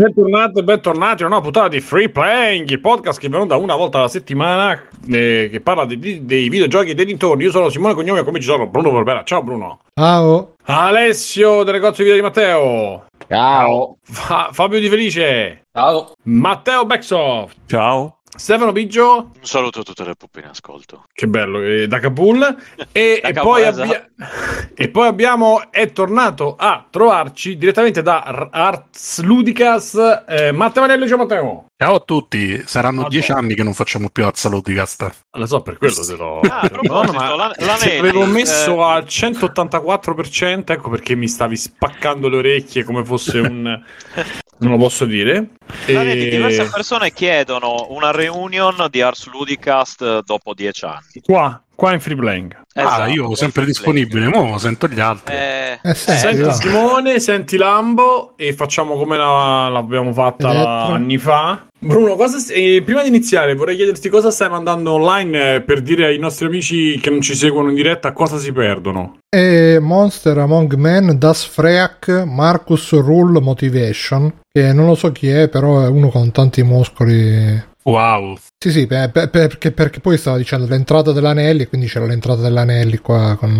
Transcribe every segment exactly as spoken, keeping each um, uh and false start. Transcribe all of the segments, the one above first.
Bentornati, bentornati a una nuova puntata di Free Playing, il podcast che è venuta una volta alla settimana, eh, che parla di, di, dei videogiochi e dei dintorni. Io sono Simone Cognome e come ci sono Bruno Verbera. Ciao Bruno. Ciao. Alessio del negozio di video di Matteo. Ciao. Fa- Fabio Di Felice. Ciao. Matteo Backsoft. Ciao. Stefano Biggio. Un saluto a tutte le puppe in ascolto. Che bello, eh, da Kabul. E, Da e, Kabul, poi esatto. abbia- e poi abbiamo, è tornato a trovarci direttamente da R- Arts Ludicast, eh, Matteo Manelli. Ciao Matteo. Ciao a tutti, saranno Madonna. dieci anni che non facciamo più Arts Ludicast. Lo so, per quello te l'ho... Ah, a proposito, Madonna, ma la- la se Nelly, l'avevo messo eh, al centottantaquattro per cento, ecco perché mi stavi spaccando le orecchie come fosse un... non lo posso dire. Vedi, E- diverse persone chiedono una reunion di Ars Ludicast dopo dieci anni. Qua, qua in Free Playing. ah, Esatto, io sempre Free disponibile, mo sento gli altri. Eh, Eh, sì, eh, Senti va. Simone, senti Lambo e facciamo come la- l'abbiamo fatta Elettro. anni fa. Bruno, cosa st- eh, prima di iniziare vorrei chiederti cosa stai mandando online, eh, per dire ai nostri amici che non ci seguono in diretta cosa si perdono. E Monster Among Men, Das Freak, Marcus Rule Motivation, che non lo so chi è, però è uno con tanti muscoli. Wow. Sì, sì, per- per- perché, perché poi stava dicendo l'entrata dell'Anelli, quindi c'era l'entrata dell'Anelli qua con,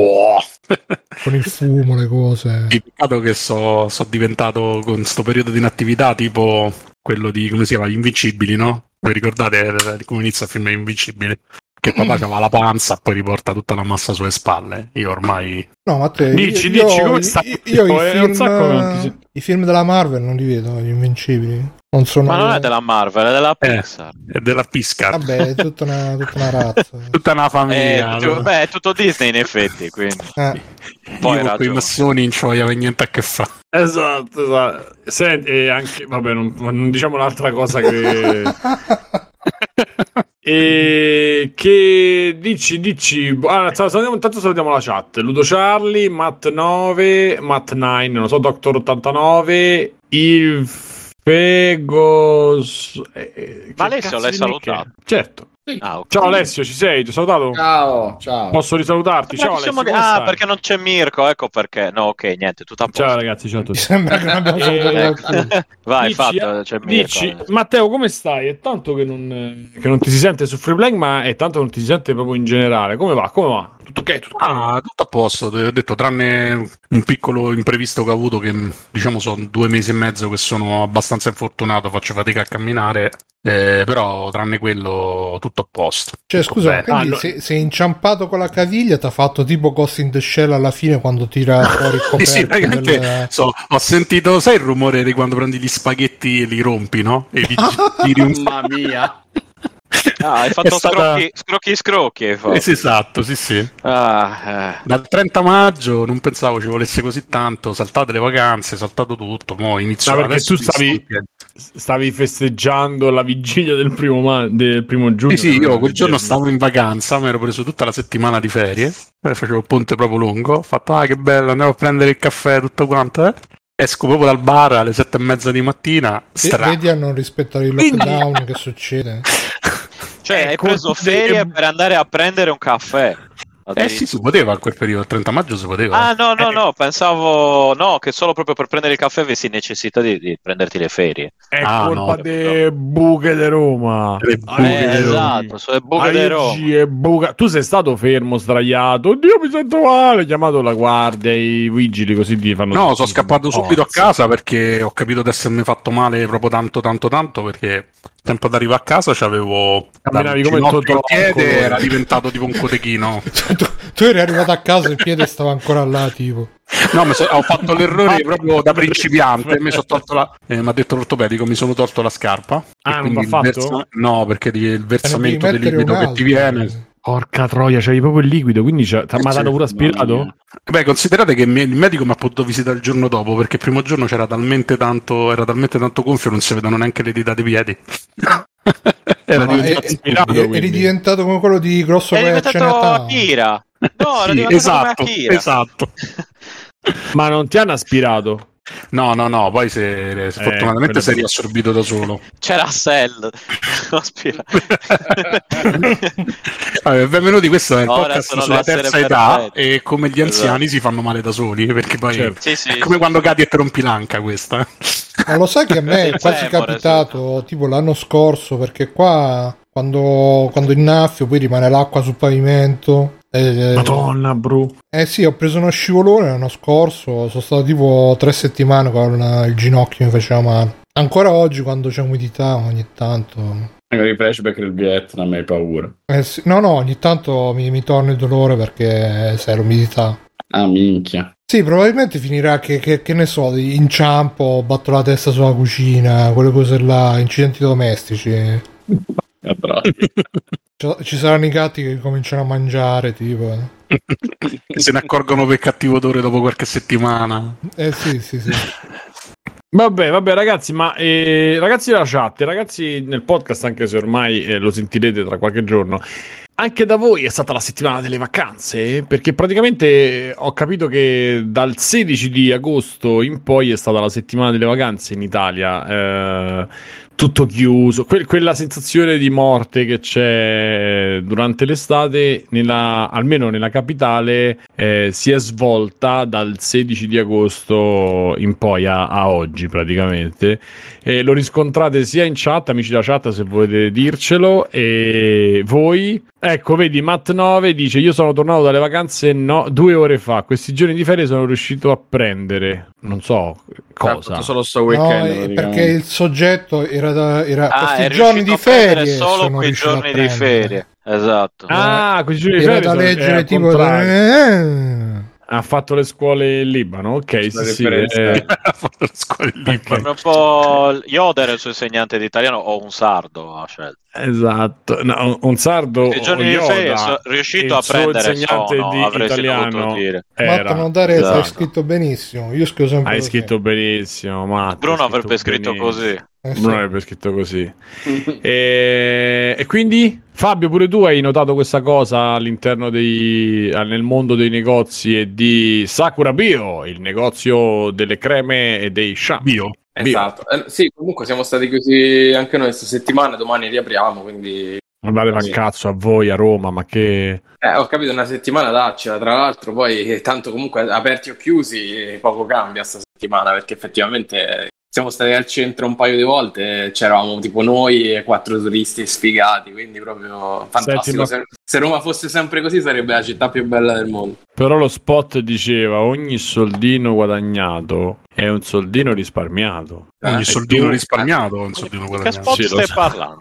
eh, con il fumo, le cose. Il peccato che so, so diventato con sto periodo di inattività tipo quello di, come si chiama, Gli Invincibili, no? Vi ricordate eh, come inizia il film Gli Invincibili? Che papà c'aveva la panza, poi riporta tutta la massa sulle spalle. Io ormai... No, ma te, Dici, io, dici, io- come sta? Io, io Tipo, i, è un film, sacco che non ti si- i film della Marvel non li vedo, gli Invincibili. Non sono... Ma non è della Marvel, è della Eh, Pixar. è della Piscar. Vabbè, è tutta una, tutta una razza. Tutta una Eh, famiglia. tu- beh, è tutto Disney in effetti, quindi. Eh. Poi Io hai con quei ragione. massoni non ci voglio avere niente a che fare. Esatto, esatto. Senti, e anche, vabbè, non, non diciamo un'altra cosa che... E che dici, dici, ah, salutiamo, intanto salutiamo la chat. Ludo Charlie, Matt nove, Matt nove, non lo so, Doctor ottantanove, il Fegos. eh, Ma che Alessio cazzo l'hai di salutato? nick è? Certo. Ah, ok. Ciao Alessio, ci sei? Ti ho salutato? Ciao, ciao. Posso risalutarti? Ma Ciao diciamo Alessio, che- come ah, stai? perché non c'è Mirko, ecco perché. No, ok, niente, tutto a posto. Ciao ragazzi, ciao a Mi tutti. sembra che non abbiamo Eh, salutato ecco. qualcuno. Vai, Dici, fatto, c'è Mirko. dici, adesso. Matteo, come stai? È tanto che non, che non ti si sente su Free Playing, ma è tanto che non ti si sente proprio in generale. Come va? Come va? Tutto ok? Tutto ok? Ah, tutto a posto, ti ho detto, tranne un piccolo imprevisto che ho avuto, che diciamo sono due mesi e mezzo che sono abbastanza infortunato, faccio fatica a camminare, eh, però tranne quello tutto a posto. Cioè, Tutto scusa, bene. quindi Ah, no. sei, sei inciampato con la caviglia, ti ha fatto tipo Ghost in the Shell alla fine quando tira fuori il Sì, coperto sì, praticamente, del... so, ho sentito, sai il rumore di quando prendi gli spaghetti e li rompi, no? E li tiri un... Mamma mia. Ah, hai È fatto stata- scrocchi, scrocchi scrocchi. Hai fatto. Eh, sì, esatto, sì, sì. Ah, eh. Dal trenta maggio non pensavo ci volesse così tanto, saltate le vacanze, saltato tutto, mo inizio No, perché adesso tu mi sto in stavi, piedi. stavi festeggiando la vigilia del primo, ma- del primo giugno. Sì, sì, io quel giorno stavo in vacanza, mi ero preso tutta la settimana di ferie, eh, facevo il ponte proprio lungo, ho fatto, ah che bello, andiamo a prendere il caffè, tutto quanto, eh. Esco proprio dal bar alle sette e mezza di mattina, Ve- stra... Vedi a non rispettare il Quindi- lockdown che succede. Cioè, hai Ecco, preso ferie per andare a prendere un caffè. Eh sì, si poteva a quel periodo, il trenta maggio si poteva. Ah, no, no, no, pensavo no, che solo proprio per prendere il caffè avessi necessità di, di prenderti le ferie. È Ah, colpa no. delle buche di Roma. Le buche Eh, di Roma. esatto, sono le buche di Roma. Parigi e buca- Tu sei stato fermo, sdraiato. Oddio, mi sento male. Hai chiamato la guardia, i vigili, così ti fanno. No, sono scappato subito a Forza. casa perché ho capito di essermi fatto male proprio tanto, tanto, tanto, perché tempo ad arrivare a casa c'avevo Camminavi dal come il ginocchio al Totò, piede, colore. era diventato tipo un cotechino. Cioè, tu, tu eri arrivato a casa e il piede stava ancora là, tipo. No, mi so- ho fatto l'errore proprio da principiante. Mi sono tolto la, eh, mi ha detto l'ortopedico, mi sono tolto la scarpa. Ah, e non quindi l'ha il fatto? no, perché di- il versamento devi del mettere liquido un che ti altro. viene. Porca troia, c'avevi proprio il liquido, quindi c'è... ma sì, l'hanno pure mamma aspirato? mia. Beh, considerate che mi- il medico mi ha potuto visitare il giorno dopo perché il primo giorno c'era talmente tanto, era talmente tanto gonfio, non si vedono neanche le dita dei piedi. Era Ma diventato e- aspirato, e- eri quindi. diventato come quello di Grosso È che diventato Akira. No, era Sì, diventato esatto, come Akira. esatto. Ma non ti hanno aspirato? No, no, no, poi se, se Eh, fortunatamente quello sei sì. riassorbito da solo. C'era Cell. Aspira. Vabbè, benvenuti, questo è il Ora podcast sono sulla le terza essere età perfetti. e come gli anziani Esatto. si fanno male da soli, perché poi Certo. Sì, sì. è come quando cadi e ti rompi l'anca questa. Ma lo sai che a me è Il quasi femore, capitato tipo l'anno scorso, perché qua quando, quando innaffio poi rimane l'acqua sul pavimento. Eh, Madonna, bro. eh sì, ho preso uno scivolone l'anno scorso, sono stato tipo tre settimane con il ginocchio mi faceva male. Ancora oggi quando c'è umidità ogni tanto... Con i flashback del Vietnam hai paura. Eh sì, no, no, ogni tanto mi, mi torna il dolore perché sai l'umidità. Ah, minchia. Sì, probabilmente finirà che, che, che ne so, inciampo, batto la testa sulla cucina, quelle cose là, incidenti domestici. Ci, ci saranno i gatti che cominciano a mangiare, tipo. Che se ne accorgono per cattivo odore dopo qualche settimana. Eh sì, sì, sì. Vabbè, vabbè, ragazzi, ma eh, ragazzi della chat, ragazzi nel podcast, anche se ormai eh, lo sentirete tra qualche giorno, anche da voi è stata la settimana delle vacanze? Perché praticamente ho capito che dal sedici di agosto in poi è stata la settimana delle vacanze in Italia, eh, tutto chiuso, que- quella sensazione di morte che c'è durante l'estate, nella, almeno nella capitale, eh, si è svolta dal sedici di agosto in poi a, a oggi praticamente. E lo riscontrate sia in chat, amici della chat, se volete dircelo, e voi. Ecco, vedi, Matt nove dice: io sono tornato dalle vacanze no, due ore fa, questi giorni di ferie sono riuscito a prendere non so cosa. Solo sto No, weekend, eh, perché il soggetto era, da, era Ah, questi è giorni riuscito di a prendere ferie solo sono quei riuscito a giorni di prendere. ferie. Esatto. Ah, questi giorni di Era ferie da sono- è leggere al tipo contrario. eh, Ha fatto le scuole in Libano, ok, La sì, sì, differenza eh, Ha fatto la scuola in Libano. Ok. Sembra un po' Yoder, il suo insegnante di italiano, o un sardo ha scelto. esatto. No, un- un sardo Quei giorni di Yoda, ferie so- riuscito il a suo prendere insegnante sono, di avresti italiano dovuto dire. era. Matt Nodare esatto. hai scritto benissimo. Io scrivo sempre Hai così. scritto benissimo, Matt, Bruno hai avrebbe scritto benissimo. così. Eh sì. Bruno avrebbe scritto così. e... e quindi Fabio, pure tu hai notato questa cosa all'interno dei nel mondo dei negozi e di Sakura Bio, il negozio delle creme e dei shampoo. Bio. Esatto. Eh, sì, comunque siamo stati chiusi anche noi questa settimana, domani riapriamo, quindi... Andate a Sì. cazzo a voi a Roma, ma che... Eh, ho capito, una settimana daccela, tra l'altro poi eh, tanto comunque aperti o chiusi eh, poco cambia sta settimana, perché effettivamente eh, siamo stati al centro un paio di volte, c'eravamo tipo noi e quattro turisti sfigati, quindi proprio fantastico. Senti, se, se Roma fosse sempre così sarebbe la città più bella del mondo. Però lo spot diceva ogni soldino guadagnato è un soldino risparmiato. Ogni Eh, soldino tu- risparmiato è un soldino Che guadagnato. spot Sì, lo stai so. parlando?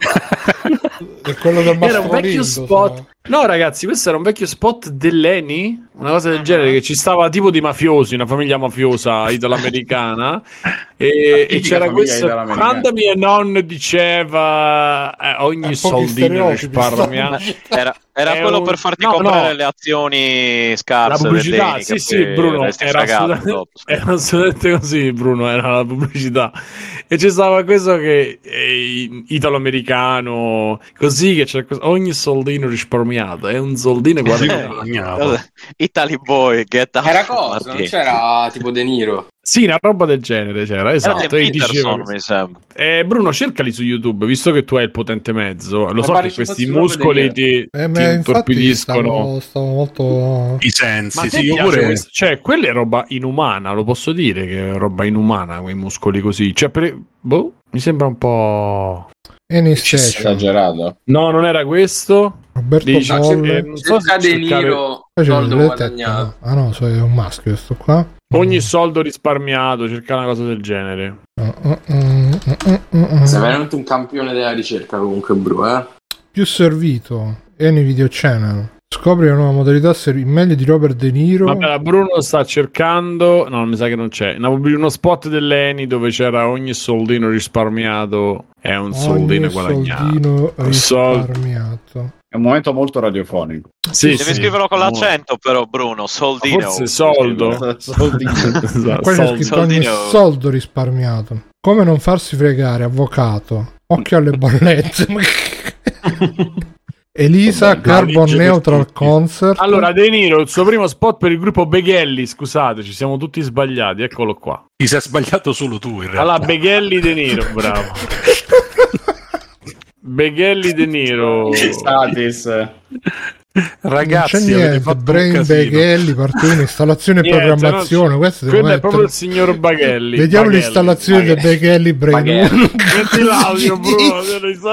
È quello del Era un vecchio Mastrolindo, spot. so. No, ragazzi, questo era un vecchio spot dell'Eni, una cosa del Mhm. genere, che ci stava tipo di mafiosi, una famiglia mafiosa italo-americana. e, e tipica c'era famiglia questo. italo-americana. Quando mia nonna diceva eh, ogni Eh, pochi soldino stereotipi risparmiato. Era, era È quello un- per farti no, comprare no. le azioni La scarse pubblicità, dell'Eni, sì, che sì, poi Bruno, resti era fregato assolutamente, dopo. era assolutamente così, Bruno, era la pubblicità. E c'è stava questo che è italo-americano, così che c'è questo- ogni soldino risparmiato, è un soldino guadagnato. guadagnato. Italy Boy, get out. Era cosa? Non Martini. c'era tipo De Niro? Sì, una roba del genere c'era, Era esatto. Tim E diceva Peterson, questo. mi sembra. Eh, Bruno, cercali su YouTube, visto che tu hai il potente mezzo. Lo Ma so pare che ci questi fosse proprio muscoli degli- ti, Eh, ti ma infatti intorpidiscono. stavo, stavo molto... I sensi, Ma sì, ti io piace pure. questo? Cioè, quella è roba inumana, lo posso dire che è roba inumana, quei muscoli così. Cioè, per... boh, mi sembra un po'... Anesthesia. Esagerato. No, non era questo. Roberto Dici, Bolle. eh, non so se Cerca De cercare- Niro, Poi c'è soldo le tette, guadagnato. no? Ah no, so- è un maschio questo qua. Ogni soldo risparmiato, cercare una cosa del genere. Mm, mm, mm, mm, mm, mm. Sei veramente un campione della ricerca comunque, Bru, eh? Più servito. Eni Video Channel. Scopri una nuova modalità servi meglio di Robert De Niro. Vabbè, la Bruno sta cercando. No, mi sa che non c'è. Una- uno spot dell'Eni dove c'era ogni soldino risparmiato è un soldino Ogni guadagnato. soldino Sol- risparmiato. È un momento molto radiofonico. Sì, Devi sì. scriverlo con l'accento, però, Bruno. Soldino. Forse soldo. Soldino. Esatto, Qua c'è soldo. scritto ogni Soldino. soldo risparmiato. Come non farsi fregare, avvocato. Occhio alle bollette. Elisa Carbon Neutral Concert. Allora, De Niro, il suo primo spot per il gruppo Beghelli, scusate, ci siamo tutti sbagliati, eccolo qua. Ti sei sbagliato solo tu, in realtà. Allora, Beghelli De Niro, bravo. Beghelli De Niro. Statis. Ragazzi, non c'è niente, Brain Beghelli, parte uno, installazione e programmazione. Questo quello mettere... è proprio il signor Baghelli. Vediamo Baghelli. l'installazione del Beghelli Brain. Metti l'audio, bro.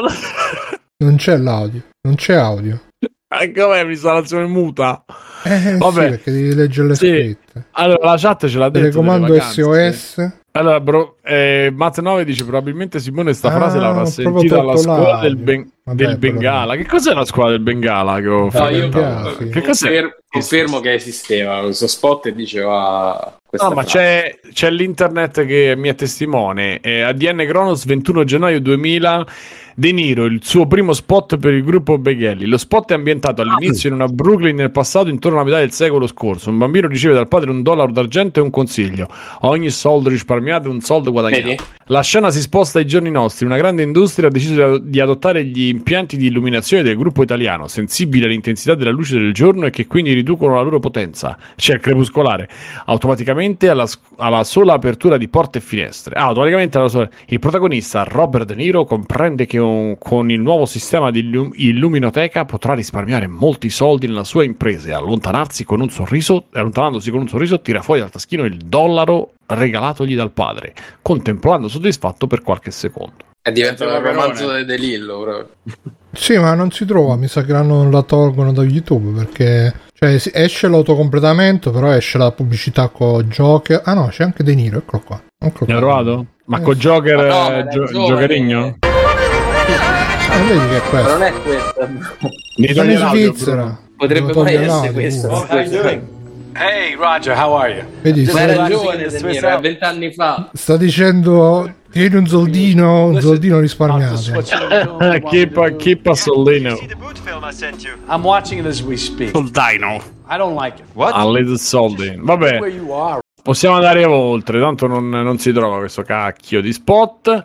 Non c'è l'audio, non c'è audio. Anche com'è l'installazione muta? Eh Vabbè. sì, perché devi leggere le Sì. scritte. Allora, la chat ce l'ha detto. Telecomando S O S. Allora, bro, eh, Maz nove dice probabilmente Simone sta Ah, frase l'avrà ho sentita proprio alla tolto scuola l'audio. del, ben- Vabbè, del Bengala. Che cos'è la scuola del Bengala che ho No, fatto? io Bengala, sì. Che cos'è? confer- confermo che esisteva questo spot e diceva questa No, ma frase. c'è, c'è l'internet che mi è testimone. Eh, A D N Kronos, ventuno gennaio duemila, De Niro, il suo primo spot per il gruppo Beghelli. Lo spot è ambientato all'inizio in una Brooklyn nel passato, intorno alla metà del secolo scorso. Un bambino riceve dal padre un dollaro d'argento e un consiglio. Ogni soldo risparmiato è un soldo guadagnato. Vedi? La scena si sposta ai giorni nostri. Una grande industria ha deciso di adottare gli impianti di illuminazione del gruppo italiano, sensibili all'intensità della luce del giorno e che quindi riducono la loro potenza, cioè il crepuscolare, automaticamente alla, alla sola apertura di porte e finestre. Ah, automaticamente alla sola... Il protagonista, Robert De Niro, comprende che un, con il nuovo sistema di illum- illuminoteca potrà risparmiare molti soldi nella sua impresa e allontanarsi con un sorriso, allontanandosi con un sorriso, tira fuori dal taschino il dollaro regalatogli dal padre, contemplando soddisfatto per qualche secondo. È diventato un romanzo de, de Lillo proprio. Sì, ma non si trova, mi sa che non la tolgono da YouTube perché cioè si- esce l'autocompletamento, però esce la pubblicità con Joker. Ah no, c'è anche De Niro, eccolo qua. Eccolo Mi hai qua. trovato? Ma Eh, con Joker, Ma no, ma eh, era gio- giovane. Giocherigno? Ah, vedi che è Ma questo? non è questa. Mi Sono togli in l'audio, Svizzera. Bruno. Potrebbe Devo mai togliere essere l'audio, questa. Bruno. How you doing? Hey, Roger, how are you? Vedi, Ma sta, era Svizzera. giovane De Niro, è vent'anni fa. sta dicendo tieni un soldino, un soldino risparmiato. Keep, keep a soldino. I'm watching it as we speak. Col Dino. I don't like it. A little soldino. Vabbè. Where you are. Possiamo andare oltre, tanto non, non si trova questo cacchio di spot.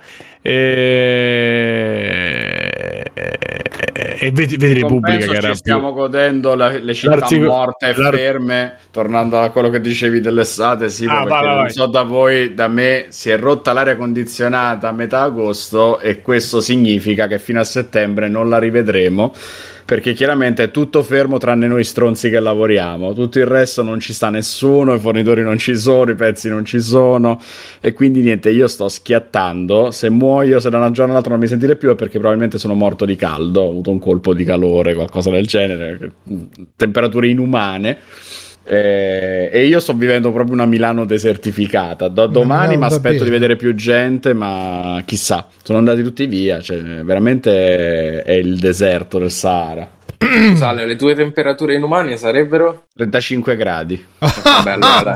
E, e vedi, vedi Repubblica Compenso che era ci stiamo più... godendo la- le città L'articolo- morte e l'ar- ferme, tornando a quello che dicevi dell'estate, sì, Ah, perché vai, vai, non vai. so da voi, da me si è rotta l'aria condizionata a metà agosto e questo significa che fino a settembre non la rivedremo, perché chiaramente è tutto fermo tranne noi stronzi che lavoriamo, tutto il resto non ci sta nessuno, i fornitori non ci sono, i pezzi non ci sono e quindi niente, io sto schiattando, se muoio, se da una giorno all'altra non mi sentite più è perché probabilmente sono morto di caldo, ho avuto un colpo di calore, qualcosa del genere, temperature inumane. Eh, e io sto vivendo proprio una Milano desertificata. Da domani mi Milano da aspetto bene. di vedere più gente, ma chissà, sono andati tutti via. Cioè, veramente è il deserto del Sahara. Sale, le tue temperature inumane sarebbero? trentacinque gradi. Vabbè, allora,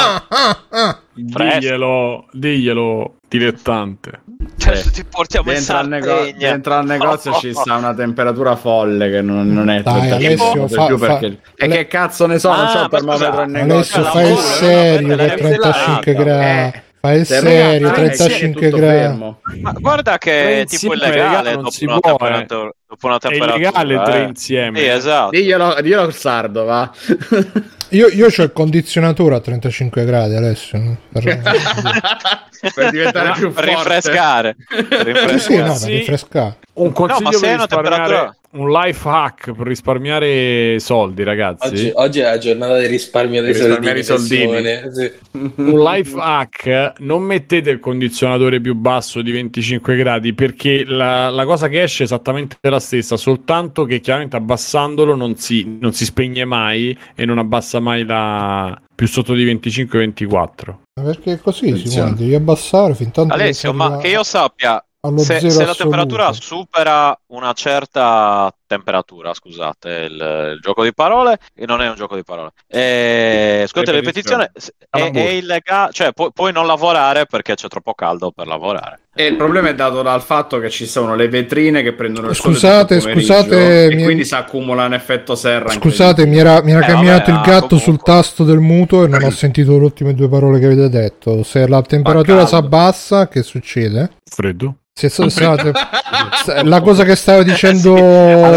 Diglielo, diglielo, dilettante. Cioè, ti portiamo in Dentro al, nego- Sardegna. dentro al negozio ci sta una temperatura folle che non, non è Dai, trentacinque Alessio, per fa- più fa- perché... E che cazzo ne so, non Ah, c'ho il ma termometro scusa, in negozio. Alessio, la fai il paura, serio la che paura, trentacinque la gradi. eh. Fai il Se serio, ragazzi, trentacinque è tutto gradi. fermo. Ma guarda che è tipo Insieme, illegale raga, non dopo si una, può, temperatura, dopo una È temperatura. illegale tre eh. insieme. Sì, esatto. Diglielo, diglielo al sardo, va. Io, io c'ho il condizionatore a trentacinque gradi, Alessio. Per... Per diventare più Per forte. rinfrescare. Per rinfrescare. sì, no, per Sì. rinfrescare. Un consiglio No, ma se per è una risparmiare, temperatura- un life hack per risparmiare soldi, ragazzi. oggi, oggi è la giornata del risparmio dei Per risparmiare soldini. i soldini. Simone, sì. Un life hack: non mettete il condizionatore più basso di venticinque gradi perché la, la cosa che esce è esattamente la stessa, soltanto che chiaramente abbassandolo non si, non si spegne mai e non abbassa mai la più sotto di venticinque ventiquattro. Perché così si Attenzione. può, devi abbassare fin tanto che Alessio, arriva ma che io sappia, allo se, zero se la assoluto. temperatura supera una certa temperatura, scusate il, il gioco di parole, e non è un gioco di parole. Eh, scusate, la ripetizione è, è illegale, cioè pu- puoi non lavorare perché c'è troppo caldo per lavorare. E il problema è dato dal fatto che ci sono le vetrine che prendono il sole Scusate, tutto il pomeriggio scusate, e mi- quindi si accumula un effetto serra. Scusate, mi era, mi era Eh, camminato vabbè, il gatto comunque. sul tasto del muto e non ho sentito le ultime due parole che avete detto. Se la temperatura si caldo. abbassa, che succede? Freddo? Se, se- se la, te- se- la cosa che stava dicendo Allora,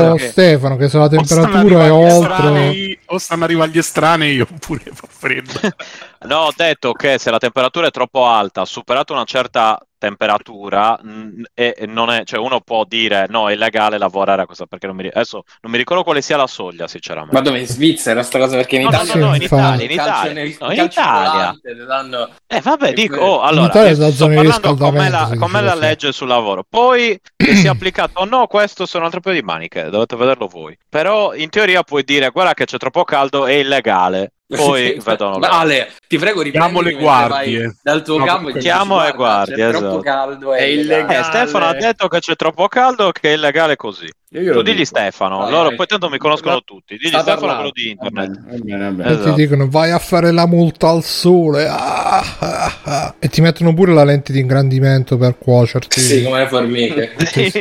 detto Stefano che se la temperatura è oltre o stanno arrivando gli estranei oppure fa freddo. No, ho detto che se la temperatura è troppo alta, superato una certa temperatura, mh, e e non è, cioè uno può dire no, è illegale lavorare a questo, perché non mi, ri- adesso non mi ricordo quale sia la soglia, sinceramente. Ma dove? In Svizzera sta cosa? Perché in No, no, Italia no, no, in Infatti. Italia, in il calcio Italia, nel- no, il in calcio Italia. volante, le danno- Eh vabbè, E dico, poi- oh, allora, Italia io è la sto zona di parlando com'è riscaldamento, la, si com'è dice la così. legge sul lavoro. Poi che sia applicato o no, questo sono un altro paio di maniche, dovete vederlo voi. Però in teoria puoi dire, guarda che c'è troppo caldo, è illegale. Poi vedono loro. Ale, ti prego, Chiamo riprendimi le mentre guardie. vai dal tuo No, campo comunque e chiamo dici, le guarda, guardie, c'è esatto. troppo caldo, è, È illegale. illegale. Eh, Stefano ha detto che c'è troppo caldo, che è illegale così. Io glielo Tu digli dico. Stefano, Vai, loro vai. poi tanto mi conoscono No, tutti. Digli sta Stefano parlando. quello di Va internet. bene, va bene, va bene. e Esatto. ti dicono vai a fare la multa al sole ah, ah, ah. E ti mettono pure la lente di ingrandimento per cuocerti. Sì, come le formiche.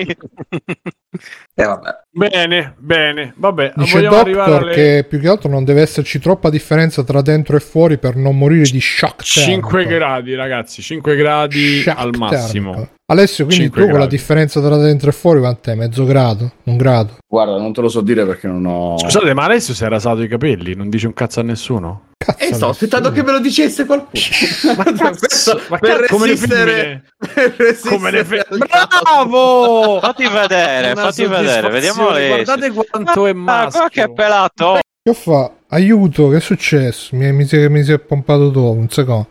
E vabbè. Bene, bene, vabbè, Dice vogliamo arrivare Doctor alle che più che altro non deve esserci troppa differenza tra dentro e fuori per non morire di shock cinque termico. gradi, ragazzi, cinque gradi Shock al massimo. termico. Alessio, quindi tu cinque con la gradi. differenza tra dentro e fuori quant'è? Mezzo grado? Un grado? Guarda, non te lo so dire perché non ho... Scusate, ma Alessio si è rasato i capelli, non dice un cazzo a nessuno? Cazzo, E sto Alessio. aspettando che me lo dicesse qualcuno. Questo ma per cazzo, come le resistere, per resistere Come le fe- al Bravo! Fatti vedere, Una fatti vedere, vediamo soddisfazione, le. guardate quanto è Ah, guarda maschio. che pelato! Che fa? Aiuto, che è successo? Mi, mi, si, è, mi si è pompato dopo, un secondo.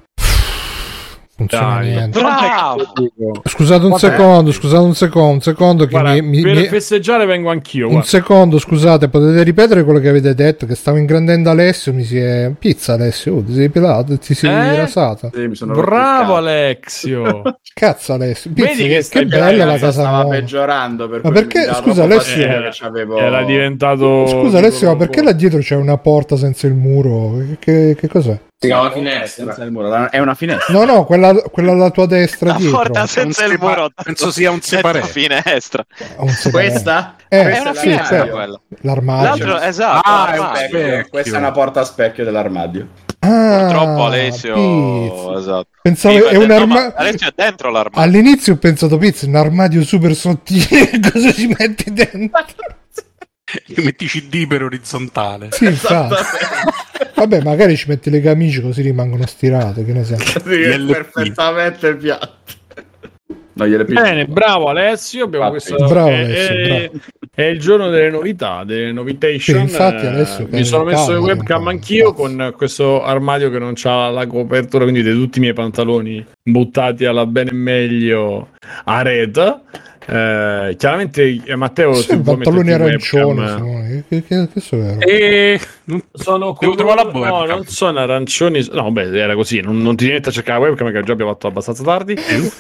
Funziona Dai, niente. Bravo! Scusate un Vabbè. secondo, scusate un secondo, un secondo che Guarda, mi, mi- per mi- festeggiare vengo anch'io. un guarda. secondo, scusate, potete ripetere quello che avete detto? Che stavo ingrandendo Alessio, mi si è... Pizza Alessio, oh, ti sei pelato, ti sei Eh? rasato. Sì, mi sono rotto il Bravo cazzo. Alexio. Cazzo Alessio, Pizza, Vedi che, che che stai bella bene, la Ragazza, casa stava nuova. peggiorando per Ma cui perché- mi dava scusa, troppo Alessio- fastidio Era, che c'avevo- era diventato. Scusa Alessio, ma perché là dietro c'è una porta senza il muro? Che, che- che cos'è? Si chiama Senza finestra. il muro, è una finestra. No, no, quella, quella alla tua destra La dietro. porta senza Un il sepa- muro. penso sia un senza separé. finestra. Ha un separé. Questa? Eh, Questa È una la sì, finestra certo. quella. L'armadio. L'altro, esatto. Ah, è un l'armadio. specchio. Specchio. Questa è una porta a specchio dell'armadio. Ah, Purtroppo Alessio. Pizza. Esatto. Pensavo Sì, è un no, arma- ma Alessio è dentro l'armadio. All'inizio ho pensato pizza, un armadio super sottile, cosa ci metti dentro? Metti C D per orizzontale. Sì, infatti. Vabbè, magari ci metti le camicie così rimangono stirate, che ne sai. Sì, è L P. perfettamente piatto. No, gliele piglio. Bene, bravo Alessio. Abbiamo Ah, questo, bravo è, Alessio, è- bravo. è il giorno delle novità, delle novitation. Sì, infatti, Eh, adesso che mi sono è messo le caldo, webcam un po', anch'io cazzo. con questo armadio che non ha la copertura, quindi vedete tutti i miei pantaloni buttati alla bene meglio a rete. Eh, chiaramente eh, Matteo Sì, se vuoi pantaloni metterti arancioni, webcam, Simone, che, che, che so vero? e sono Devo trovare la no, webcam. non sono arancioni. No, beh, era così. Non, non ti devi mettere a cercare la webcam che già abbiamo fatto abbastanza tardi.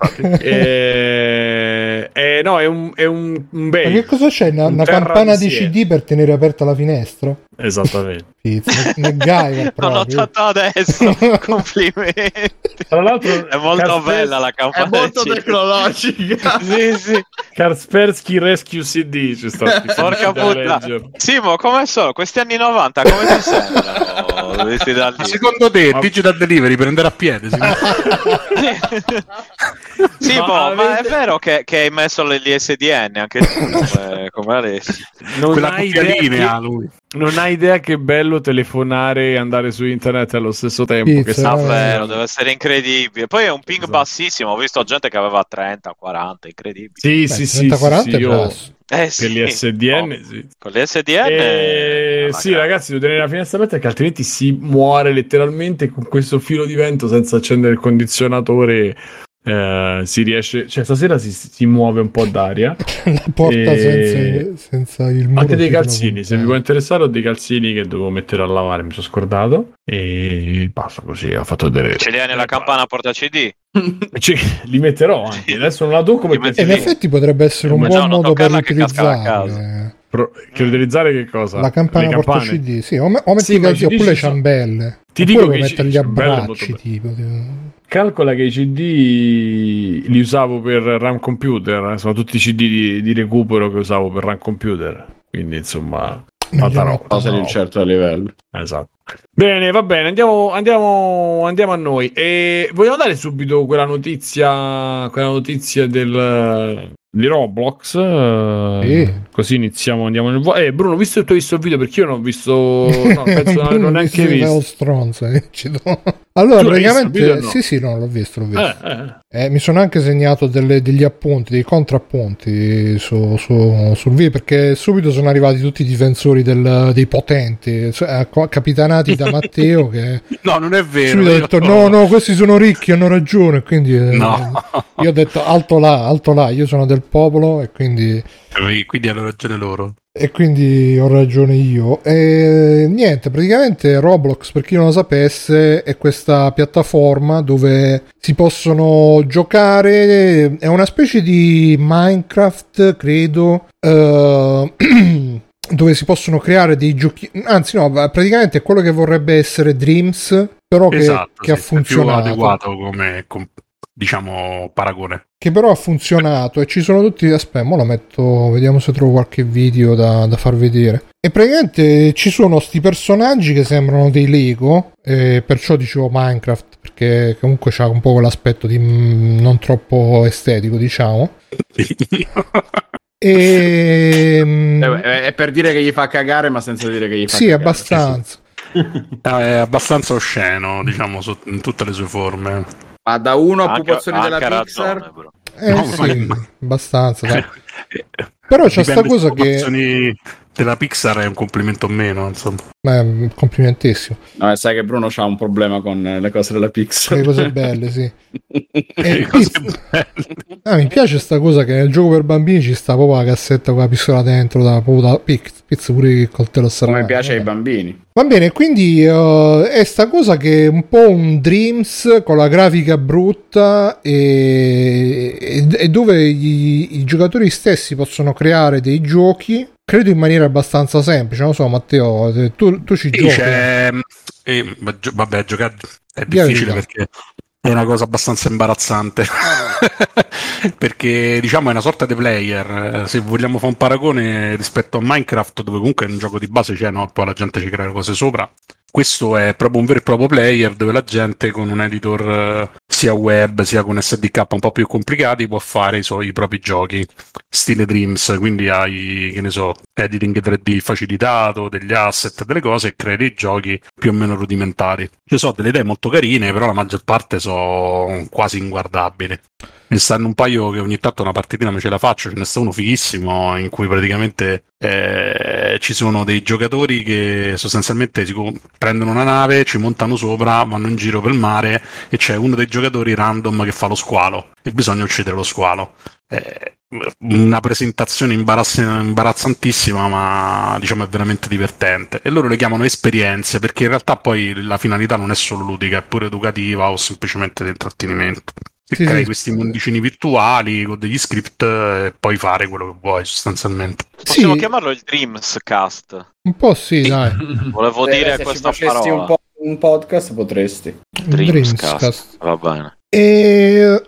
e, e no, è un, è un, un Ma bel. che cosa c'è? Una, un una terra campana di insieme. C D per tenere aperta la finestra? Esattamente. Pizza, MacGyver L'ho proprio. notato adesso. Complimenti. Tra l'altro, È molto Kaspersky- bella la È campana. molto di C D. tecnologica. Sì, sì. Kaspersky Rescue C D. Ci sta Porca da puttana. leggere. Simo, come sono? Questi anni novanta come ti sembrano? Visti da lì? Secondo te Digital Delivery prendere a piede? Simone? Simo, Ma ma è avete- vero che, che hai messo l'I S D N anche tu come, come Alessio? Non Quella hai doppia idea linea che- lui. Non hai idea che bello telefonare e andare su internet allo stesso tempo. Pizza, Che sta- eh. Davvero, deve essere incredibile. Poi è un ping Esatto. bassissimo. Ho visto gente che aveva trenta, quaranta, incredibile. Sì, Beh, sì, sì, trenta sì, quaranta sì, è io basso. Eh, sì. per gli S D N, Oh, sì. con l'I S D N Eh, è sì, una ragazzi, devo tenere la finestra aperta perché altrimenti si muore letteralmente con questo filo di vento senza accendere il condizionatore. Eh, si riesce, cioè stasera si, si muove un po' d'aria. La porta E- senza, senza il muro. Anche dei fino alla calzini, se punta. vi può interessare, ho dei calzini che dovevo mettere a lavare, mi sono scordato e basta così, ho fatto vedere. Ce li hai nella campana porta C D? Ci- li metterò anche, adesso non la tocco Li perché E in metti effetti potrebbe essere un Ma buon no, non modo per toccarla che casca a utilizzarle. Pro- che utilizzare che cosa? La campana Le porta campane? C D, sì, o, me- o metti Sì, i ma i calzi C D oppure le ci sono. ciambelle. Ti Oppure dico puoi che i mettere C- gli ciambelle molto abbracci, belle. tipo. Calcola che i C D li usavo per RAM computer, eh, sono tutti C D di, di recupero che usavo per RAM computer, quindi insomma tanta roba. Cose di un certo livello. Esatto. Bene, va bene, andiamo, andiamo, andiamo a noi. E vogliamo dare subito quella notizia, quella notizia del, di Roblox? eh, Sì. così iniziamo, andiamo nel vuoto. Eh, Bruno, visto che tu hai visto il video, perché io non ho visto, no, penso non l'ho neanche visto. Stronzo, eh. Allora, tu praticamente, video, no? sì, sì, no, l'ho visto, l'ho visto. Eh, eh. Eh, mi sono anche segnato delle, degli appunti, dei contrappunti su, su, sul video, perché subito sono arrivati tutti i difensori del, dei potenti, cioè, capitanati da Matteo, che no, non è vero. subito ha detto no, no, questi sono ricchi, hanno ragione, quindi eh, no. io ho detto alto là, alto là, io sono del popolo e quindi... Quindi hanno ragione loro. E quindi ho ragione io. E niente, praticamente Roblox, per chi non lo sapesse, è questa piattaforma dove si possono giocare, è una specie di Minecraft, credo, eh, dove si possono creare dei giochi, anzi no, praticamente è quello che vorrebbe essere Dreams, però che, esatto, che sì, ha funzionato. È più adeguato come, com, diciamo, paragone. Che però ha funzionato e ci sono tutti. Aspetta, mo lo metto, vediamo se trovo qualche video da, da far vedere. E praticamente ci sono sti personaggi che sembrano dei Lego, e perciò dicevo Minecraft, perché comunque c'ha un po' quell'aspetto di mh, non troppo estetico, diciamo. E è, è per dire che gli fa cagare, ma senza dire che gli fa sì, cagare. abbastanza. Sì, sì. È abbastanza osceno, diciamo, in tutte le sue forme. Ma da uno a Anche- pubblicazioni della anche Pixar ragione, bro. Eh No, sì, ma- abbastanza, dai. Però c'è sta Dipende cosa dalle che proporzioni della Pixar, è un complimento o meno, insomma. beh, complimentissimo. No, sai che Bruno c'ha un problema con le cose della Pixar. Le cose belle, sì. Le E cose qui- belle. Ah, mi piace sta cosa che nel gioco per bambini ci sta proprio la cassetta con la pistola dentro, da, proprio da pizza, pizza pure il coltello serrato. Come piace ai vabbè. bambini. Va bene, quindi uh, è sta cosa che è un po' un Dreams con la grafica brutta e, e, e dove i, i giocatori stessi possono creare dei giochi, credo in maniera abbastanza semplice. Non so, Matteo, tu, tu ci Sì, giochi? c'è... eh, ma gio- vabbè, giocare è Via difficile via. perché è una cosa abbastanza imbarazzante. Perché diciamo è una sorta di player. eh, Se vogliamo fare un paragone rispetto a Minecraft, dove comunque è un gioco di base c'è, no? Poi la gente ci crea le cose sopra. Questo è proprio un vero e proprio player dove la gente con un editor eh, sia web sia con S D K un po' più complicati può fare i suoi propri giochi stile Dreams, quindi hai, che ne so, editing tre D facilitato, degli asset, delle cose e crei dei giochi più o meno rudimentari. Ci sono delle idee molto carine, però la maggior parte sono quasi inguardabili. Ne stanno un paio che ogni tanto una partitina me ce la faccio, ce ne sta uno fighissimo in cui praticamente eh, ci sono dei giocatori che sostanzialmente si co- prendono una nave, ci montano sopra, vanno in giro per il mare e c'è uno dei giocatori random che fa lo squalo e bisogna uccidere lo squalo. Eh, una presentazione imbarazz- imbarazzantissima, ma diciamo è veramente divertente. E loro le chiamano esperienze perché in realtà poi la finalità non è solo ludica, è pure educativa o semplicemente di intrattenimento. Sì, Crei sì. questi mondicini virtuali con degli script e puoi fare quello che vuoi sostanzialmente. Possiamo Sì, chiamarlo il Dreamscast. un po' sì, dai. Volevo Eh, dire se ci questa facessi parola. un, po- un podcast potresti. Dreamscast. Dreamscast. Va bene. E,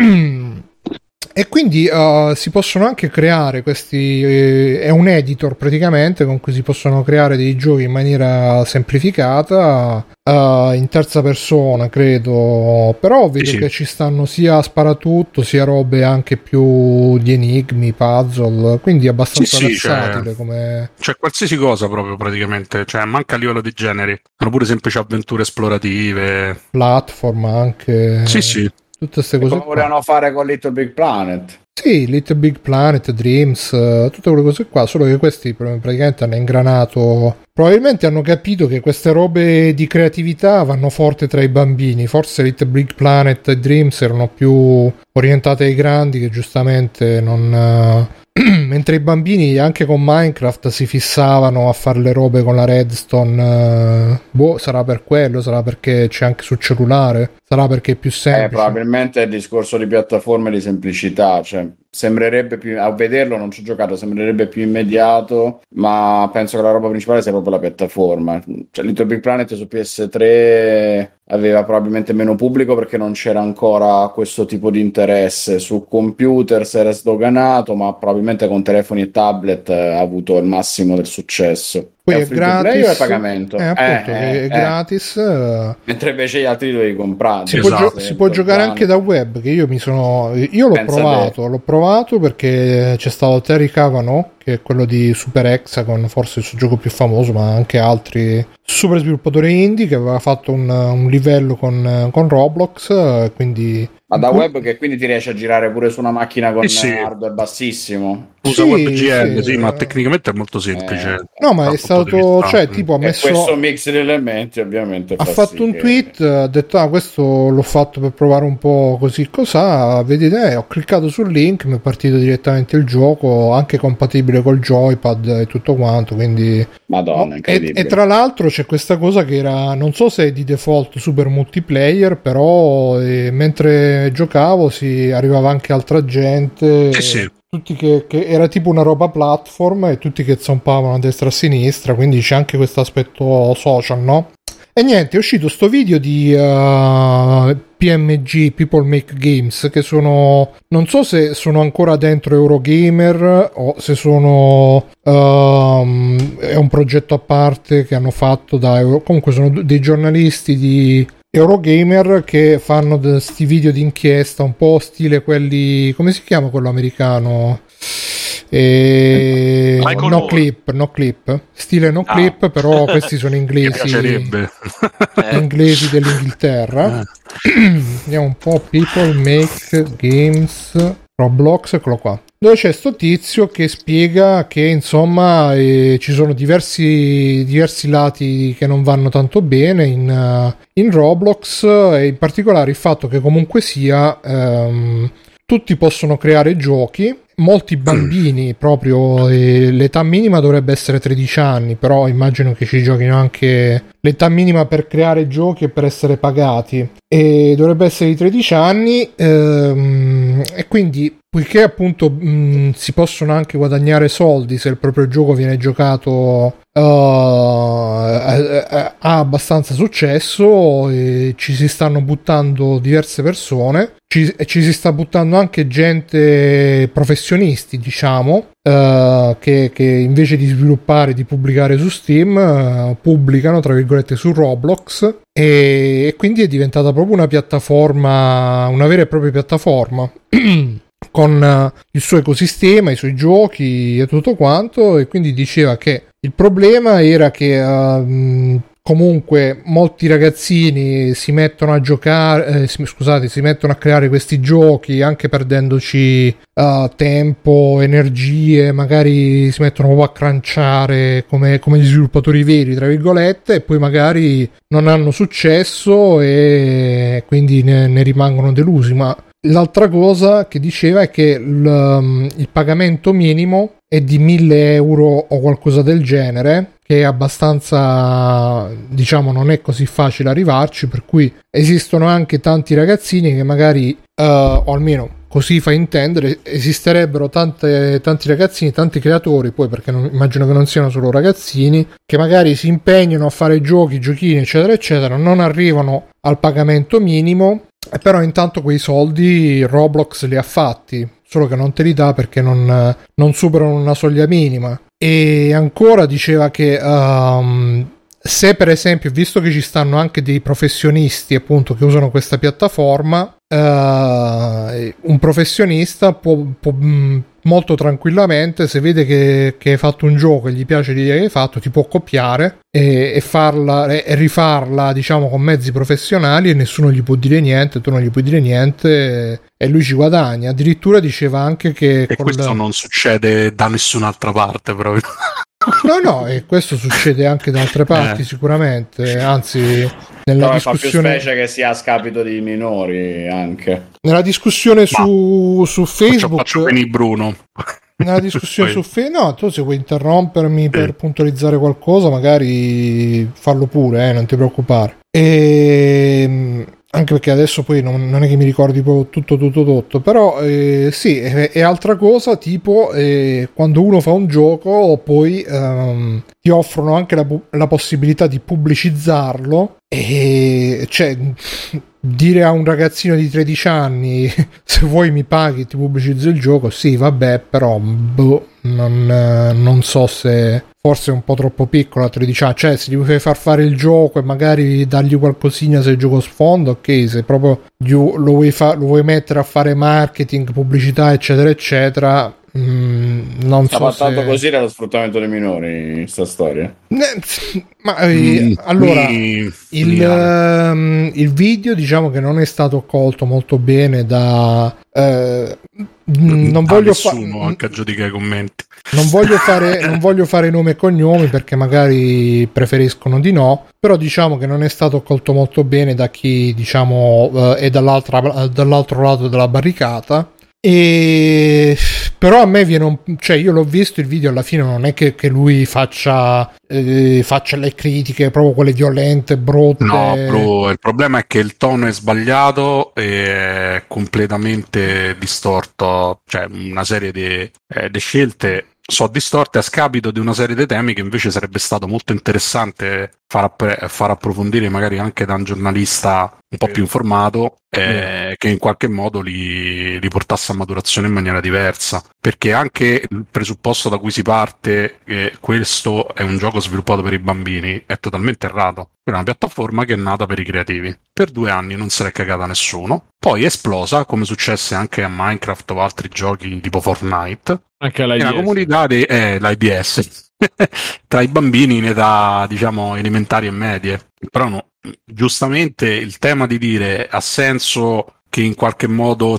e quindi uh, si possono anche creare questi, eh, è un editor praticamente con cui si possono creare dei giochi in maniera semplificata, uh, in terza persona credo, però vedo Sì, sì. che ci stanno sia sparatutto sia robe anche più di enigmi, puzzle, quindi abbastanza Sì, sì, cioè- versatile come... C'è qualsiasi cosa proprio praticamente, cioè manca a livello di generi, sono pure semplici avventure esplorative. platform anche, Sì, sì. tutte queste cose Come qua. volevano fare con Little Big Planet. Sì, Little Big Planet, Dreams, eh, tutte quelle cose qua, solo che questi pr- praticamente hanno ingranato, probabilmente hanno capito che queste robe di creatività vanno forte tra i bambini, forse Little Big Planet e Dreams erano più orientate ai grandi che giustamente non... eh, mentre i bambini anche con Minecraft si fissavano a fare le robe con la redstone, eh, boh, sarà per quello, sarà perché c'è anche sul cellulare, sarà perché è più Eh, semplice. probabilmente è il discorso di piattaforme e di semplicità, cioè sembrerebbe più, a vederlo non ci ho giocato, sembrerebbe più immediato, ma penso che la roba principale sia proprio la piattaforma. Cioè Little Big Planet su P S tre aveva probabilmente meno pubblico perché non c'era ancora questo tipo di interesse. Su computer si era sdoganato, ma probabilmente con telefoni e tablet eh, ha avuto il massimo del successo. Poi è, è free to play gratis, o è pagamento? Eh, appunto, Eh, è eh, gratis. eh. Mentre invece gli altri li devi comprare. Si, Esatto. può, gio- si può giocare anche da web, che io mi sono io l'ho Pensa provato, te. l'ho provato perché c'è stato Terry Cavano, che è quello di Super Hexagon, forse il suo gioco più famoso, ma anche altri super sviluppatori indie, che aveva fatto un, un livello con, con Roblox, quindi Ma da web che quindi ti riesci a girare pure su una macchina con Sì, sì. hardware bassissimo. Usa Sì, WebGL, sì, sì. ma tecnicamente è molto semplice. Eh. no, ma dal è punto stato, di vista- cioè, tipo ha E messo questo mix di elementi ovviamente ha fa fatto sì un che- tweet, ha detto ah questo l'ho fatto per provare un po' così cos'ha, vedete, eh, ho cliccato sul link, mi è partito direttamente il gioco, anche compatibile col joypad e tutto quanto, quindi Madonna, e, incredibile. e tra l'altro c'è questa cosa che era, non so se è di default super multiplayer, però eh, mentre giocavo si arrivava anche altra gente, Sì, sì. tutti che, che era tipo una roba platform e tutti che zompavano a destra e a sinistra, quindi c'è anche questo aspetto social, no? E niente, è uscito sto video di uh, P M G, People Make Games, che sono, non so se sono ancora dentro Eurogamer o se sono um, è un progetto a parte che hanno fatto da Euro, comunque sono dei giornalisti di Eurogamer che fanno questi video di inchiesta un po' stile quelli, come si chiama quello americano? E... Michael no Moore. clip, no clip, stile no Ah. clip, però questi sono Mi inglesi, piacerebbe. Eh, inglesi dell'Inghilterra. Vediamo un po'. People Make Games Roblox, eccolo qua, dove c'è sto tizio che spiega che insomma eh, ci sono diversi diversi lati che non vanno tanto bene in, uh, in Roblox, e in particolare il fatto che comunque sia um, tutti possono creare giochi, molti bambini, proprio eh, l'età minima dovrebbe essere tredici anni, però immagino che ci giochino anche l'età minima per creare giochi e per essere pagati, e dovrebbe essere di tredici anni, ehm, e quindi poiché appunto mh, si possono anche guadagnare soldi se il proprio gioco viene giocato uh, ha abbastanza successo, e ci si stanno buttando diverse persone, ci, e ci si sta buttando anche gente, professionisti diciamo, uh, che, che invece di sviluppare, di pubblicare su Steam, uh, pubblicano tra virgolette su Roblox, e, e quindi è diventata proprio una piattaforma, una vera e propria piattaforma con uh, il suo ecosistema, i suoi giochi e tutto quanto. E quindi diceva che il problema era che uh, comunque molti ragazzini si mettono a giocare, eh, scusate, si mettono a creare questi giochi anche perdendoci uh, tempo, energie, magari si mettono proprio a crunchare come, come gli sviluppatori veri, tra virgolette, e poi magari non hanno successo e quindi ne, ne rimangono delusi. Ma l'altra cosa che diceva è che il, il pagamento minimo è di mille euro o qualcosa del genere, che è abbastanza, diciamo, non è così facile arrivarci, per cui esistono anche tanti ragazzini che magari, uh, o almeno così fa intendere, esisterebbero tante, tanti ragazzini, tanti creatori, poi perché non, immagino che non siano solo ragazzini, che magari si impegnano a fare giochi, giochini, eccetera, eccetera, non arrivano al pagamento minimo, però intanto quei soldi Roblox li ha fatti, solo che non te li dà perché non, non superano una soglia minima. E ancora diceva che um, se per esempio, visto che ci stanno anche dei professionisti appunto che usano questa piattaforma, uh, un professionista può, può mh, molto tranquillamente, se vede che, che hai fatto un gioco e gli piace l'idea che hai fatto, ti può copiare e, e farla e, e rifarla, diciamo, con mezzi professionali, e nessuno gli può dire niente, tu non gli puoi dire niente, e, e lui ci guadagna. Addirittura diceva anche che E col... questo non succede da nessun'altra parte proprio. No, no, e questo succede anche da altre parti, Eh. sicuramente, anzi nella No, fa più discussione, specie che sia a scapito di minori anche. nella discussione su, su Faccio, Facebook, faccio quindi Bruno. nella discussione Poi- su Facebook, no, tu se vuoi interrompermi per puntualizzare qualcosa, magari fallo pure, eh, non ti preoccupare. E anche perché adesso poi non, non è che mi ricordi proprio tutto tutto tutto, però eh, sì, è, è altra cosa, tipo eh, quando uno fa un gioco poi ehm, ti offrono anche la, la possibilità di pubblicizzarlo, e cioè dire a un ragazzino di tredici anni se vuoi mi paghi e ti pubblicizzo il gioco, sì vabbè, però boh, non, non so se forse è un po' troppo piccolo a tredici anni, cioè se gli vuoi far fare il gioco e magari dargli qualcosina se il gioco sfondo, ok, se proprio lo vuoi, fa- lo vuoi mettere a fare marketing, pubblicità eccetera eccetera, mm, non sta so passato se... così era lo sfruttamento dei minori in sta storia. Eh, ma eh, Mm, allora mm, il, ehm, il video diciamo che non è stato accolto molto bene da eh, mm, non da voglio fa- nessuno, anche a giudicare i commenti. non voglio fare non voglio fare nomi e cognomi perché magari preferiscono di no, però diciamo che non è stato accolto molto bene da chi diciamo eh, è dall'altra, dall'altro lato della barricata. E però a me viene un... cioè io l'ho visto il video, alla fine non è che, che lui faccia eh, faccia le critiche proprio quelle violente, brutte. No, bro, il problema è che il tono è sbagliato e è completamente distorto, cioè una serie di eh, di scelte sono distorte a scapito di una serie di temi che invece sarebbe stato molto interessante far, app- far approfondire magari anche da un giornalista un po' più informato eh, che in qualche modo li, li portasse a maturazione in maniera diversa, perché anche il presupposto da cui si parte che questo è un gioco sviluppato per i bambini è totalmente errato. È una piattaforma che è nata per i creativi, per due anni non se l'è cagata nessuno, poi è esplosa come successe anche a Minecraft o altri giochi tipo Fortnite. Anche È l'A I D S. una comunità di eh, l'A I D S tra i bambini in età diciamo elementari e medie. Però no, giustamente il tema di dire ha senso che in qualche modo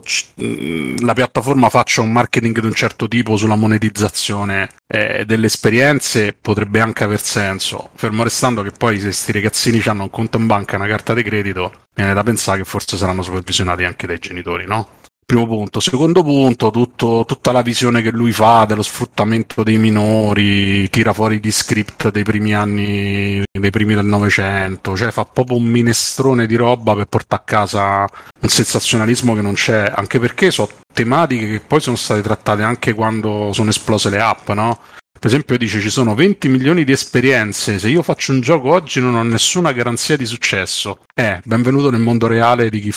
c- la piattaforma faccia un marketing di un certo tipo sulla monetizzazione eh, delle esperienze potrebbe anche aver senso, fermo restando che poi se sti ragazzini hanno un conto in banca e una carta di credito viene da pensare che forse saranno supervisionati anche dai genitori, no? Primo punto. Secondo punto, tutto, tutta la visione che lui fa dello sfruttamento dei minori, tira fuori gli script dei primi anni, dei primi del Novecento, cioè fa proprio un minestrone di roba per portare a casa un sensazionalismo che non c'è, anche perché sono tematiche che poi sono state trattate anche quando sono esplose le app, no? Per esempio dice ci sono venti milioni di esperienze, se io faccio un gioco oggi non ho nessuna garanzia di successo. Eh, benvenuto nel mondo reale di chi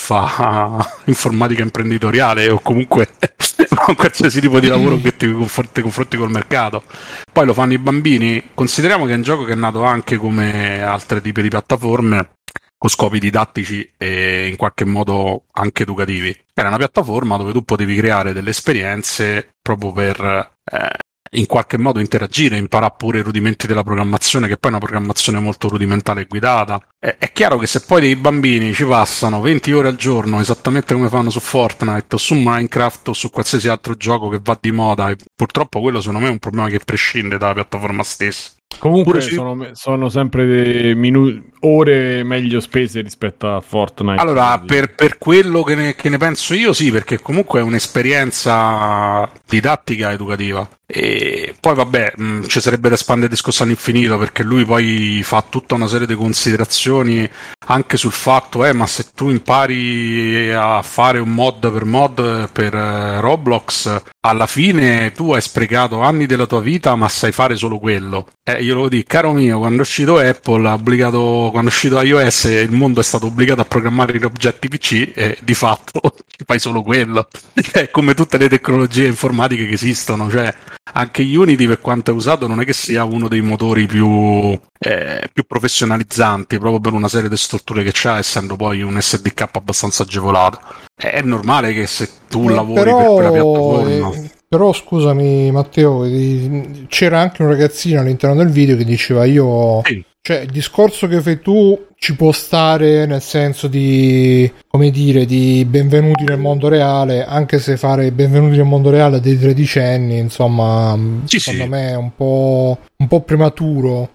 fa informatica imprenditoriale o comunque qualsiasi tipo di lavoro che ti confronti, confronti col mercato. Poi lo fanno i bambini, consideriamo che è un gioco che è nato anche come altre tipi di piattaforme con scopi didattici e in qualche modo anche educativi. Era una piattaforma dove tu potevi creare delle esperienze proprio per... Eh, in qualche modo interagire, imparare pure i rudimenti della programmazione, che poi è una programmazione molto rudimentale e guidata. È, è chiaro che se poi dei bambini ci passano venti ore al giorno, esattamente come fanno su Fortnite o su Minecraft o su qualsiasi altro gioco che va di moda, e purtroppo quello secondo me è un problema che prescinde dalla piattaforma stessa. Comunque ci... sono, sono sempre minu- ore meglio spese rispetto a Fortnite. Allora, per, per quello che ne, che ne penso io, sì, perché comunque è un'esperienza didattica educativa. E poi vabbè, mh, ci sarebbe da espandere il discorso all'infinito, perché lui poi fa tutta una serie di considerazioni anche sul fatto, eh, ma se tu impari a fare un mod per mod per uh, Roblox, alla fine tu hai sprecato anni della tua vita, ma sai fare solo quello. Eh, io lo dico, caro mio, quando è uscito Apple, ha obbligato, quando è uscito iOS, il mondo è stato obbligato a programmare gli oggetti P C e di fatto fai solo quello. È come tutte le tecnologie informatiche che esistono, cioè anche Unity, per quanto è usato, non è che sia uno dei motori più, eh, più professionalizzanti, proprio per una serie di strutture che c'ha, essendo poi un S D K abbastanza agevolato. È normale che se tu eh, lavori però, per quella piattaforma... Eh, però scusami Matteo, c'era anche un ragazzino all'interno del video che diceva io... Sì. Cioè, il discorso che fai tu ci può stare nel senso di, come dire, di benvenuti nel mondo reale, anche se fare benvenuti nel mondo reale dei tredicenni, insomma, sì, secondo sì. me è un po', un po' prematuro.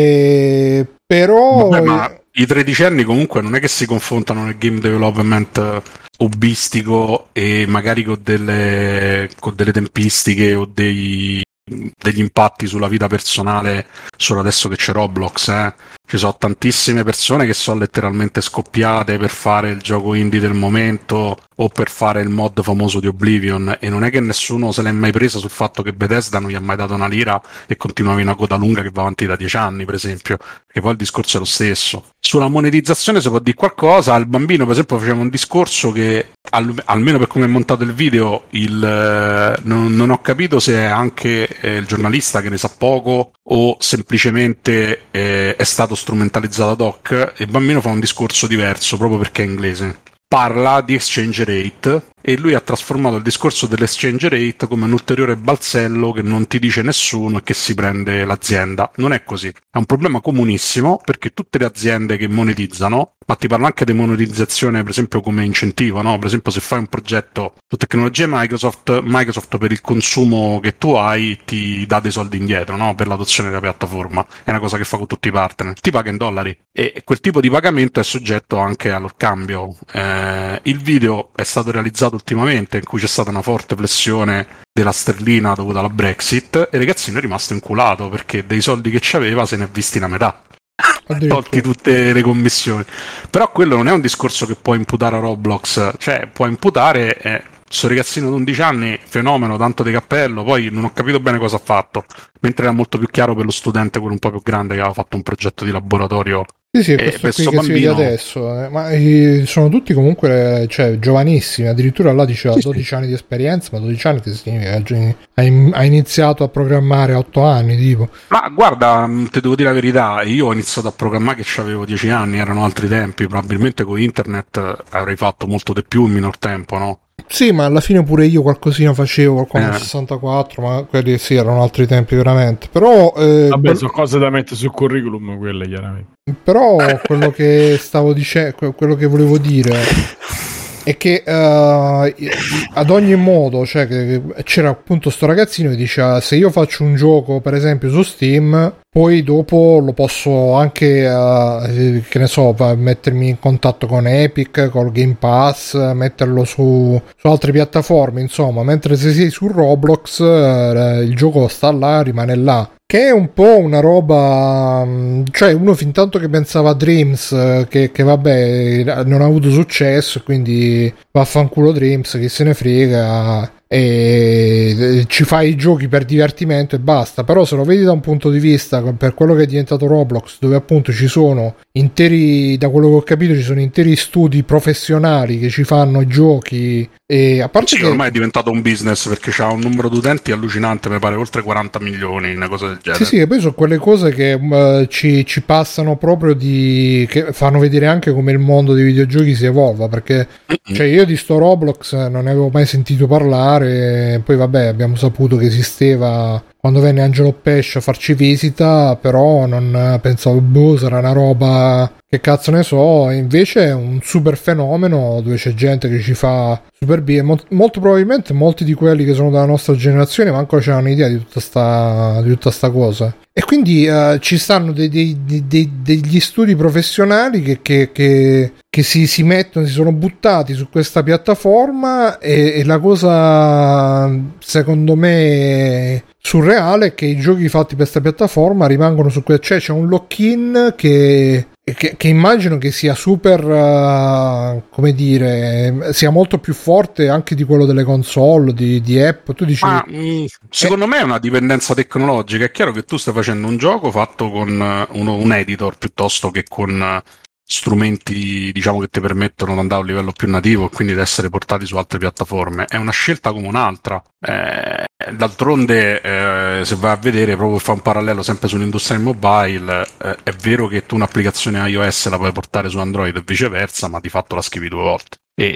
E... Però... Vabbè, ma i tredicenni comunque non è che si confrontano nel game development hobbistico e magari con delle, con delle tempistiche o dei... degli impatti sulla vita personale solo adesso che c'è Roblox, eh. Ci sono tantissime persone che sono letteralmente scoppiate per fare il gioco indie del momento o per fare il mod famoso di Oblivion, e non è che nessuno se l'è mai presa sul fatto che Bethesda non gli ha mai dato una lira e continuavi una coda lunga che va avanti da dieci anni, per esempio, perché poi il discorso è lo stesso. Sulla monetizzazione si può dire qualcosa. Al bambino, per esempio, faceva un discorso che al, almeno per come è montato il video il, eh, non, non ho capito se è anche eh, il giornalista che ne sa poco o semplicemente eh, è stato strumentalizzato ad hoc. Il bambino fa un discorso diverso proprio perché è inglese. Parla di exchange rate e lui ha trasformato il discorso dell'exchange rate come un ulteriore balzello che non ti dice nessuno e che si prende l'azienda. Non è così, è un problema comunissimo, perché tutte le aziende che monetizzano, ma ti parlo anche di monetizzazione per esempio come incentivo, no? Per esempio se fai un progetto su tecnologie Microsoft, Microsoft per il consumo che tu hai ti dà dei soldi indietro, no? Per l'adozione della piattaforma, è una cosa che fa con tutti i partner, ti paga in dollari e quel tipo di pagamento è soggetto anche allo cambio. Eh, il video è stato realizzato ultimamente in cui c'è stata una forte flessione della sterlina dovuta alla Brexit e il ragazzino è rimasto inculato perché dei soldi che c'aveva se ne è visti la metà, tolti tutte le commissioni. Però quello non è un discorso che puoi imputare a Roblox, cioè puoi imputare eh, questo ragazzino di undici anni, fenomeno, tanto di cappello, poi non ho capito bene cosa ha fatto, mentre era molto più chiaro per lo studente, quello un po' più grande, che aveva fatto un progetto di laboratorio. Sì, sì, questo qui che bambino... si vede adesso, eh, ma eh, sono tutti comunque cioè, giovanissimi, addirittura là diceva sì, dodici sì. anni di esperienza, ma dodici anni che significa? Ha iniziato a programmare a otto anni, tipo. Ma guarda, ti devo dire la verità, io ho iniziato a programmare che avevo dieci anni, erano altri tempi, probabilmente con internet avrei fatto molto di più in minor tempo, no? Sì, ma alla fine pure io qualcosina facevo con il eh. sessantaquattro, ma quelli sì, erano altri tempi veramente. Però eh, vabbè, quel... sono cose da mettere sul curriculum quelle, chiaramente. Però quello che stavo dicendo, quello che volevo dire è che uh, ad ogni modo, cioè che c'era appunto sto ragazzino che diceva: se io faccio un gioco per esempio su Steam, poi dopo lo posso anche uh, che ne so, mettermi in contatto con Epic, col Game Pass, metterlo su, su altre piattaforme, insomma, mentre se sei su Roblox uh, il gioco sta là, rimane là. Che è un po' una roba, cioè uno fin tanto che pensava a Dreams che, che vabbè non ha avuto successo, quindi vaffanculo Dreams, chi se ne frega, e ci fai i giochi per divertimento e basta. Però se lo vedi da un punto di vista per quello che è diventato Roblox, dove appunto ci sono interi, da quello che ho capito ci sono interi studi professionali che ci fanno giochi, e a parte sì, che ormai è diventato un business perché c'ha un numero di utenti allucinante, mi pare oltre quaranta milioni, una cosa del genere. Sì, sì, e poi sono quelle cose che uh, ci, ci passano proprio di, che fanno vedere anche come il mondo dei videogiochi si evolva, perché mm-hmm. cioè io di sto Roblox non ne avevo mai sentito parlare, poi vabbè abbiamo saputo che esisteva quando venne Angelo Pesce a farci visita, però non pensavo, boh, sarà una roba, che cazzo ne so, e invece è un super fenomeno dove c'è gente che ci fa super bene, Mol- molto probabilmente molti di quelli che sono della nostra generazione manco c'erano idea di tutta sta, di tutta sta cosa. E quindi uh, ci stanno dei, dei, dei, degli studi professionali che, che, che, che si, si mettono, si sono buttati su questa piattaforma, e, e la cosa secondo me surreale è che i giochi fatti per questa piattaforma rimangono su quel, cioè c'è un lock-in che Che, che immagino che sia super uh, come dire, sia molto più forte anche di quello delle console, di, di app. Tu dici, ma mh, secondo eh. me è una dipendenza tecnologica. È chiaro che tu stai facendo un gioco fatto con uno, un editor piuttosto che con strumenti, diciamo, che ti permettono di andare a un livello più nativo e quindi di essere portati su altre piattaforme. È una scelta come un'altra. Eh, d'altronde eh, se vai a vedere, proprio per fare un parallelo sempre sull'industria del mobile, eh, è vero che tu un'applicazione iOS la puoi portare su Android e viceversa, ma di fatto la scrivi due volte,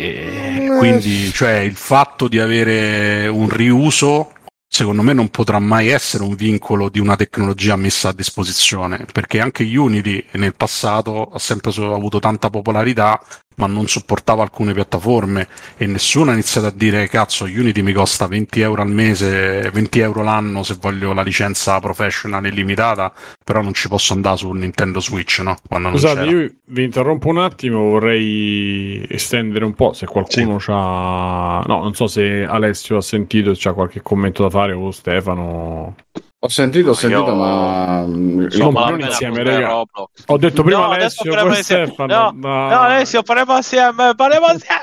e quindi cioè il fatto di avere un riuso secondo me non potrà mai essere un vincolo di una tecnologia messa a disposizione, perché anche Unity nel passato ha sempre avuto tanta popolarità ma non supportava alcune piattaforme, e nessuno ha iniziato a dire cazzo Unity mi costa venti euro al mese, venti euro l'anno se voglio la licenza professional illimitata, però non ci posso andare su Nintendo Switch, no? Quando Scusate, non c'era. Io vi interrompo un attimo, vorrei estendere un po', se qualcuno sì. c'ha, no, non so se Alessio ha sentito, c'ha qualche commento da fare, o Stefano. Ho sentito, ho sentito, Io... ma insomma, non insieme, raga. Ho detto prima no, Alessio, poi Stefano. No, ma... no, Alessio, faremo assieme, faremo assieme.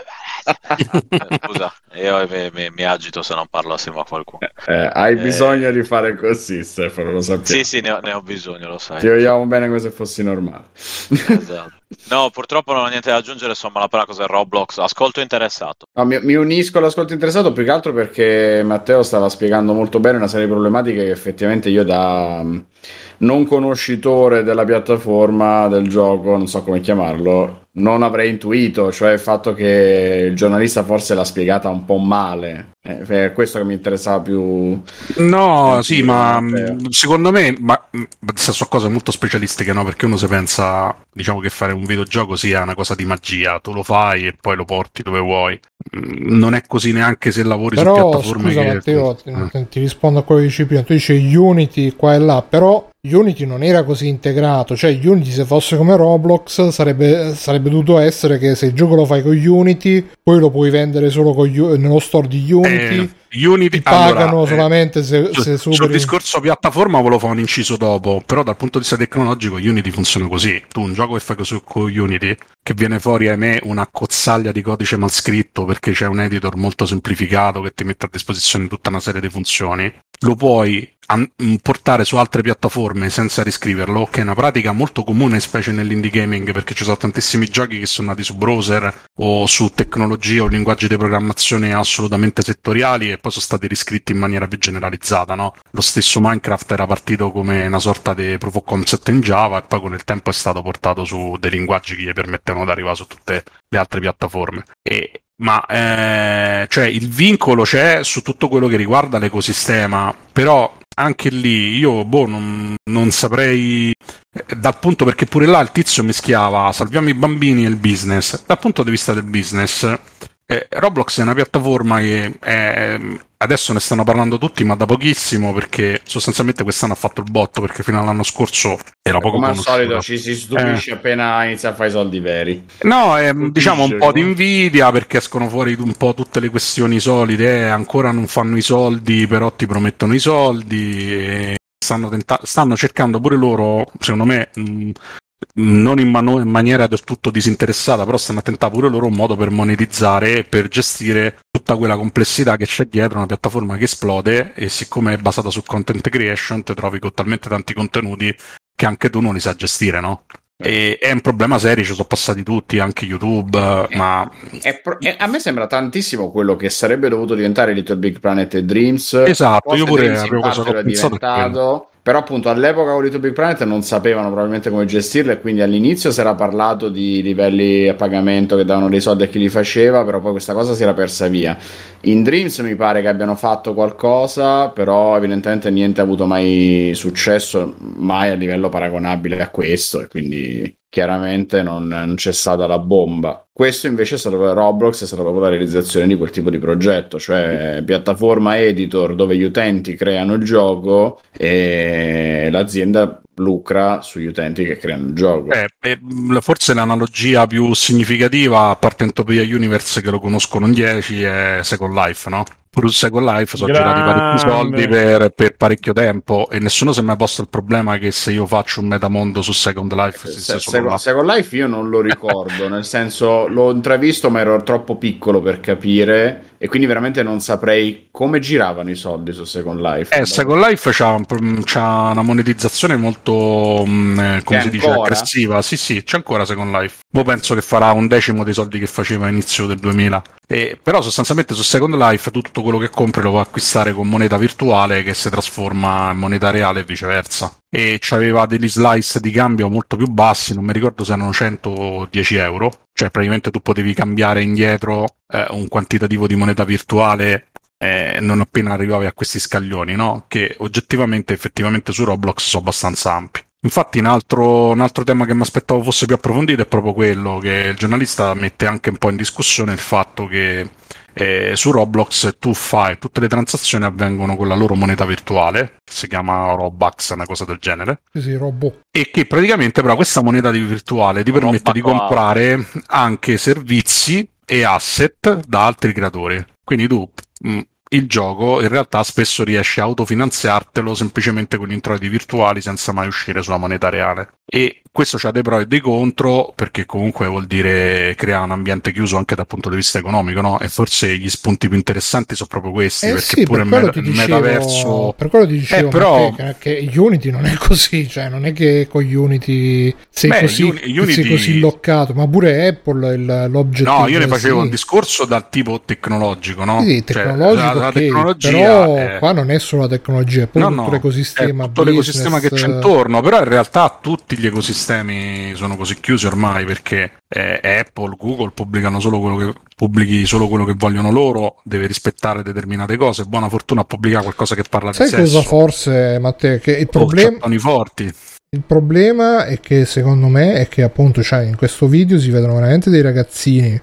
Scusa, io mi, mi, mi agito se non parlo assieme a qualcuno. Eh, hai Eh, bisogno di fare così, Stefano, lo sappiamo. Sì, sì, ne ho, ne ho bisogno, lo sai. Ti vogliamo bene come se fossi normale. Esatto. No, purtroppo non ho niente da aggiungere, insomma, la prima cosa è Roblox. Ascolto interessato. No, mi, mi unisco all'ascolto interessato più che altro perché Matteo stava spiegando molto bene una serie di problematiche che effettivamente io da um, non conoscitore della piattaforma del gioco, non so come chiamarlo, non avrei intuito, cioè il fatto che il giornalista forse l'ha spiegata un po' male. Eh, è questo che mi interessava più. No, sì, ma Matteo. mh, secondo me, ma mh, queste sono cose molto specialistiche, no? Perché uno si pensa, diciamo, che fare un videogioco sia una cosa di magia, tu lo fai e poi lo porti dove vuoi. Mm, Non è così neanche se lavori su Però piattaforme scusa che... Matteo, ti, Eh. ti rispondo a quello che dici prima. Tu dici Unity qua e là, però Unity non era così integrato. Cioè Unity, se fosse come Roblox, sarebbe, sarebbe dovuto essere che se il gioco lo fai con Unity, poi lo puoi vendere solo con, U- nello store di Unity. Eh, Unity, ti pagano allora, eh, solamente se, su- se sul superi. discorso piattaforma ve lo fa un inciso dopo, però dal punto di vista tecnologico Unity funziona così. Tu un gioco che fai su con Unity, che viene fuori ahimè una cozzaglia di codice mal scritto perché c'è un editor molto semplificato che ti mette a disposizione tutta una serie di funzioni, lo puoi an- portare su altre piattaforme senza riscriverlo, che è una pratica molto comune specie nell'indie gaming, perché ci sono tantissimi giochi che sono nati su browser o su tecnologie o linguaggi di programmazione assolutamente settoriali e poi sono stati riscritti in maniera più generalizzata, no? Lo stesso Minecraft era partito come una sorta di proof of concept in Java e poi con il tempo è stato portato su dei linguaggi che gli permettevano di arrivare su tutte le altre piattaforme. E ma eh, cioè il vincolo c'è su tutto quello che riguarda l'ecosistema, però anche lì io boh, non, non saprei eh, dal punto, perché pure là il tizio mischiava salviamo i bambini e il business. Dal punto di vista del business, eh, Roblox è una piattaforma che è, adesso ne stanno parlando tutti, ma da pochissimo, perché sostanzialmente quest'anno ha fatto il botto, perché fino all'anno scorso era poco Come al conosciuta. solito ci si stupisce Eh. appena inizia a fare i soldi veri. No, è, Stupisce, diciamo un po' no? di invidia perché escono fuori un po' tutte le questioni solide, eh, ancora non fanno i soldi, però ti promettono i soldi, e stanno, tenta- stanno cercando pure loro, secondo me, mh, non in, mano- in maniera del tutto disinteressata, però stanno a tentare pure loro un modo per monetizzare e per gestire tutta quella complessità che c'è dietro una piattaforma che esplode, e siccome è basata su content creation ti trovi con talmente tanti contenuti che anche tu non li sai gestire, no? E è un problema serio, ci sono passati tutti, anche YouTube, Eh, ma è pro- è- a me sembra tantissimo quello che sarebbe dovuto diventare Little Big Planet e Dreams. esatto, Forse io pure Dreams in avevo cosa parte che lo ho è pensato è quello. diventato, però appunto all'epoca con Little Big Planet non sapevano probabilmente come gestirlo, e quindi all'inizio si era parlato di livelli a pagamento che davano dei soldi a chi li faceva, però poi questa cosa si era persa via. In Dreams mi pare che abbiano fatto qualcosa, però evidentemente niente ha avuto mai successo, mai a livello paragonabile a questo, e quindi chiaramente non, non c'è stata la bomba. Questo invece è stato Roblox, è stata proprio la realizzazione di quel tipo di progetto, cioè piattaforma editor dove gli utenti creano il gioco e l'azienda lucra sugli utenti che creano il gioco. Eh, eh, forse l'analogia più significativa, a parte Entopia Universe che lo conoscono in dieci, è Second Life, no? Pure su Second Life sono girati parecchi soldi per, per parecchio tempo e nessuno si è mai posto il problema che se io faccio un metamondo su Second Life si Se, sia solo Second, là. Second Life io non lo ricordo, nel senso l'ho intravisto ma ero troppo piccolo per capire, e quindi veramente non saprei come giravano i soldi su Second Life. Eh, Second Life c'ha, un- c'ha una monetizzazione molto, mh, eh, come C'è si dice, ancora? aggressiva. Sì, sì, c'è ancora Second Life. Mo penso che farà un decimo dei soldi che faceva a inizio del duemila. Eh, però sostanzialmente su Second Life tutto quello che compri lo puoi acquistare con moneta virtuale che si trasforma in moneta reale e viceversa. E c'aveva degli slice di cambio molto più bassi, non mi ricordo se erano centodieci euro, cioè praticamente tu potevi cambiare indietro eh, un quantitativo di moneta virtuale eh, non appena arrivavi a questi scaglioni, no? Che oggettivamente, effettivamente su Roblox sono abbastanza ampi. Infatti un altro, un altro tema che mi aspettavo fosse più approfondito è proprio quello, che il giornalista mette anche un po' in discussione il fatto che eh, su Roblox tu fai, tutte le transazioni avvengono con la loro moneta virtuale, che si chiama Robux, una cosa del genere, Sì, sì, robot. e che praticamente però questa moneta di virtuale ti permette di Roba comprare anche servizi e asset da altri creatori. Quindi tu mh, il gioco in realtà spesso riesce a autofinanziartelo semplicemente con gli introiti virtuali senza mai uscire sulla moneta reale. E questo c'ha dei pro e dei contro, perché comunque vuol dire crea un ambiente chiuso anche dal punto di vista economico, no? E forse gli spunti più interessanti sono proprio questi, eh perché sì, pure per il, il dicevo, metaverso... Per quello ti dicevo, eh, però... che, che Unity non è così, cioè non è che con Unity sei, Beh, così, Uni- Unity... sei così loccato, ma pure Apple il, l'object... No, io ne facevo sì. un discorso dal tipo tecnologico, no? Sì, tecnologico, cioè, la, la okay, tecnologia però è... qua non è solo la tecnologia, è poi no, tutto no, l'ecosistema è tutto business... l'ecosistema che c'è intorno, però in realtà tutti gli ecosistemi sono così chiusi ormai, perché eh, Apple, Google pubblicano solo quello che pubblichi solo quello che vogliono loro, deve rispettare determinate cose. Buona fortuna a pubblicare qualcosa che parla Sai di sesso. Sai cosa forse, Matteo, che il problema oh, forti. Il problema è che secondo me è che appunto cioè, in questo video si vedono veramente dei ragazzini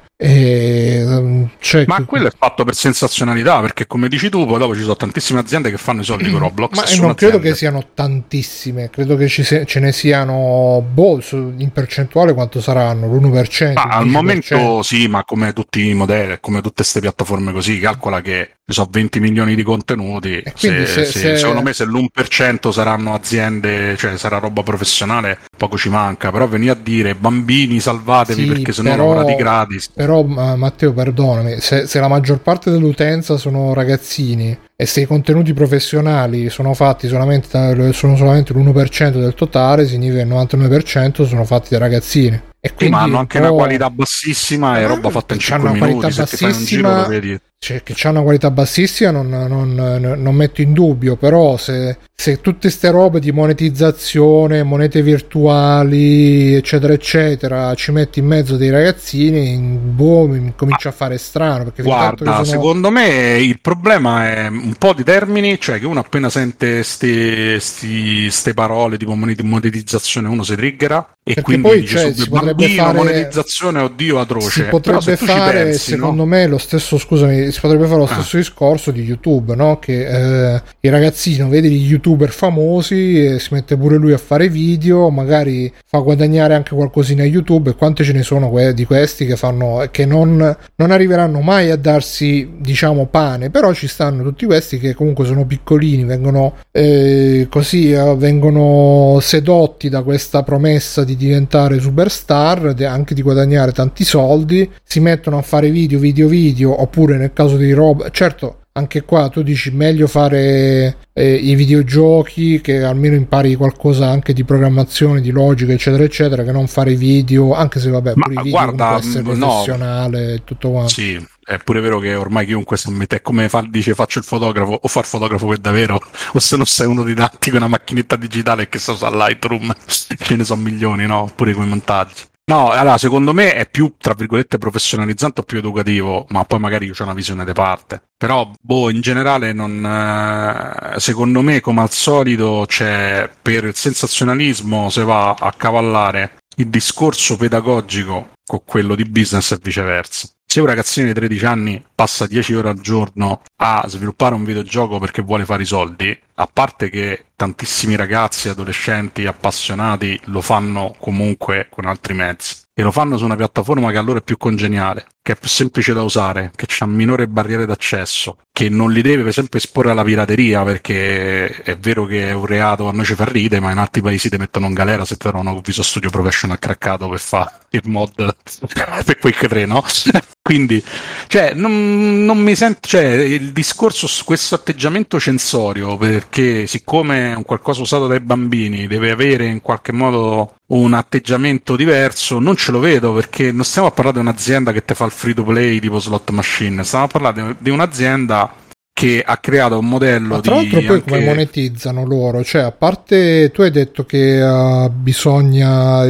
e, cioè, ma che... quello è fatto per sensazionalità, perché come dici tu poi dopo ci sono tantissime aziende che fanno i soldi con Roblox. Ma non credo aziende. Che siano tantissime, credo che ci se... ce ne siano boh, in percentuale quanto saranno? l'uno per cento? Ah, al momento sì, ma come tutti i modelli, come tutte queste piattaforme così, calcola che ci sono venti milioni di contenuti, se, se, se... secondo me se l'uno per cento saranno aziende, cioè sarà roba professionale, poco ci manca, però venire a dire bambini salvatevi sì, perché sennò però... lavorate gratis. Però Matteo, perdonami, se, se la maggior parte dell'utenza sono ragazzini e se i contenuti professionali sono fatti solamente da, sono solamente l'uno per cento del totale, significa che il novantanove per cento sono fatti da ragazzini. E sì, ma hanno anche una qualità bassissima e roba fatta in cinque minuti, se ti fai un giro lo vedi. Cioè, che c'ha una qualità bassissima non, non, non metto in dubbio, però se, se tutte ste robe di monetizzazione, monete virtuali, eccetera eccetera, ci metti in mezzo dei ragazzini, boh, mi comincia a fare strano, perché guarda, sono... secondo me il problema è un po' di termini, cioè che uno appena sente ste, sti, ste parole tipo monetizzazione uno si triggera e perché quindi poi dice cioè, si potrebbe bambino, fare monetizzazione, oddio atroce. si potrebbe fare pensi, secondo no? me lo stesso, scusami, si potrebbe fare lo stesso ah. discorso di YouTube, no? Che eh, il ragazzino vede gli youtuber famosi e si mette pure lui a fare video, magari fa guadagnare anche qualcosina a YouTube, e quante ce ne sono que- di questi che fanno che non, non arriveranno mai a darsi, diciamo, pane, però ci stanno tutti questi che comunque sono piccolini, vengono eh, così eh, vengono sedotti da questa promessa di diventare superstar, anche di guadagnare tanti soldi, si mettono a fare video video video, oppure nel caso di roba, certo anche qua tu dici meglio fare eh, i videogiochi, che almeno impari qualcosa anche di programmazione, di logica eccetera eccetera, che non fare video, anche se vabbè ma pure i video guarda, può essere professionale e no, tutto quanto. Sì, è pure vero che ormai chiunque si mette, è come fa, dice faccio il fotografo, o far fotografo per davvero, o se non sei uno di tanti con una macchinetta digitale che sa usare Lightroom, ce ne sono milioni, no? Pure con i montaggi. No, allora secondo me è più, tra virgolette, professionalizzante o più educativo, ma poi magari io ho una visione di parte. Però, boh, in generale non, eh, secondo me, come al solito, c'è per il sensazionalismo si va a cavallare il discorso pedagogico con quello di business e viceversa. Se un ragazzino di tredici anni passa dieci ore al giorno a sviluppare un videogioco perché vuole fare i soldi, a parte che tantissimi ragazzi, adolescenti, appassionati lo fanno comunque con altri mezzi, e lo fanno su una piattaforma che a loro è più congeniale, che è più semplice da usare, che ha minore barriere d'accesso, che non li deve per esempio esporre alla pirateria, perché è vero che è un reato, a noi ci fa ridere, ma in altri paesi ti mettono in galera se trovano un Visual Studio Professional craccato per fare il mod per Quake tre, no? Quindi, cioè, non, non mi sento, cioè, il discorso su questo atteggiamento censorio, perché siccome è un qualcosa usato dai bambini, deve avere in qualche modo un atteggiamento diverso, non ce lo vedo, perché non stiamo a parlare di un'azienda che te fa il free to play tipo Slot Machine, stiamo a parlare di un'azienda che ha creato un modello ma tra di... l'altro poi anche... come monetizzano loro? Cioè, a parte tu hai detto che uh, bisogna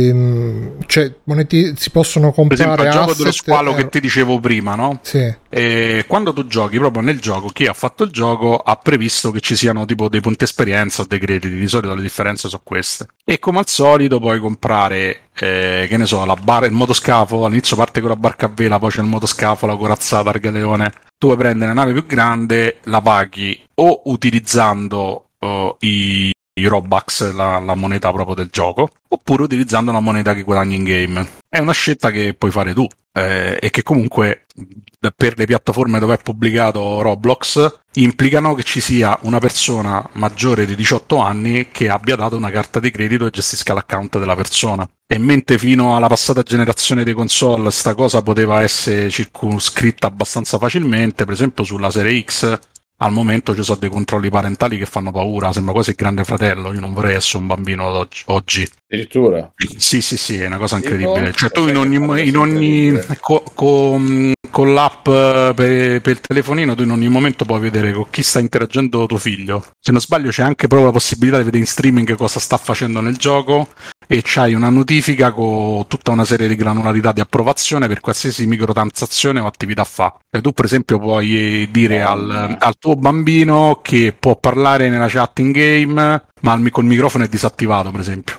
ehm, cioè moneti- si possono comprare per esempio il gioco dello squalo eh... che ti dicevo prima, no? Sì. E quando tu giochi proprio nel gioco, chi ha fatto il gioco ha previsto che ci siano tipo dei punti esperienza o dei crediti, di solito le differenze sono queste, e come al solito puoi comprare eh, che ne so, la bar- il motoscafo, all'inizio parte con la barca a vela, poi c'è il motoscafo, la corazzata, il galeone. Tu puoi prendere una nave più grande, la paghi o utilizzando uh, i, i Robux, la, la moneta proprio del gioco, oppure utilizzando una moneta che guadagni in game. È una scelta che puoi fare tu. eh, e che comunque per le piattaforme dove è pubblicato Roblox implicano che ci sia una persona maggiore di diciotto anni che abbia dato una carta di credito e gestisca l'account della persona. E mentre fino alla passata generazione di console sta cosa poteva essere circoscritta abbastanza facilmente, per esempio sulla serie X al momento ci sono dei controlli parentali che fanno paura, sembra quasi il Grande Fratello. Io non vorrei essere un bambino oggi. Addirittura? Sì, sì, sì, è una cosa Tipo? incredibile. Cioè tu in ogni, Sai in ogni co, co, con l'app per, per il telefonino tu in ogni momento puoi vedere con chi sta interagendo tuo figlio. Se non sbaglio c'è anche proprio la possibilità di vedere in streaming cosa sta facendo nel gioco e c'hai una notifica con tutta una serie di granularità di approvazione per qualsiasi microtransazione o attività fa. E tu per esempio puoi dire oh, al, no. al tuo bambino che può parlare nella chat in game ma il, col microfono è disattivato per esempio.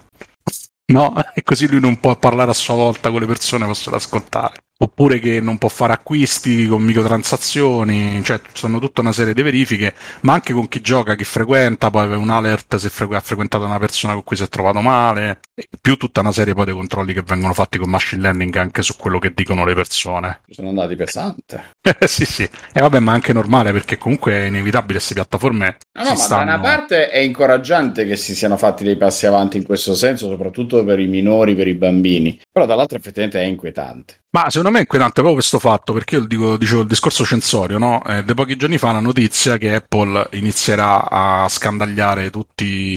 No, e così lui non può parlare a sua volta con le persone, possono ascoltare. Oppure che non può fare acquisti con microtransazioni, cioè sono tutta una serie di verifiche, ma anche con chi gioca, chi frequenta, poi aveva un alert se fre- ha frequentato una persona con cui si è trovato male, e più tutta una serie poi di controlli che vengono fatti con machine learning anche su quello che dicono le persone. Sono andati pesante. Sì, sì, e vabbè, ma anche normale perché comunque è inevitabile, queste piattaforme No, no, si ma stanno... da una parte è incoraggiante che si siano fatti dei passi avanti in questo senso, soprattutto per i minori, per i bambini, però dall'altra effettivamente è inquietante. Ma secondo me è inquietante proprio questo fatto, perché io dico, dicevo il discorso censorio, no? Eh, da pochi giorni fa la notizia che Apple inizierà a scandagliare tutti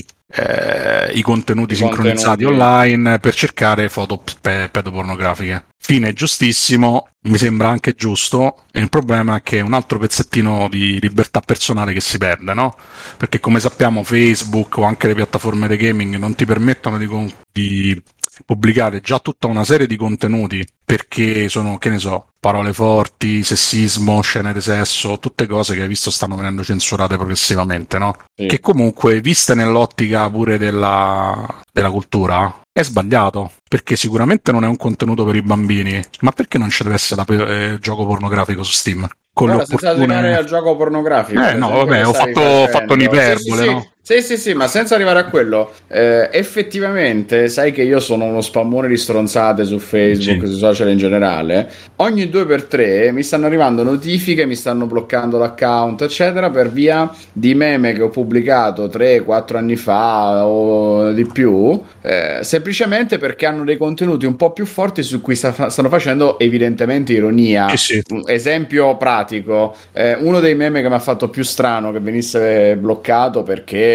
eh, i contenuti I sincronizzati contenuti. online per cercare foto pe- pedopornografiche. Fine giustissimo, mi sembra anche giusto, e il problema è che è un altro pezzettino di libertà personale che si perde, no? Perché come sappiamo Facebook o anche le piattaforme di gaming non ti permettono di, con- di pubblicare già tutta una serie di contenuti perché sono, che ne so, parole forti, sessismo, scene di sesso, tutte cose che hai visto stanno venendo censurate progressivamente, no? Sì. Che comunque, viste nell'ottica pure della, della cultura, è sbagliato, perché sicuramente non è un contenuto per i bambini, ma perché non ci deve essere la, eh, gioco pornografico su Steam? Con Ora, le senza opportune... arrivare al gioco pornografico, Eh per no, esempio, vabbè, che ho stavi fatto, ho facendo. fatto un'iperbole, sì, sì, no? Sì. Sì, sì, sì, ma senza arrivare a quello, eh, effettivamente, sai che io sono uno spammone di stronzate su Facebook, Sì. sui social in generale. Ogni due per tre mi stanno arrivando notifiche, mi stanno bloccando l'account, eccetera, per via di meme che ho pubblicato tre quattro anni fa o di più, eh, semplicemente perché hanno dei contenuti un po' più forti su cui sta- stanno facendo evidentemente ironia. Sì, sì. Un esempio pratico, eh, uno dei meme che mi ha fatto più strano che venisse bloccato perché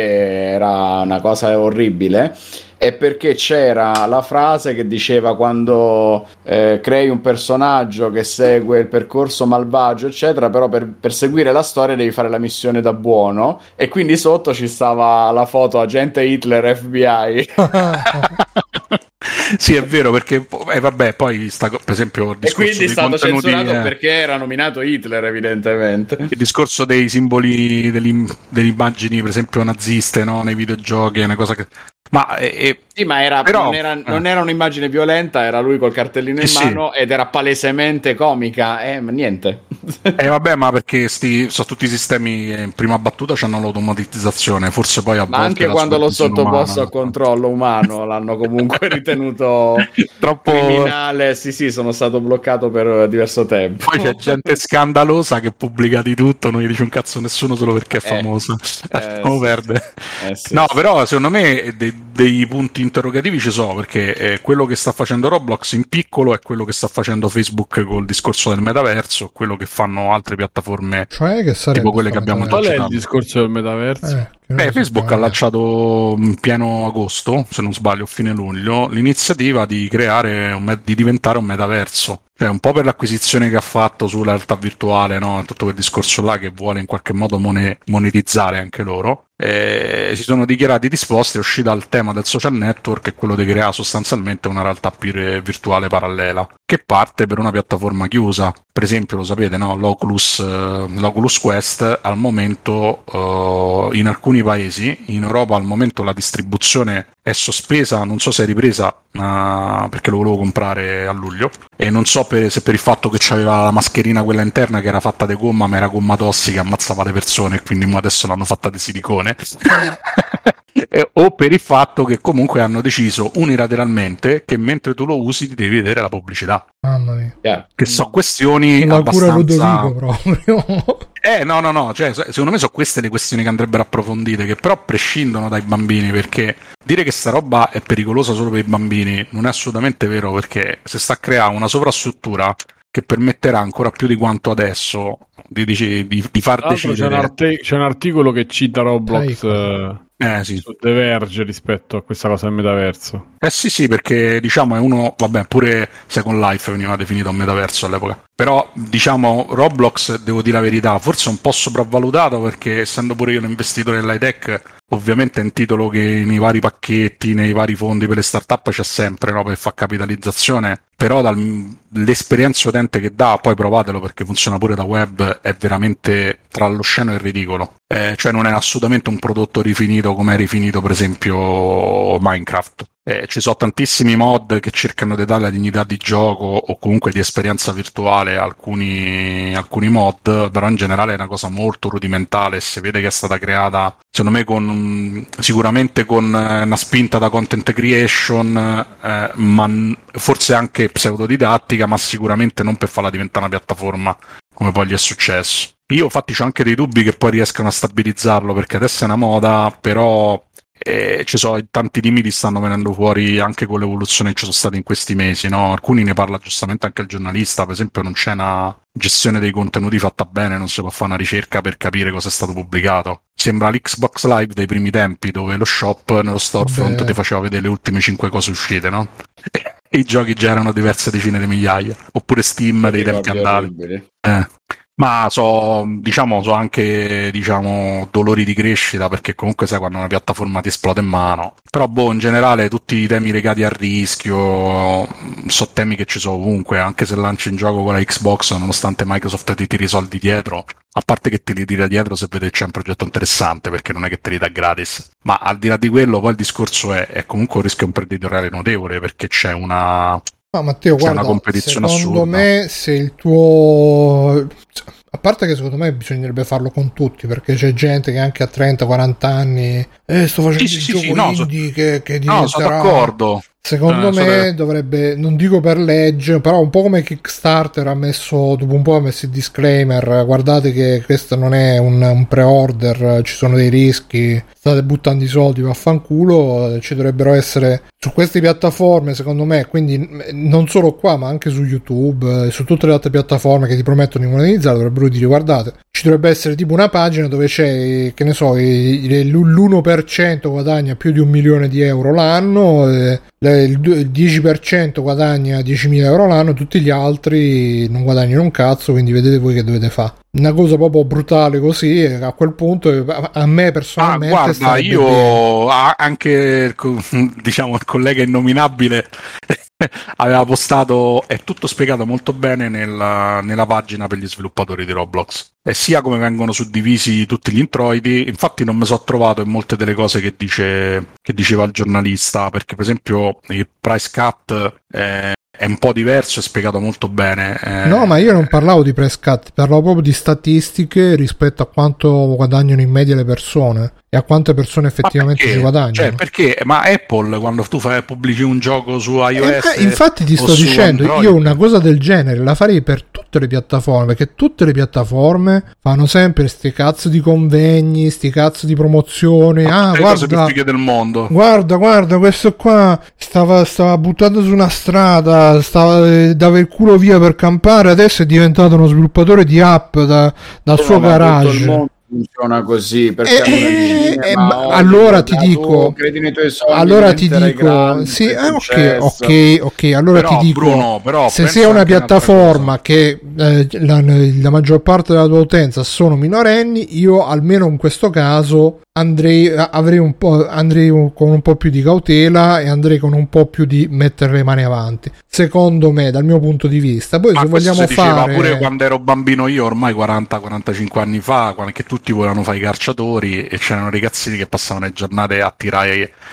era una cosa orribile è perché c'era la frase che diceva quando eh, crei un personaggio che segue il percorso malvagio eccetera, però per, per seguire la storia devi fare la missione da buono, e quindi sotto ci stava la foto agente Hitler F B I. Sì, è vero, perché eh, vabbè, poi sta, per esempio il E discorso quindi è dei stato contenuti, censurato eh, perché era nominato Hitler evidentemente. il discorso dei simboli delle, delle immagini, per esempio naziste, no? Nei videogiochi, è una cosa che... Ma eh, eh, Sì, ma era, però, non, era, eh. non era un'immagine violenta, era lui col cartellino in Sì, mano ed era palesemente comica, eh, ma niente. Eh vabbè, ma perché sti, sono tutti i sistemi che in prima battuta hanno l'automatizzazione, forse poi a Ma volte anche la quando l'ho supervisione sottoposto umana. a controllo umano l'hanno comunque ritenuto Troppo... criminale. Sì, sì, sono stato bloccato per diverso tempo. Poi c'è gente scandalosa che pubblica di tutto, non gli dice un cazzo nessuno solo perché è Eh, famoso. eh, Come sì. perde. Eh, sì, No, sì. però secondo me de- dei punti interrogativi ci sono, perché eh, quello che sta facendo Roblox in piccolo è quello che sta facendo Facebook col discorso del metaverso, quello che fanno altre piattaforme Cioè, che sarebbe tipo quelle che sta abbiamo metaverso? Qual è il citato. discorso del metaverso? Eh, che non Beh, lo Facebook ha sappiamo. lanciato in pieno agosto, se non sbaglio, fine luglio, l'iniziativa di creare un me- di diventare un metaverso. Cioè, un po' per l'acquisizione che ha fatto sulla realtà virtuale, no? Tutto quel discorso là che vuole in qualche modo mone- monetizzare anche loro. E si sono dichiarati disposti, è uscita il tema del social network, e quello di creare sostanzialmente una realtà pir- virtuale parallela, che parte per una piattaforma chiusa. Per esempio, lo sapete, no? L'Oculus, eh, l'Oculus Quest al momento eh, in alcuni paesi, in Europa al momento la distribuzione è sospesa, non so se è ripresa, ma perché lo volevo comprare a luglio, e non so per, se per il fatto che c'aveva la mascherina quella interna che era fatta di gomma, ma era gomma tossica, ammazzava le persone, e quindi mo adesso l'hanno fatta di silicone. eh, o per il fatto che comunque hanno deciso unilateralmente che mentre tu lo usi ti devi vedere la pubblicità. Mamma mia. Yeah. Che sono questioni La abbastanza... cura Ludovico proprio. Eh no no no, cioè, secondo me sono queste le questioni che andrebbero approfondite, che però prescindono dai bambini, perché dire che sta roba è pericolosa solo per i bambini non è assolutamente vero, perché si sta a creare una sovrastruttura che permetterà ancora più di quanto adesso di, di, di, di far decidere. C'è un, arte- c'è un articolo che cita Roblox eh, eh, sì. su The Verge rispetto a questa cosa del metaverso. Eh sì sì, perché diciamo è uno, vabbè, pure Second Life veniva definito un metaverso all'epoca, però diciamo Roblox, devo dire la verità, forse un po' sopravvalutato, perché essendo pure io un investitore dell'high tech, ovviamente è un titolo che nei vari pacchetti, nei vari fondi per le startup c'è sempre, no, per fare capitalizzazione, però dall'esperienza utente che dà, poi provatelo perché funziona pure da web, è veramente tra lo sceno e il ridicolo, eh, cioè non è assolutamente un prodotto rifinito come è rifinito per esempio Minecraft. Eh, ci sono tantissimi mod che cercano di dare la dignità di gioco o comunque di esperienza virtuale a alcuni, alcuni mod, però in generale è una cosa molto rudimentale e si vede che è stata creata secondo me con sicuramente con una spinta da content creation, eh, ma forse anche pseudodidattica, ma sicuramente non per farla diventare una piattaforma come poi gli è successo. Io infatti c'ho anche dei dubbi che poi riescano a stabilizzarlo, perché adesso è una moda, però eh, ci sono tanti limiti, stanno venendo fuori anche con l'evoluzione che ci sono stati in questi mesi, no? Alcuni ne parla giustamente anche il giornalista, per esempio non c'è una gestione dei contenuti fatta bene, non si può fare una ricerca per capire cosa è stato pubblicato. Sembra l'Xbox Live dei primi tempi, dove lo shop nello storefront Beh. ti faceva vedere le ultime cinque cose uscite, no? E i giochi già erano diverse decine di migliaia, oppure Steam dei tempi andati. Eh. Ma so, diciamo, so anche, diciamo, dolori di crescita, perché comunque sai quando una piattaforma ti esplode in mano. Però, boh, in generale tutti i temi legati al rischio sono temi che ci sono ovunque, anche se lanci in gioco con la Xbox, nonostante Microsoft ti tiri i soldi dietro, a parte che te li tira dietro se vede che c'è un progetto interessante, perché non è che te li dà gratis. Ma al di là di quello, poi il discorso è, è comunque un rischio imprenditoriale notevole, perché c'è una... No, Matteo, c'è guarda, una competizione secondo assurda. me se il tuo... A parte che secondo me bisognerebbe farlo con tutti, perché c'è gente che anche a trenta quaranta anni eh, sto facendo sì, il sì, gioco sì, no, indie so... che, che no, sono d'accordo. Secondo eh, me so dovrebbe, non dico per legge, però un po' come Kickstarter ha messo, dopo un po' ha messo il disclaimer, guardate che questo non è un, un pre-order, ci sono dei rischi, state buttando i soldi, vaffanculo. Ci dovrebbero essere su queste piattaforme, secondo me, quindi non solo qua ma anche su YouTube, su tutte le altre piattaforme che ti promettono di monetizzare, dovrebbero dire guardate, ci dovrebbe essere tipo una pagina dove c'è, che ne so, l'uno per cento guadagna più di un milione di euro l'anno, il dieci per cento guadagna diecimila euro l'anno, tutti gli altri non guadagnano un cazzo, quindi vedete voi che dovete fare. Una cosa proprio brutale così, e a quel punto a me personalmente ah, guarda, io bene. Anche diciamo il collega innominabile aveva postato, è tutto spiegato molto bene nella, nella pagina per gli sviluppatori di Roblox, e sia come vengono suddivisi tutti gli introiti. Infatti non mi sono trovato in molte delle cose che dice che diceva il giornalista, perché per esempio il price cut eh, è un po' diverso e spiegato molto bene. Eh. No, ma io non parlavo di price cut, parlavo proprio di statistiche rispetto a quanto guadagnano in media le persone e a quante persone effettivamente ci guadagnano. Cioè, perché? Ma Apple, quando tu fai, pubblici un gioco su iOS, eh, infatti ti sto dicendo, Android, io una cosa del genere la farei per tutte le piattaforme, perché tutte le piattaforme fanno sempre sti cazzo di convegni, sti cazzo di promozioni. Ah, guarda, del mondo. guarda, guarda, questo qua stava, stava buttato su una strada, stava, dava il culo via per campare, adesso è diventato uno sviluppatore di app da, dal no, suo garage. Funziona così perché eh, eh, ma allora ti dico credi nei tuoi soldi, allora ti dico grande, sì eh, ok ok ok allora però, ti dico Bruno, però, se sei una piattaforma che eh, la, la maggior parte della tua utenza sono minorenni, io almeno in questo caso andrei avrei un po' andrei con un po' più di cautela e andrei con un po' più di mettere le mani avanti, secondo me, dal mio punto di vista. Poi ma se vogliamo si fare pure quando ero bambino io, ormai quaranta quarantacinque anni fa, che tutti volevano fare i calciatori e c'erano ragazzini che passavano le giornate a tirare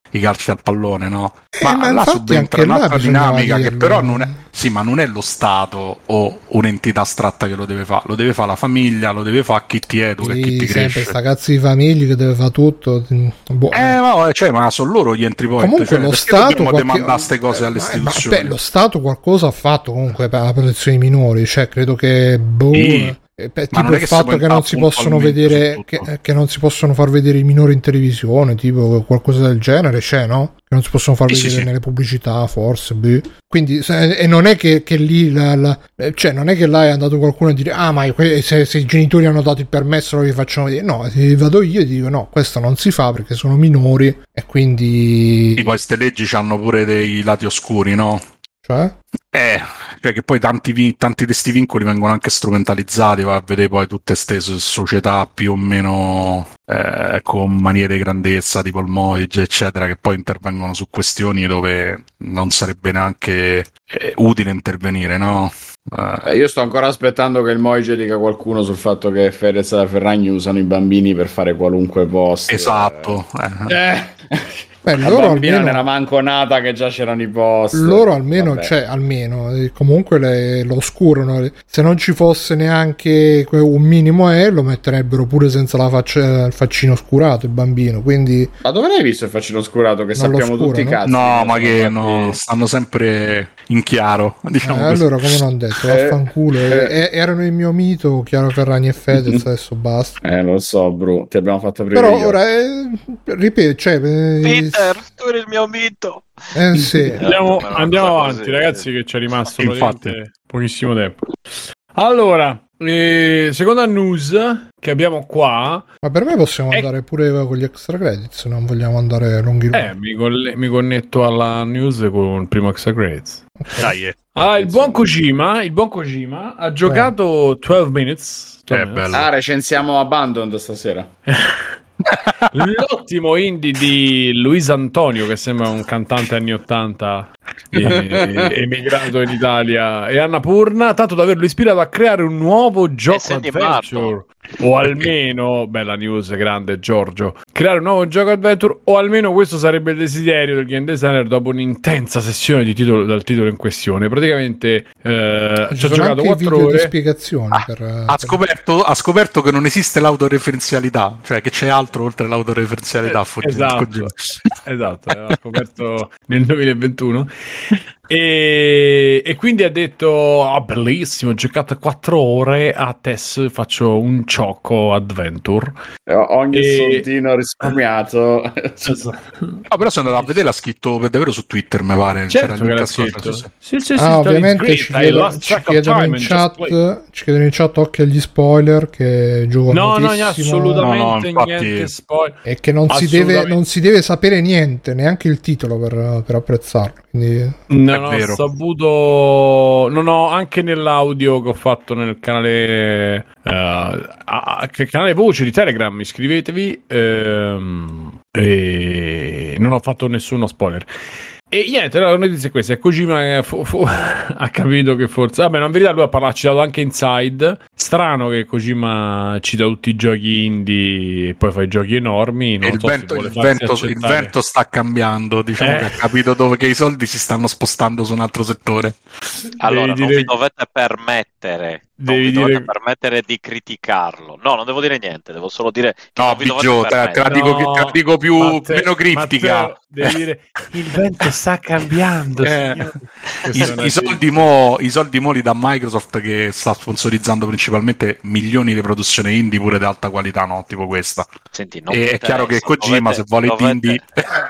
i calci al pallone, no? Ma, eh, ma là infatti subentra anche là un'altra dinamica dirlo. che però non è, sì, ma non è lo Stato o un'entità astratta che lo deve fare, lo deve fare la famiglia, lo deve fare chi ti educa sì, e chi ti sempre cresce. sta cazzo di famiglia che deve fare tutto. Boh, eh, ma, cioè, ma sono loro gli entry point. Comunque cioè, lo perché Stato dobbiamo qualche... demandare queste cose alle ma, istituzioni? ma, beh, lo Stato qualcosa ha fatto comunque per la protezione dei minori, cioè credo che boh, sì. eh, tipo il che fatto che non si possono vedere che, che non si possono far vedere i minori in televisione, tipo qualcosa del genere c'è, no? Che non si possono far sì, vedere sì, sì. nelle pubblicità, forse beh. Quindi se, e non è che, che lì la, la, cioè non è che là è andato qualcuno a dire ah ma se, se i genitori hanno dato il permesso lo vi facciamo vedere, no, se vado io e dico no, questo non si fa perché sono minori e quindi sì, poi queste leggi hanno pure dei lati oscuri, no? Cioè? Eh, cioè che poi tanti, tanti di questi vincoli vengono anche strumentalizzati, va a vedere poi tutte queste società più o meno eh, con maniere di grandezza, tipo il Mojage, eccetera, che poi intervengono su questioni dove non sarebbe neanche eh, utile intervenire, no? Eh, io sto ancora aspettando che il Mojage dica qualcuno sul fatto che Fedez e Ferragni usano i bambini per fare qualunque post. Esatto. Eh. Eh. Beh, la loro bambina almeno, non era manco nata che già c'erano i post. loro almeno, Vabbè. cioè almeno eh, comunque le, lo oscurano. Se non ci fosse neanche un minimo E lo metterebbero pure senza la faccia, il faccino oscurato il bambino, quindi Ma dove l'hai visto il faccino oscurato? Che Non lo sappiamo tutti i oscurano? cazzi. No, ma sono che fatti- no, stanno sempre in chiaro, diciamo eh, così. allora come non detto vaffanculo Eh, eh, erano il mio mito Chiaro Ferragni e Fedez, adesso basta. Eh, lo so, bro, ti abbiamo fatto aprire Però io. ora eh, ripeto, cioè eh, Peter, tu eri il mio mito. eh, sì. Andiamo, però andiamo cosa avanti, così. ragazzi, che ci è rimasto Infatti. praticamente pochissimo tempo. Allora, eh, seconda news che abbiamo qua. Ma per me possiamo Eh. andare pure con gli extra credits, non vogliamo andare lunghi lunghi. Eh, mi, colle- mi connetto alla news con il primo extra credits. Dai, eh. Ah, il buon Kojima, il buon Kojima ha giocato dodici minutes. Eh, minutes. bello. Ah, recensiamo Abandoned stasera. L'ottimo indie di Luis Antonio, che sembra un cantante anni ottanta eh, emigrato in Italia, e Annapurna, tanto da averlo ispirato a creare un nuovo gioco Sandy adventure. O almeno, bella news, grande Giorgio, creare un nuovo gioco adventure, o almeno questo sarebbe il desiderio del game designer dopo un'intensa sessione di titolo, dal titolo in questione. Praticamente eh, Ci ci ho sono giocato anche i quattro video di ore. spiegazioni Ah, per, ha, per- scoperto, ha scoperto che non esiste l'autoreferenzialità, cioè che c'è altro oltre l'autoreferenzialità. Eh, esatto, esatto, l'ha scoperto nel duemilaventuno. E, e quindi ha detto oh, bellissimo, ho giocato quattro ore a Tess, faccio un ciocco adventure. Eh, Ogni E- soldino risparmiato. Ah, però sono andato a vedere, l'ha scritto per davvero su Twitter, mi pare. Certo il che l'ha link social, scritto. sì, sì. Sì, sì, sì, ah, sta- ovviamente it's ci, great, I chiedo- lost ci track of chiedono time in and just played. chat ci chiedono in chat occhio agli spoiler che gioco No, no, notissimo assolutamente No, no, infatti- niente spoiler. e che non si, Assolutamente. deve, non si deve sapere niente, neanche il titolo per, per apprezzarlo, quindi Non È ho vero. saputo, non ho anche nell'audio che ho fatto nel canale, eh, a- che canale voce di Telegram, iscrivetevi, ehm, e non ho fatto nessuno spoiler. E niente, la notizia è questa: è Kojima fu- fu- ha capito che forse, vabbè, in verità lui ha parlato, ha citato anche Inside. Strano che Kojima cita tutti i giochi indie e poi fa i giochi enormi. Non E lo il, so se vento, vuole il, farsi vento, il accettare. vento sta cambiando, diciamo Eh. che ha capito dove che i soldi si stanno spostando su un altro settore. Allora, Devi non dire- vi dovete permettere, non Devi vi dovete dire- permettere di criticarlo. No, non devo dire niente, devo solo dire che No, non vi dovete Biggio, te, te la permettere. dico, te la dico più Matteo- meno criptica. Matteo, devi dire il vento sta cambiando. Eh, signore. I, Questa è una i soldi mo, I soldi mo li dà Microsoft, che sta sponsorizzando principalmente milioni di produzioni indie pure di alta qualità, no? Tipo questa. Senti, non E mi è chiaro che interessa, Kojima, dovete- se vuole dovete- indie,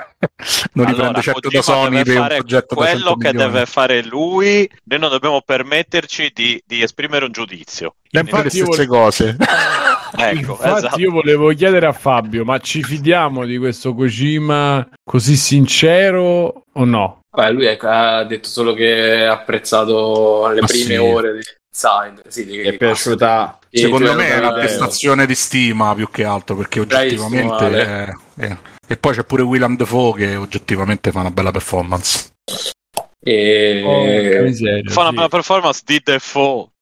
non li Allora, prende certo da Kojima Sony deve per un fare progetto da quello cento che milioni. deve fare lui, noi non dobbiamo permetterci di, di esprimere un giudizio. Sempre le Infatti io stesse vol- cose. Ecco, Infatti esatto. io volevo chiedere a Fabio, ma ci fidiamo di questo Kojima così sincero o no? Beh, lui ecco, ha detto solo che ha apprezzato le Ma prime sì. ore di Inside. Sì, di- Gli è piaciuta. Sì, Secondo sì, me è una eh, prestazione di stima più che altro, perché Bravissimo, oggettivamente è- è- e poi c'è pure Willem Dafoe che oggettivamente fa una bella performance. E... Porca miseria, Fa una sì. bella performance di Defoe.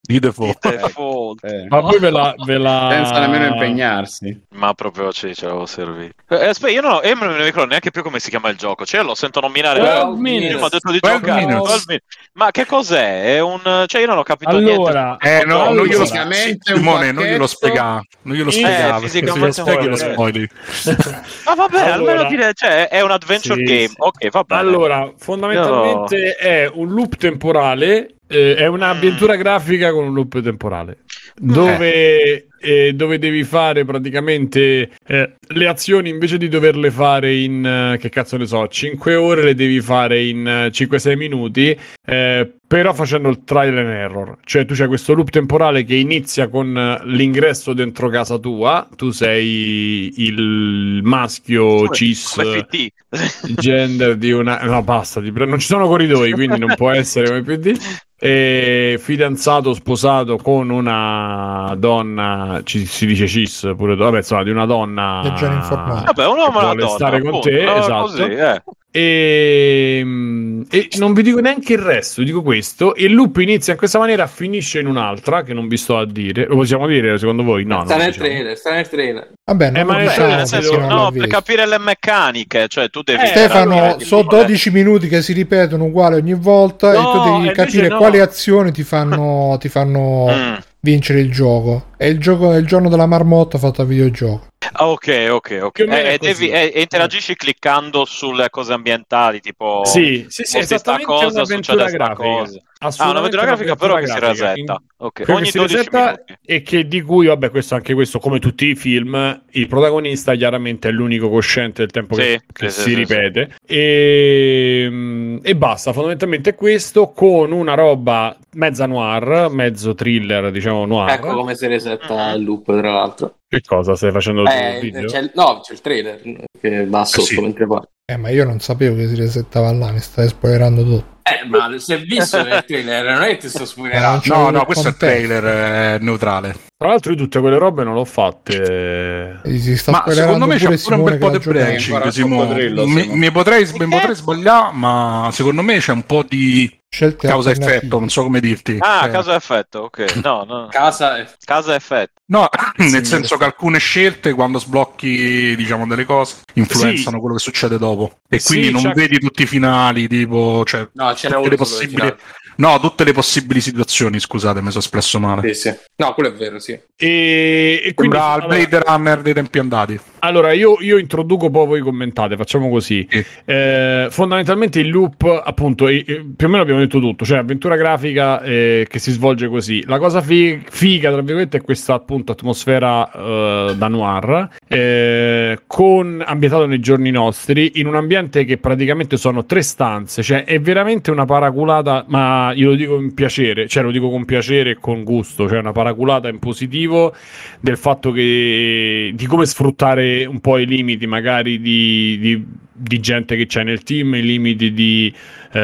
Di default. Di default. Eh. Ma poi ve la, ve la... Senza nemmeno impegnarsi. Ma proprio sì, ce l'avevo servito. Eh, aspetta, io non, ho, io non mi ricordo neanche più come si chiama il gioco. Cioè, lo sento nominare. twelve Minutes. minutes. Ho detto di twelve giocare. minutes. twelve minutes. Ma che cos'è? È un. Cioè, io non ho capito Allora, niente. Eh, no, Allora, non glielo fisicamente un Simone, non glielo pacchetto. spiega, non glielo Eh, spiega, perché se fisicamente lo spieghi un lo pacchetto. spoileri. Ma vabbè, Allora- almeno dire, cioè, è un adventure Sì, game. sì. Ok, va bene. Allora, fondamentalmente è un loop temporale, eh, è un'avventura grafica con un loop temporale, dove, eh, dove devi fare praticamente eh, le azioni invece di doverle fare in, eh, che cazzo ne so, cinque ore, le devi fare in eh, cinque sei minuti, eh, però facendo il trial and error. Cioè tu c'hai questo loop temporale che inizia con eh, l'ingresso dentro casa tua, tu sei il maschio Come- cis... come P T. gender di una no basta ti pre- non ci sono corridoi quindi non può essere come P D e fidanzato sposato con una donna ci, si dice cis pure vabbè insomma di una donna È già informato. Vabbè, un uomo e che una vuole donna. stare con appunto. te No, esatto così, eh. e, e non vi dico neanche il resto, dico questo. Il loop inizia in questa maniera, finisce in un'altra che non vi sto a dire. Lo possiamo dire secondo voi? No, sta non nel diciamo. trailer, sta nel trailer. Vabbè, non Eh, ma lo nel diciamo trailer, nel perché senso, non no, l'ho per visto. capire le meccaniche, cioè tu devi Eh, Stefano, allora, sono tipo, dodici minuti che si ripetono uguali ogni volta No, e tu devi invece capire no. quali azioni ti fanno, ti fanno Mm. vincere il gioco. È il gioco è il giorno della marmotta fatto a videogioco. Ah, ok, ok, ok. Più o meno Eh, è e, devi, così. e, e interagisci cliccando sulle cose ambientali, tipo Sì, sì, sì, posti sta esattamente cosa, un'avventura succede sta grafica. cosa. Ah, Assolutamente un'avventura grafica però che si un'avventura resetta. grafica. Ok, Quello ogni che si dodici resetta minuti. e che di cui, vabbè, questo anche questo, come tutti i film, il protagonista chiaramente è l'unico cosciente del tempo Sì, che, che sì, si sì, ripete. E, e basta, fondamentalmente è questo, con una roba mezza noir, mezzo thriller, diciamo noir. Ecco come si resetta Mhm. il loop, tra l'altro. Che cosa stai facendo il tuo Eh, video? c'è il- no, c'è il trailer che va sotto sì. mentre parla. Eh, ma io non sapevo che si resettava là, mi stai spoilerando tutto. Eh, ma si è visto nel trailer, non è che ti sto spoilerando. C'è No, il no, questo è il contesto. trailer è neutrale. Tra l'altro io tutte quelle robe non l'ho fatte. E si sta Ma spoilerando secondo me c'è pure pure un bel Simone po' che di l'ha giocato. branching, Ancora Simone. coccodrillo, Mi, Simone. mi potrei, mi potrei sbagliare, ma secondo me c'è un po' di Scelte causa alternative. effetto, non so come dirti. Ah, Eh, caso effetto, ok. No, no. Casa è... Casa effetto. No, nel Sì, senso che alcune scelte quando sblocchi, diciamo, delle cose influenzano Sì. quello che succede dopo. E Sì, quindi non c'è- vedi tutti i finali, tipo, cioè, No, ce n'è tutte uno le solo possibili. finale. No, tutte le possibili situazioni, scusate, mi sono espresso male. Sì, sì. No, quello è vero, sì. E, e quindi Sembra il allora, Blade Runner dei tempi andati. allora, io, io introduco, poi voi commentate, facciamo così. Sì. Eh, fondamentalmente il loop, appunto, eh, eh, più o meno abbiamo detto tutto, cioè avventura grafica eh, che si svolge così. La cosa fi- figa, tra virgolette, è questa appunto atmosfera eh, da noir, eh, con, ambientato nei giorni nostri, in un ambiente che praticamente sono tre stanze, cioè è veramente una paraculata, ma io lo dico in piacere, cioè lo dico con piacere e con gusto, cioè una paraculata in positivo del fatto che di come sfruttare un po' i limiti magari di, di, di gente che c'è nel team, i limiti di eh,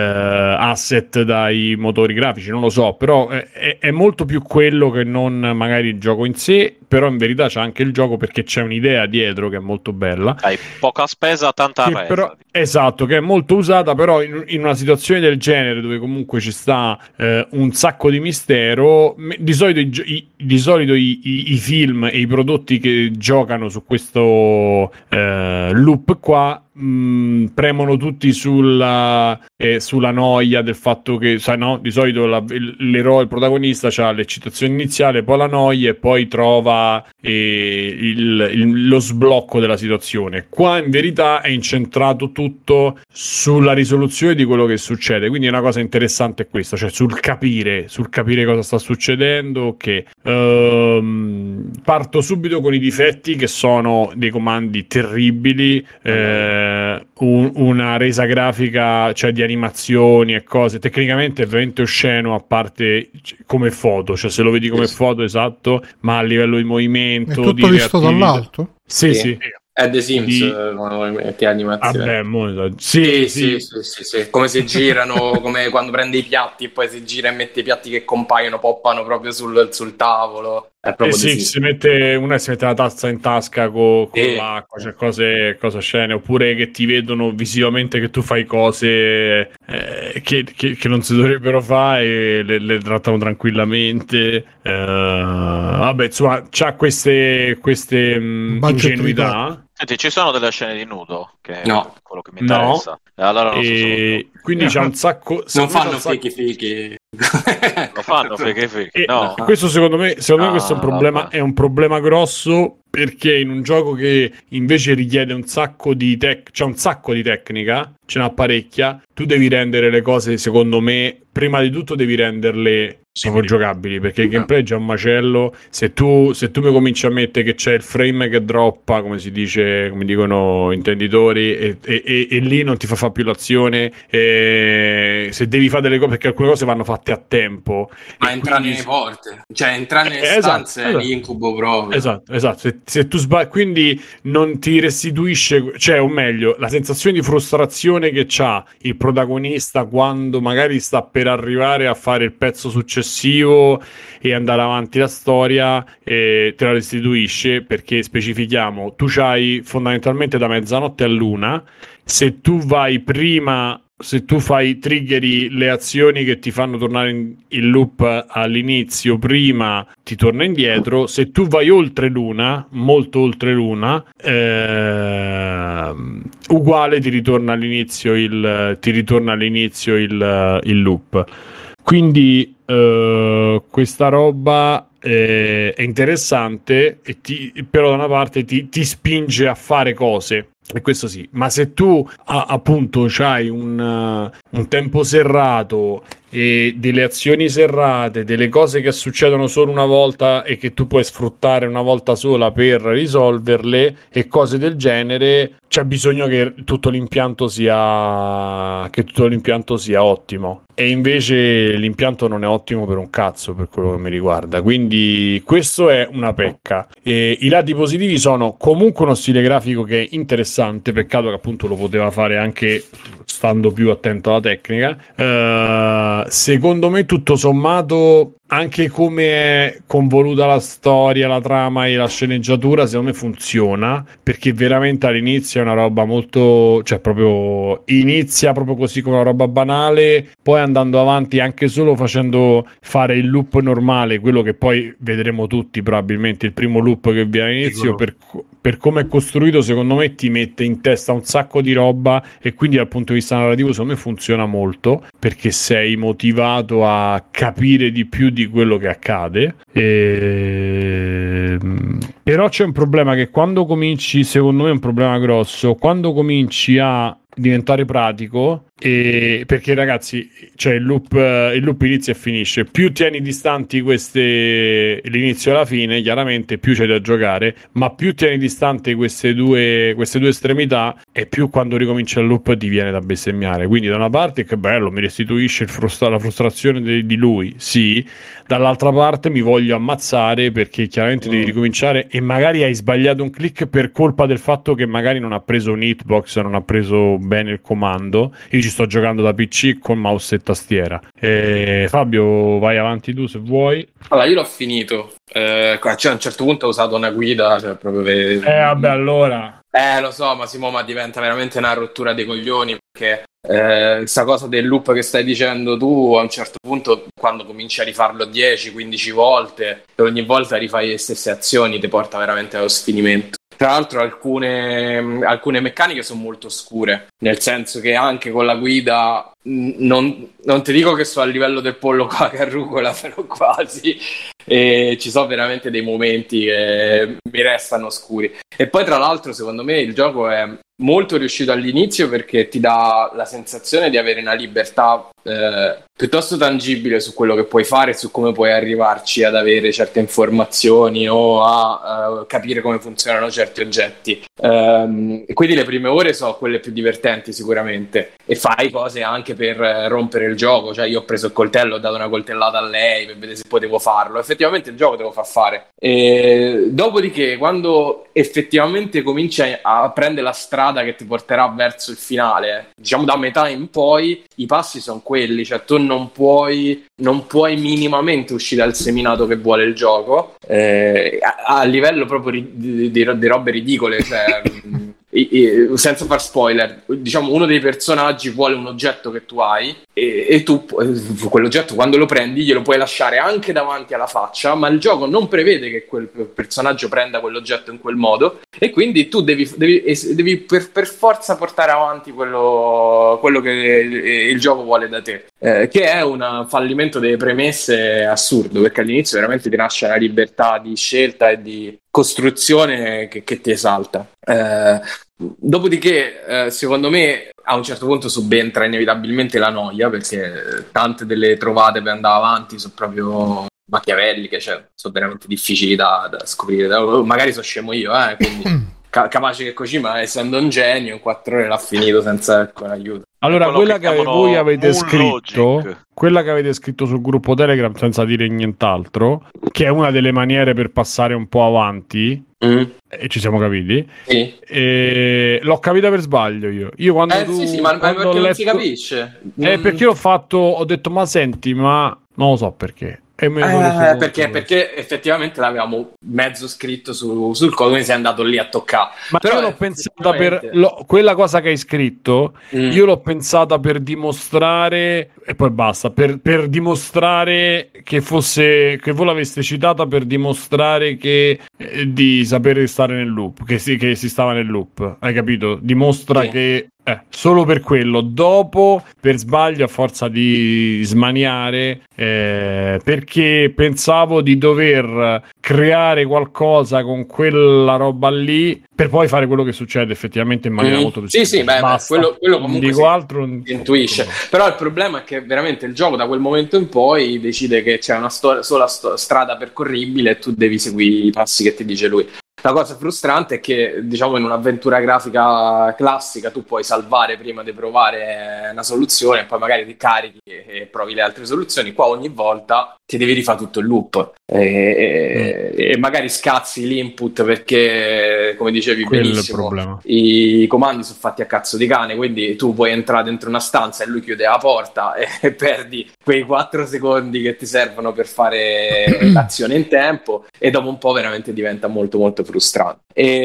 asset dai motori grafici, non lo so, però è, è- è molto più quello che non magari il gioco in sé, però in verità c'è anche il gioco perché c'è un'idea dietro che è molto bella. Dai, poca spesa, tanta Che resa. però, esatto, che è molto usata, però in, in una situazione del genere dove comunque ci sta eh, un sacco di mistero, me- di solito, i, gio- i- di solito i, i- i film e i prodotti che giocano su questo eh, loop qua mh, premono tutti sulla, eh, sulla noia del fatto che, sai, no? Di solito la- il- l'eroe, il protagonista ha l'eccitazione iniziale, poi la noia e poi trova eh, il- il- lo sblocco della situazione. Qua in verità è incentrato tutto sulla risoluzione di quello che succede, quindi è una cosa interessante questa, cioè sul capire, sul capire cosa sta succedendo. Che ehm, parto subito con i difetti, che sono dei comandi terribili, eh, un- una resa grafica, cioè di animazioni e cose, tecnicamente è veramente osceno, a parte c- come foto, cioè se lo vedi come Sì. foto, esatto, ma a livello di È movimento, tutto di visto reattività- dall'alto? Sì, Sì. sì. È The Sims, Di- eh, come movimenti, animazione. Vabbè, mo- Sì, sì, sì, sì. sì, sì, sì. Come si girano, come quando prende i piatti e poi si gira e mette i piatti che compaiono, poppano proprio sul, sul tavolo. È Eh proprio sì, sì. si mette, una si mette la tazza in tasca co- con, E- l'acqua, cioè cose, cose scene, oppure che ti vedono visivamente che tu fai cose eh, che, che- che non si dovrebbero fare e le, le trattano tranquillamente. Eh, vabbè, insomma, c'ha queste, queste mh, Budget ingenuità. Senti, ci sono delle scene di nudo, che è No. quello che mi No. interessa. E allora non so solo io. E quindi c'ha un sacco. Non secondo me c'ha fanno un sacco- fichi fichi. Lo fanno, fighi, fighi. E No. questo secondo me, secondo me Ah, questo è un problema, vabbè. è un problema grosso, perché in un gioco che invece richiede un sacco di tec- c'è un sacco di tecnica, ce n'ha parecchia, tu devi rendere le cose, secondo me, prima di tutto devi renderle proprio giocabili, perché il gameplay è già un macello. Se tu, se tu mi cominci a mettere che c'è il frame che droppa, come si dice, come dicono intenditori, e, e- e- e lì non ti fa fare più l'azione, e se devi fare delle cose, perché alcune cose vanno fatte a tempo. Ma e entrare quindi- nelle porte, cioè entrare nelle Eh, esatto, stanze è esatto. l'incubo proprio. Esatto, esatto. Se, se tu sbagli, quindi non ti restituisce, cioè, o meglio, la sensazione di frustrazione che c'ha il protagonista quando magari sta per arrivare a fare il pezzo successivo e andare avanti la storia, eh, te la restituisce, perché specifichiamo, tu c'hai fondamentalmente da mezzanotte a luna. Se tu vai prima, se tu fai triggeri le azioni che ti fanno tornare in, in loop all'inizio, prima ti torna indietro. Se tu vai oltre l'una, molto oltre l'una, ehm, uguale ti ritorna all'inizio il, ti ritorna all'inizio il, il loop. Quindi eh, questa roba eh, è interessante, e ti, però da una parte ti, ti spinge a fare cose. E questo sì, ma se tu a, appunto c'hai un, uh, un tempo serrato e delle azioni serrate, delle cose che succedono solo una volta e che tu puoi sfruttare una volta sola per risolverle e cose del genere, c'è bisogno che tutto l'impianto sia che tutto l'impianto sia ottimo. E invece l'impianto non è ottimo per un cazzo, per quello che mi riguarda. Quindi questo è una pecca. E i lati positivi sono comunque uno stile grafico che è interessante, peccato che appunto lo poteva fare anche stando più attento alla tecnica. Uh, secondo me tutto sommato, anche come è convoluta la storia, la trama e la sceneggiatura, secondo me funziona, perché veramente all'inizio è una roba molto, cioè proprio inizia proprio così come una roba banale, poi andando avanti anche solo facendo fare il loop normale, quello che poi vedremo tutti probabilmente, il primo loop che viene all'inizio, per, per come è costruito, secondo me ti mette in testa un sacco di roba, e quindi dal punto di vista narrativo secondo me funziona molto, perché sei motivato a capire di più di quello che accade. E... però c'è un problema, che quando cominci, secondo me è un problema grosso, quando cominci a diventare pratico, e perché ragazzi, cioè il loop, il loop inizia e finisce, più tieni distanti queste, l'inizio e la fine, chiaramente più c'è da giocare, ma più tieni distanti queste due, queste due estremità, e più quando ricomincia il loop ti viene da bestemmiare. Quindi da una parte che bello, mi restituisce il frustra- la frustrazione di, di lui, sì, dall'altra parte mi voglio ammazzare, perché chiaramente mm. devi ricominciare e magari hai sbagliato un click per colpa del fatto che magari non ha preso un hitbox, non ha preso bene il comando. Io ci sto giocando da P C con mouse e tastiera. E Fabio, vai avanti tu se vuoi. Allora, io l'ho finito. Eh, cioè, a un certo punto ho usato una guida, cioè proprio per... Eh, vabbè, allora. Eh, lo so, ma Simo, ma diventa veramente una rottura dei coglioni, perché eh, questa cosa del loop che stai dicendo tu, a un certo punto, quando cominci a rifarlo dieci quindici volte e ogni volta rifai le stesse azioni, ti porta veramente allo sfinimento. Tra l'altro alcune, alcune meccaniche sono molto oscure, nel senso che anche con la guida non, non ti dico che sto a livello del pollo con la carrucola, però quasi, e ci sono veramente dei momenti che mi restano oscuri. E poi tra l'altro secondo me il gioco è molto riuscito all'inizio, perché ti dà la sensazione di avere una libertà eh, piuttosto tangibile su quello che puoi fare, su come puoi arrivarci ad avere certe informazioni o a uh, capire come funzionano certi oggetti. Um, quindi le prime ore sono quelle più divertenti sicuramente, e fai cose anche anche per rompere il gioco, cioè io ho preso il coltello, ho dato una coltellata a lei per vedere se potevo farlo, effettivamente il gioco te lo fa fare. E dopodiché quando effettivamente cominci a prendere la strada che ti porterà verso il finale, diciamo da metà in poi i passi sono quelli, cioè tu non puoi non puoi minimamente uscire dal seminato che vuole il gioco, eh, a, a livello proprio di, di, di, di robe ridicole, cioè E, e, senza far spoiler, diciamo uno dei personaggi vuole un oggetto che tu hai e, e tu quell'oggetto quando lo prendi glielo puoi lasciare anche davanti alla faccia, ma il gioco non prevede che quel personaggio prenda quell'oggetto in quel modo e quindi tu devi, devi, devi per, per forza portare avanti quello, quello che il gioco vuole da te, eh, che è un fallimento delle premesse assurdo, perché all'inizio veramente ti nasce una libertà di scelta e di costruzione che, che ti esalta. Eh, dopodiché, eh, secondo me, a un certo punto subentra inevitabilmente la noia, perché tante delle trovate per andare avanti sono proprio machiavelliche, cioè sono veramente difficili da, da scoprire. Magari sono scemo io, eh, quindi ca- capace che Kojima, essendo un genio, in quattro ore l'ha finito senza alcun aiuto. Allora, quella che, che voi avete scritto, logic. quella che avete scritto sul gruppo Telegram senza dire nient'altro, che è una delle maniere per passare un po' avanti, mm. e ci siamo capiti, sì. E l'ho capita per sbaglio io. Io quando eh, tu, sì, sì, ma perché letto... non si capisce? Eh, mm. perché ho fatto, ho detto, ma senti, ma non lo so perché. Eh, perché, perché effettivamente l'avevamo mezzo scritto su, sul codice, quindi sei andato lì a toccare. Ma però io l'ho pensata per lo, quella cosa che hai scritto, mm. io l'ho pensata per dimostrare, e poi basta, per, per dimostrare che fosse, che voi l'aveste citata per dimostrare che eh, di sapere stare nel loop, che si, che si stava nel loop, hai capito? Dimostra sì. che Eh, solo per quello. Dopo, per sbaglio, a forza di smaniare, eh, perché pensavo di dover creare qualcosa con quella roba lì per poi fare quello che succede effettivamente in maniera mm. molto più sì sì beh, beh, quello, quello comunque dico si, altro si intuisce, però il problema è che veramente il gioco da quel momento in poi decide che c'è una sto- sola sto- strada percorribile e tu devi seguire i passi che ti dice lui. La cosa frustrante è che, diciamo, in un'avventura grafica classica tu puoi salvare prima di provare una soluzione e poi magari ti carichi e provi le altre soluzioni. Qua ogni volta ti devi rifare tutto il loop e, mm. e magari scazzi l'input perché, come dicevi quello benissimo, i comandi sono fatti a cazzo di cane, quindi tu puoi entrare dentro una stanza e lui chiude la porta e, e perdi quei quattro secondi che ti servono per fare l'azione in tempo e dopo un po' veramente diventa molto molto frustrante.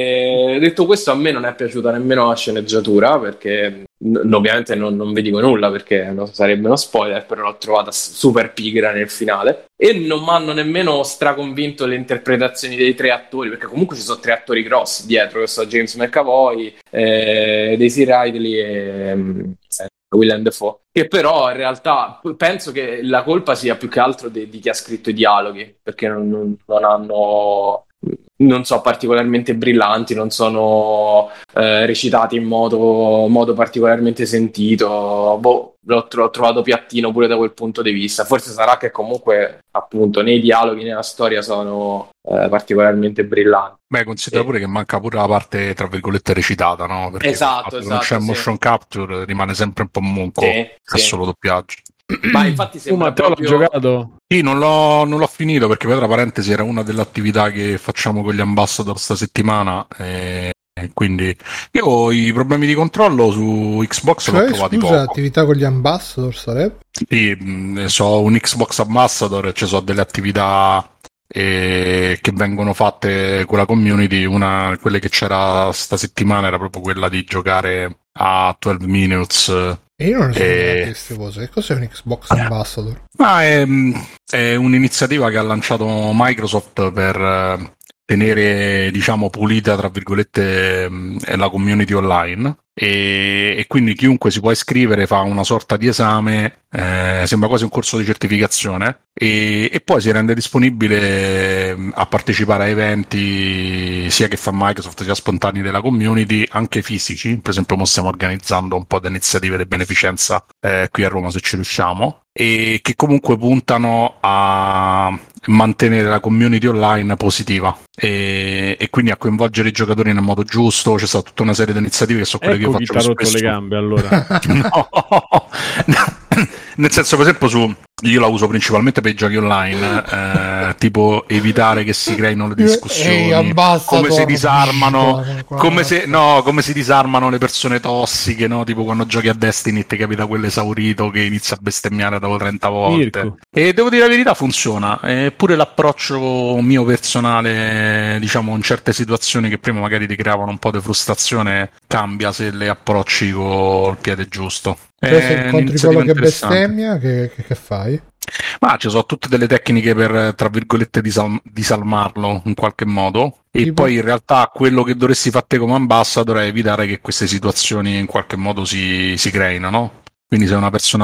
E detto questo, a me non è piaciuta nemmeno la sceneggiatura, perché n- ovviamente non, non vi dico nulla perché no, sarebbe uno spoiler, però l'ho trovata super pigra nel finale e non mi hanno nemmeno straconvinto le interpretazioni dei tre attori, perché comunque ci sono tre attori grossi dietro, che sono James McAvoy, eh, Daisy Ridley e eh, Willem Dafoe, che però in realtà penso che la colpa sia più che altro di, di chi ha scritto i dialoghi, perché non, non, non hanno non so particolarmente brillanti, non sono eh, recitati in modo, modo particolarmente sentito. Boh, l'ho, l'ho trovato piattino pure da quel punto di vista. Forse sarà che comunque appunto nei dialoghi, nella storia sono eh, particolarmente brillanti. Beh, considera e... pure che manca pure la parte tra virgolette recitata, no? Perché esatto, esatto, non c'è sì. motion capture, rimane sempre un po' monco, sì, è sì. solo doppiaggio. Ma infatti sembra tu, Matteo, proprio... l'ho giocato? Sì, non l'ho, non l'ho finito perché poi tra parentesi era una delle attività che facciamo con gli ambassador sta settimana e quindi io i problemi di controllo su Xbox cioè, l'ho trovati scusa, poco. attività con gli ambassador sarebbe? Sì, mh, so un Xbox ambassador e ci sono delle attività e che vengono fatte con la community. Una, quelle che c'era sta settimana era proprio quella di giocare a dodici minutes. E io non so e... queste cose. Che cos'è un Xbox Ambassador? Ma è, è un'iniziativa che ha lanciato Microsoft per tenere, diciamo, pulita tra virgolette la community online e, e quindi chiunque si può iscrivere fa una sorta di esame eh, sembra quasi un corso di certificazione, e, e poi si rende disponibile a partecipare a eventi sia che fa Microsoft sia spontanei della community, anche fisici. Per esempio, mo stiamo organizzando un po' di iniziative di beneficenza eh, qui a Roma, se ci riusciamo, e che comunque puntano a mantenere la community online positiva e, e quindi a coinvolgere i giocatori nel modo giusto. C'è stata tutta una serie di iniziative che sono quelle ecco che io chi faccio t'ha rotto le gambe allora. no, nel senso, per esemplo, su io la uso principalmente per i giochi online, eh, tipo evitare che si creino le discussioni, Ehi, come si disarmano, come se, no, come si disarmano le persone tossiche, no? Tipo quando giochi a Destiny e ti capita quello esaurito che inizia a bestemmiare dopo trenta volte. Mirko. E devo dire la verità, funziona. Eppure l'approccio mio personale, diciamo, in certe situazioni che prima magari ti creavano un po' di frustrazione, cambia se le approcci col piede giusto. Cioè, se incontri quello che bestemmia, che, che, che fai? Ma ci sono tutte delle tecniche per, tra virgolette, disal- disalmarlo in qualche modo. E tipo? Poi in realtà quello che dovresti fare te come ambassador è evitare che queste situazioni in qualche modo si, si creino, no? Quindi se una persona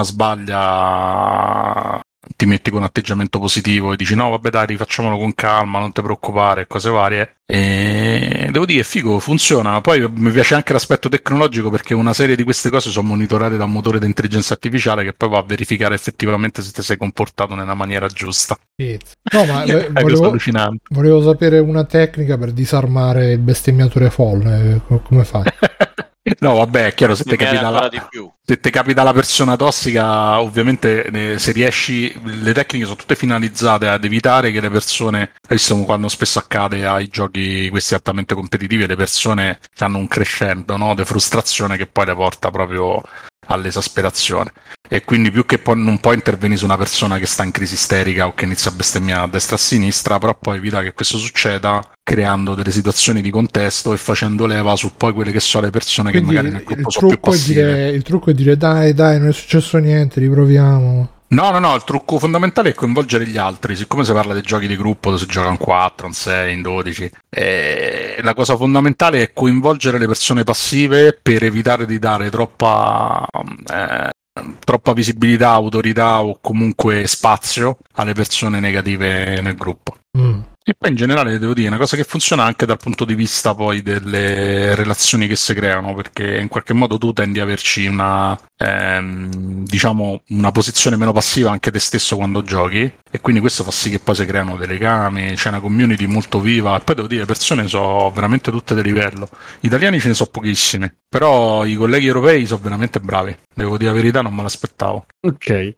sbaglia, ti metti con un atteggiamento positivo e dici no vabbè dai, rifacciamolo con calma, non ti preoccupare, cose varie. E devo dire, è figo, funziona. Poi mi piace anche l'aspetto tecnologico, perché una serie di queste cose sono monitorate da un motore di intelligenza artificiale che poi va a verificare effettivamente se ti sei comportato nella maniera giusta. No, ma è volevo, volevo sapere una tecnica per disarmare il bestemmiatore folle, come fai? No, vabbè, è chiaro, se ti capita, la, se ti capita la persona tossica, ovviamente eh, se riesci, le tecniche sono tutte finalizzate ad evitare che le persone, visto quando spesso accade ai giochi questi altamente competitivi, le persone hanno un crescendo, no, di frustrazione che poi le porta proprio all'esasperazione, e quindi più che poi non può intervenire su una persona che sta in crisi isterica o che inizia a bestemmiare a destra e a sinistra, però poi evita che questo succeda creando delle situazioni di contesto e facendo leva su poi quelle che sono le persone quindi che magari nel gruppo sono più passive. Dire, il trucco è dire dai dai non è successo niente, riproviamo. No, no, no, il trucco fondamentale è coinvolgere gli altri. Siccome si parla di giochi di gruppo dove si gioca in quattro, in sei, in dodici, eh, la cosa fondamentale è coinvolgere le persone passive per evitare di dare troppa eh, troppa visibilità, autorità o comunque spazio alle persone negative nel gruppo. Mm. E poi in generale devo dire, è una cosa che funziona anche dal punto di vista poi delle relazioni che si creano, perché in qualche modo tu tendi ad averci una ehm, diciamo una posizione meno passiva anche te stesso quando giochi, e quindi questo fa sì che poi si creano dei legami, c'è una community molto viva. E poi devo dire, le persone sono veramente tutte di livello. Italiani ce ne sono pochissimi, però i colleghi europei sono veramente bravi, devo dire la verità, non me l'aspettavo. Ok,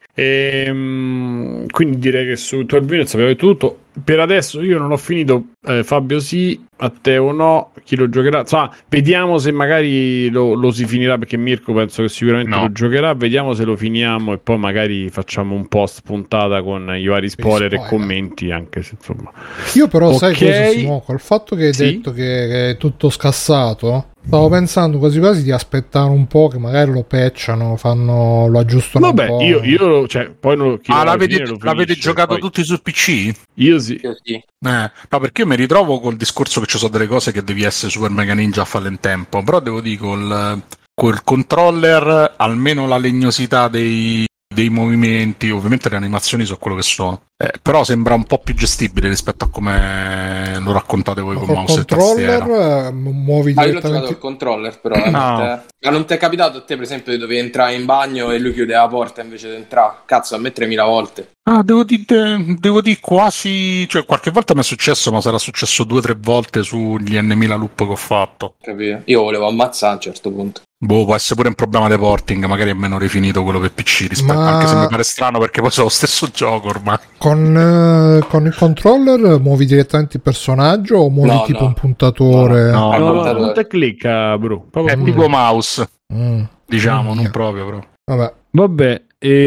ehm, quindi direi che su twelve Minutes abbiamo tutto. Per adesso io non ho finito, eh, Fabio sì, Matteo no, chi lo giocherà? Insomma, vediamo se magari lo, lo si finirà, perché Mirko penso che sicuramente no. lo giocherà, vediamo se lo finiamo e poi magari facciamo un post puntata con i vari spoiler, spoiler. e commenti, anche se insomma. Io però okay. sai cosa, Simoco? Il fatto che hai sì? detto che, che è tutto scassato, stavo pensando quasi quasi di aspettare un po' che magari lo patchano, fanno, lo aggiustano. Vabbè, un po'. io, io cioè, poi non, ah, l'avete, finisce, l'avete giocato poi. Tutti su P C? Io sì. Io sì. Eh, no, perché io mi ritrovo col discorso che ci sono delle cose che devi essere Super Mega Ninja a farle in tempo, però devo dire col, col controller almeno la legnosità dei, dei movimenti, ovviamente le animazioni sono quello che sono, eh, però sembra un po' più gestibile rispetto a come lo raccontate voi con mouse e tastiera. Muovi ah, io l'ho giocato il controller, però no. Ma non ti è capitato a te, per esempio, di dover entrare in bagno e lui chiude la porta invece di entrare? Cazzo, a me tremila volte. Ah, devo dire, devo dire quasi, cioè qualche volta mi è successo, ma sarà successo due o tre volte sugli N mila loop che ho fatto. Capito? Io volevo ammazzare a un certo punto. Boh, può essere pure un problema di porting, magari è meno rifinito quello per P C rispetto, ma... anche se mi pare strano perché poi sono lo stesso gioco ormai. Con, uh, con il controller muovi direttamente il personaggio o muovi no, tipo no. un puntatore? No, no, no, no, no, no te clicca, bro. È mm. tipo mouse, mm. diciamo, mm. non yeah. proprio, però. Vabbè. Vabbè,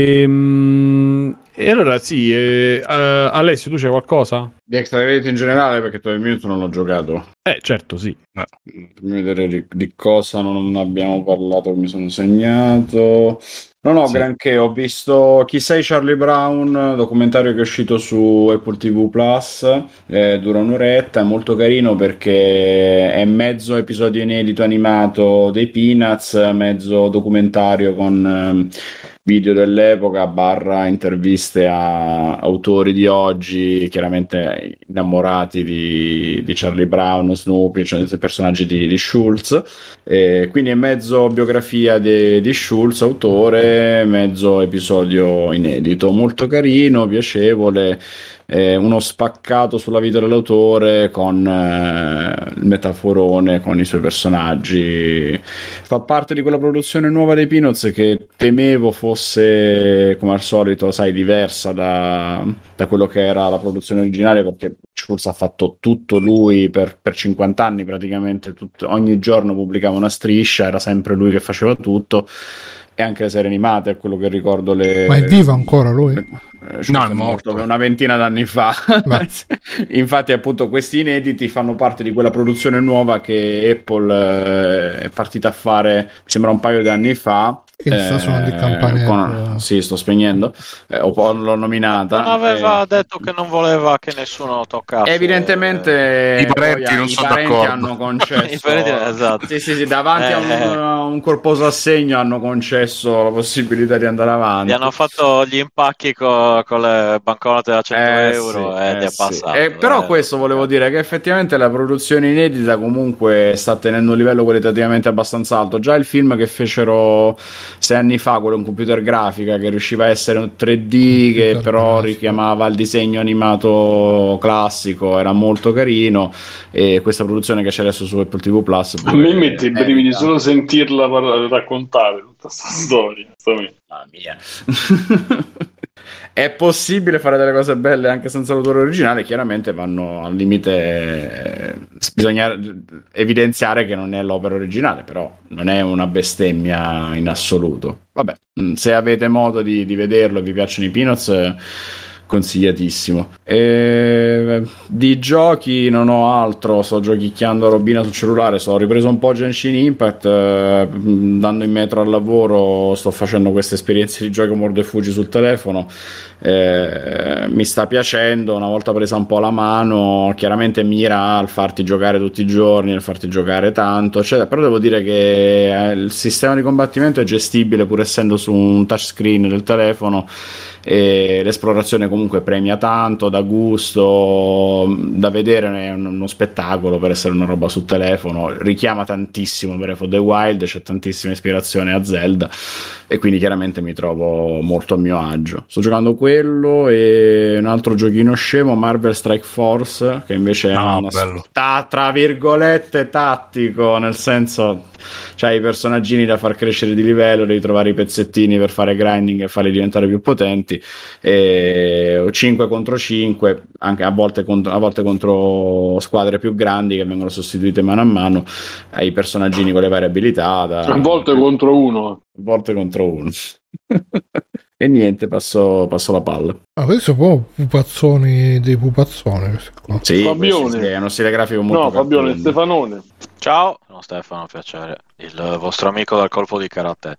ehm... e allora sì, eh, uh, Alessio, tu c'hai qualcosa? Di Extradelegate in generale, perché twelve Minutes non l'ho giocato. Eh, certo, sì. Eh, fammi vedere di, di cosa non abbiamo parlato, mi sono segnato. Non ho sì. granché, ho visto Chi sei Charlie Brown, documentario che è uscito su Apple T V Plus, eh, dura un'oretta, è molto carino perché è mezzo episodio inedito animato dei Peanuts, mezzo documentario con... Eh, video dell'epoca barra interviste a autori di oggi, chiaramente innamorati di, di Charlie Brown, Snoopy, cioè dei personaggi di, di Schulz, e quindi è mezzo biografia di, di Schulz, autore, mezzo episodio inedito, molto carino, piacevole. Eh, uno spaccato sulla vita dell'autore con eh, il metaforone, con i suoi personaggi. Fa parte di quella produzione nuova dei Peanuts che temevo fosse, come al solito, sai, diversa da, da quello che era la produzione originale, perché Schulz ha fatto tutto lui per, per cinquanta anni praticamente, tutto, ogni giorno pubblicava una striscia, era sempre lui che faceva tutto. E anche le serie animate, è quello che ricordo. Le, Ma è vivo ancora lui? Eh, no, è morto una ventina d'anni fa. Infatti, appunto, questi inediti fanno parte di quella produzione nuova che Apple eh, è partita a fare, mi sembra un paio di anni fa. Che eh, sta suonando il campanello. Con... Sì, sto spegnendo. Eh, o l'ho nominata. Non aveva eh... detto che non voleva che nessuno toccasse. Evidentemente i parenti non i sono parenti d'accordo. hanno concesso. I parenti, esatto. Sì, sì, sì, davanti eh, a un, un corposo assegno hanno concesso la possibilità di andare avanti. Gli hanno fatto gli impacchi co- con le banconote da cento eh, euro sì, e eh, gli è sì. passato. Eh, però eh, questo volevo dire, che effettivamente la produzione inedita comunque sta tenendo un livello qualitativamente abbastanza alto. Già il film che fecero sei anni fa, quello in computer grafica, che riusciva a essere un tre D, che però richiamava il disegno animato classico, era molto carino. E questa produzione che c'è adesso su Apple T V Plus, a me mette i brividi solo sentirla raccontare tutta questa storia. Mamma mia. È possibile fare delle cose belle anche senza l'autore originale, chiaramente vanno al limite, eh, bisogna evidenziare che non è l'opera originale, però non è una bestemmia in assoluto. Vabbè, se avete modo di, di vederlo e vi piacciono i Peanuts, eh, consigliatissimo. E di giochi non ho altro, sto giochicchiando a robina sul cellulare, sto ripreso un po' Genshin Impact, eh, andando in metro al lavoro sto facendo queste esperienze di gioco mordo e fuggi sul telefono. Eh, mi sta piacendo, una volta presa un po' la mano, chiaramente mira al farti giocare tutti i giorni, al farti giocare tanto, eccetera. Però devo dire che eh, il sistema di combattimento è gestibile pur essendo su un touchscreen del telefono, e l'esplorazione comunque premia tanto, dà gusto, da vedere è uno spettacolo per essere una roba sul telefono, richiama tantissimo Breath of the Wild, c'è tantissima ispirazione a Zelda e quindi chiaramente mi trovo molto a mio agio. Sto giocando quello e un altro giochino scemo, Marvel Strike Force, che invece no, è una sta, tra virgolette tattico, nel senso c'hai i personaggini da far crescere di livello, devi trovare i pezzettini per fare grinding e farli diventare più potenti, e cinque contro cinque, anche a volte contro, a volte contro squadre più grandi che vengono sostituite mano a mano, ai personaggini con le varie abilità da... a volte contro uno a volte contro uno e niente, passo, passo la palla. Ah, questo è un po' pupazzoni dei pupazzoni. Qua. Sì, Fabione. Sì, è uno stile grafico molto no Fabione cattivo. Stefanone, ciao, sono Stefano, piacere, il vostro amico dal colpo di karate.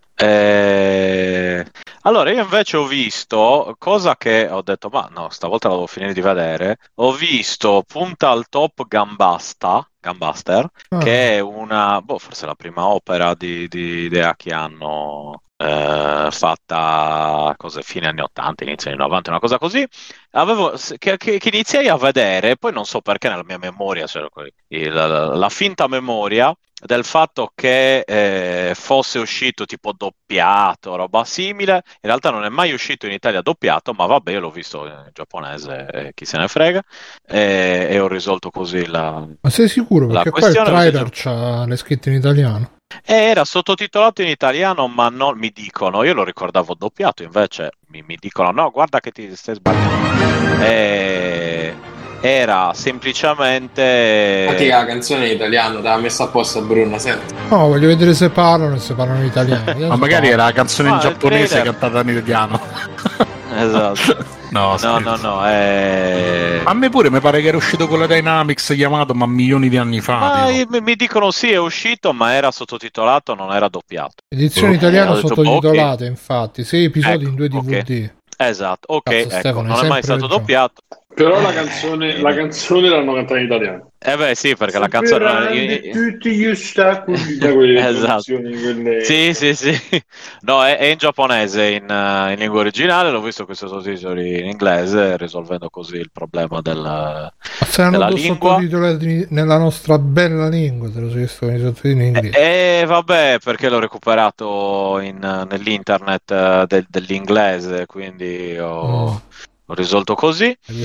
E... allora io invece ho visto, cosa che ho detto ma no, stavolta la devo finire di vedere, ho visto Punta al Top Gambasta Gambaster, ah. che è una, boh, forse la prima opera di, di idea che hanno eh, fatta cose fine anni ottanta, inizio anni novanta, una cosa così. Avevo, che, che, che iniziai a vedere, poi non so perché nella mia memoria, cioè, il, la, la finta memoria del fatto che eh, fosse uscito tipo doppiato, roba simile. In realtà non è mai uscito in Italia doppiato, ma vabbè, io l'ho visto in giapponese e chi se ne frega, e, e ho risolto così la Ma sei sicuro? Perché qua il trailer perché... c'ha le scritte in italiano. Era sottotitolato in italiano, ma non mi dicono, io lo ricordavo doppiato, invece mi, mi dicono no, guarda che ti stai sbagliando. E... era semplicemente Infatti la canzone in italiano l'ha messa apposta Bruno, senti. No, voglio vedere se parlano e se parlano in italiano. Ma magari era la canzone ah, in giapponese trailer... cantata in italiano. Esatto. No, no, no, no, è... a me pure mi pare che era uscito con la Dynamics Yamato, ma milioni di anni fa. Ma mi, mi dicono sì, è uscito, ma era sottotitolato, non era doppiato. Edizione italiana eh, sottotitolate, okay. Infatti, sei episodi ecco, in due D V D. Okay. Esatto, ok, Cazzo, ecco, Stefano, non è mai stato doppiato. Però la canzone, la canzone l'hanno cantata in italiano. Eh beh sì, perché la canzone di tutti gli ostacoli da quelle esatto. quelle... Sì, sì, sì. No, è, è in giapponese, in, uh, in lingua originale. L'ho visto questi sottotitoli in inglese, risolvendo così il problema del, Ma saranno della due lingua. sottotitolati nella nostra bella lingua, te lo sei visto con i sottotitoli in inglese. E eh, vabbè, perché l'ho recuperato in, nell'internet uh, del, dell'inglese, quindi ho... Mm. L'ho risolto così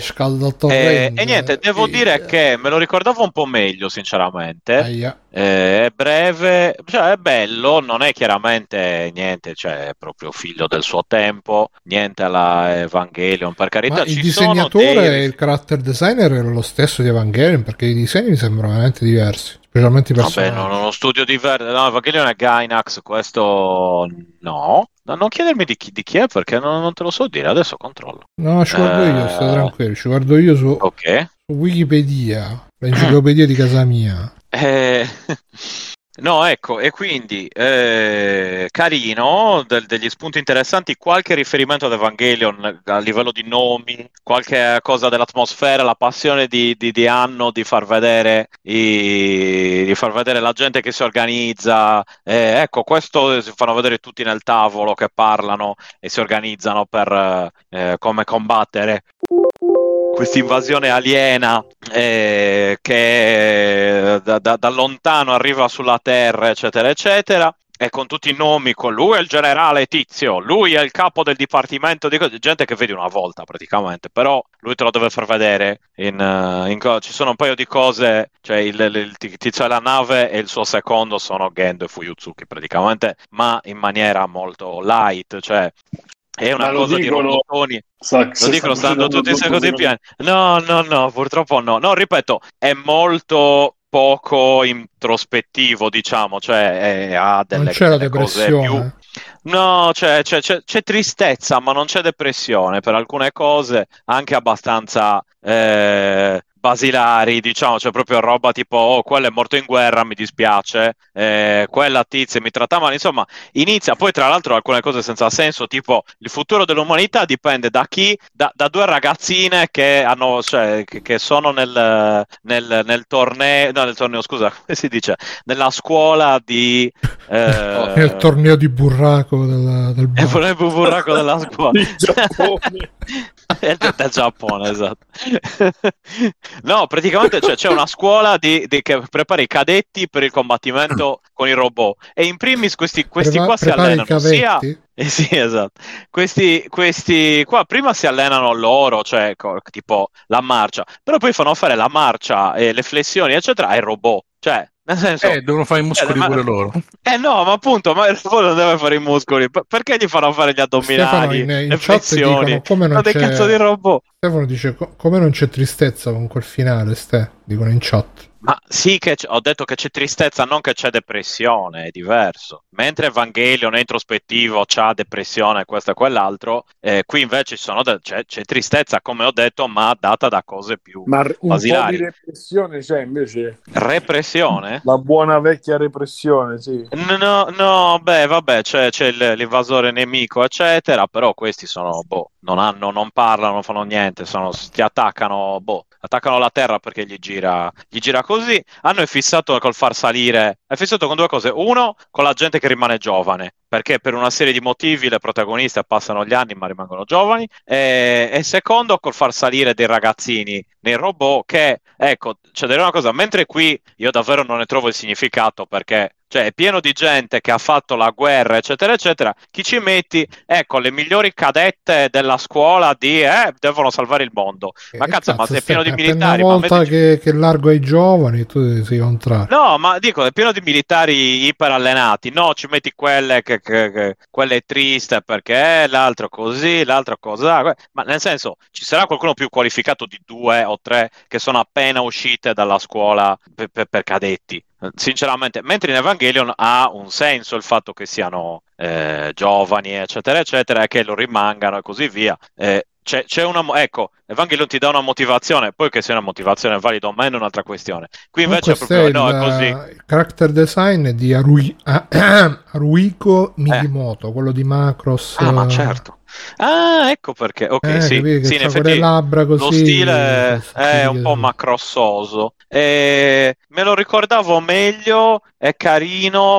e, e niente, devo dire che me lo ricordavo un po' meglio sinceramente. Eh, è breve, cioè è bello, non è chiaramente niente, cioè è proprio figlio del suo tempo, niente alla Evangelion, per carità. Ma ci il disegnatore sono dei... e il character designer era lo stesso di Evangelion, perché i disegni mi sembrano veramente diversi, specialmente i personaggi. Vabbè, non uno studio diverso, no, Evangelion è Gainax, questo no. No, non chiedermi di chi, di chi è perché non, non te lo so dire, adesso controllo. No, ci guardo eh... io, sto tranquillo, ci guardo io su, okay. su Wikipedia, l'enciclopedia di casa mia. Eh... No, ecco, e quindi eh, carino, del, degli spunti interessanti, qualche riferimento ad Evangelion a livello di nomi, qualche cosa dell'atmosfera, la passione di, di, di Anno di far vedere i, di far vedere la gente che si organizza, eh, ecco, questo si fanno vedere tutti nel tavolo che parlano e si organizzano per eh, come combattere questa invasione aliena eh, che da, da, da lontano arriva sulla Terra, eccetera, eccetera, e con tutti i nomi, con lui è il generale Tizio, lui è il capo del dipartimento di gente che vedi una volta praticamente, però lui te lo deve far vedere. In, uh, in co- ci sono un paio di cose, cioè il, il, il Tizio della nave e il suo secondo sono Gendo e Fuyutsuki praticamente, ma in maniera molto light, cioè è una ma cosa dicono... di robottoni. Sax, lo dicono stando tutti così piani. No, no, no, purtroppo no. No, ripeto, è molto poco introspettivo, diciamo, cioè è, ha delle, non c'è la delle cose più. No, c'è, c'è, c'è, c'è tristezza, ma non c'è depressione per alcune cose, anche abbastanza eh, basilari, diciamo, c'è proprio roba tipo, oh, quello è morto in guerra, mi dispiace, eh, quella tizia mi tratta male, insomma, inizia, poi tra l'altro alcune cose senza senso, tipo il futuro dell'umanità dipende da chi, da, da due ragazzine che hanno, cioè, che, che sono nel, nel, nel torneo, no, nel torneo, scusa, come si dice, nella scuola di... Eh, nel torneo di burraco della, del è il burraco della scuola del Giappone. del Giappone, esatto. No, praticamente cioè, c'è una scuola di, di, che prepara i cadetti per il combattimento con i robot e in primis questi, questi Preva- qua si allenano sia eh sì, esatto. Questi, questi qua prima si allenano loro, cioè co- tipo la marcia, però poi fanno fare la marcia e le flessioni eccetera ai robot, cioè nel senso, eh, devono fare i muscoli eh, pure ma, loro. Eh no, ma appunto, ma il robot non deve fare i muscoli. P- perché gli fanno fare gli addominali, Stefano, in, in le flessioni? dicono, come non Ma c'è... che cazzo di robot? Stefano dice come non c'è tristezza con quel finale, Ste, dicono in chat. Ma sì che c- ho detto che c'è tristezza, non che c'è depressione, è diverso. Mentre Evangelion è introspettivo, c'ha depressione, questo e quell'altro, eh, qui invece ci sono de- c'è, c'è tristezza, come ho detto, ma data da cose più ma un basilari. po' di repressione c'è invece? Repressione? La buona vecchia repressione, sì. No, no, beh, vabbè, c'è, c'è il- l'invasore nemico, eccetera, però questi sono, boh, non hanno, non parlano, non fanno niente, sono, ti attaccano, boh, attaccano la terra perché gli gira, gli gira così. Hanno è fissato col far salire, è fissato con due cose. Uno, con la gente che rimane giovane, perché per una serie di motivi le protagoniste passano gli anni ma rimangono giovani. E, e secondo, col far salire dei ragazzini nei robot che, ecco, c'è da dire una cosa, mentre qui io davvero non ne trovo il significato perché... Cioè, è pieno di gente che ha fatto la guerra, eccetera, eccetera. Chi ci metti? Ecco, le migliori cadette della scuola di eh, devono salvare il mondo. Ma eh, cazzo, cazzo, ma sei pieno di per militari. Una volta ma metti... che, che largo ai giovani, tu sei contrario. No, ma dico, è pieno di militari iperallenati. No, ci metti quelle che, che, che quelle triste perché l'altro così, l'altro cos'ha. Ma nel senso, ci sarà qualcuno più qualificato di due o tre che sono appena uscite dalla scuola per, per, per cadetti? Sinceramente, mentre in Evangelion ha un senso il fatto che siano eh, giovani, eccetera, eccetera, e che lo rimangano e così via. Eh, c'è, c'è una, ecco, Evangelion ti dà una motivazione, poi che sia una motivazione valida o meno è un'altra questione. Qui invece è proprio, è no, il, è così. Il character design è di Harui, Haruhiko Migimoto, eh. quello di Macross. Ah, ma certo. Ah, ecco perché. Ok, Eh, sì, capì, che sì, in c'ha effetti quelle labbra così, lo stile è un po' così. macrossoso. E me lo ricordavo meglio, è carino,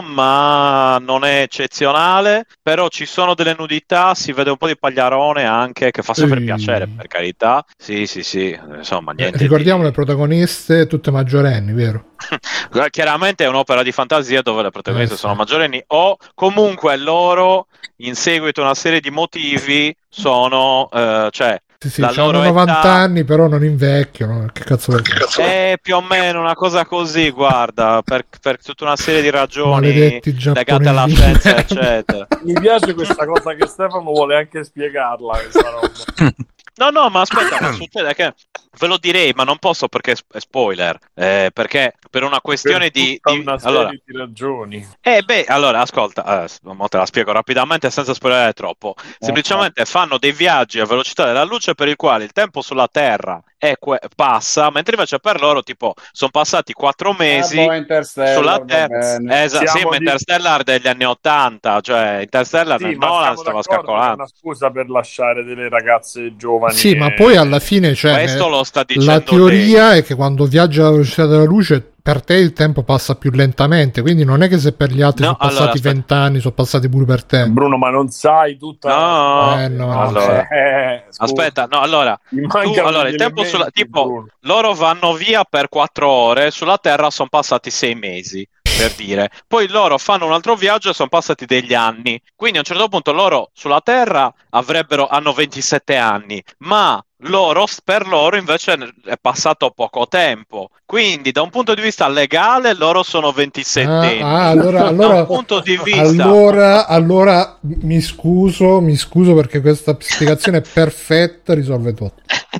ma non è eccezionale. Però ci sono delle nudità, si vede un po' di pagliarone anche, che fa sempre Sì. piacere, per carità. Sì, sì, sì, insomma, Eh, niente ricordiamo di... le protagoniste tutte maggiorenni, vero? Chiaramente è un'opera di fantasia dove le protagoniste Eh, sì. sono maggiorenni o comunque loro, in seguito a una serie di motivi, sono, eh, cioè, Sì, sì, la hanno loro novanta età anni, però non invecchiano. Che cazzo vuoi fare? è più o meno una cosa così, guarda, per, per tutta una serie di ragioni Maledetti legate alla giapponesi. scienza, eccetera. Mi piace questa cosa che Stefano vuole anche spiegarla, questa roba. No, no, ma aspetta, ma succede che ve lo direi, ma non posso perché è spoiler. Eh, perché per una questione Per di, tutta di- una serie allora, di ragioni. eh beh, allora ascolta, eh, mo te la spiego rapidamente senza spoilerare troppo. Semplicemente fanno dei viaggi a velocità della luce per il quale il tempo sulla Terra è que- passa, mentre invece per loro, tipo, sono passati quattro mesi Ah, boh, Interstellar, sulla va Terra. bene. Esatto, sì, Siamo ma di- Interstellar degli anni ottanta, cioè Interstellar Sì, nel ma Nolan siamo stava d'accordo che è scalcolando. una scusa per lasciare delle ragazze giovani. Sì, che- ma poi alla fine, cioè, Questo lo sta la dicendo teoria lei. è che quando viaggia alla velocità della luce, per te il tempo passa più lentamente. Quindi non è che se per gli altri No, sono passati allora, aspetta. vent'anni, sono passati pure per te. Bruno, ma non sai tutta No, Eh, no. allora. Eh, scusa. Aspetta, no, allora, Mi tu, mancano allora il degli tempo sulla, elementi, tipo, Bruno. loro vanno via per quattro ore, sulla Terra sono passati sei mesi, per dire. Poi loro fanno un altro viaggio e sono passati degli anni. Quindi a un certo punto loro sulla Terra avrebbero, hanno ventisette anni, ma loro, per loro invece è passato poco tempo. Quindi da un punto di vista legale loro sono ventisette Ah, ah, anni. allora, Da allora, un punto di vista... allora, allora mi scuso, mi scuso perché questa spiegazione perfetta risolve tutto.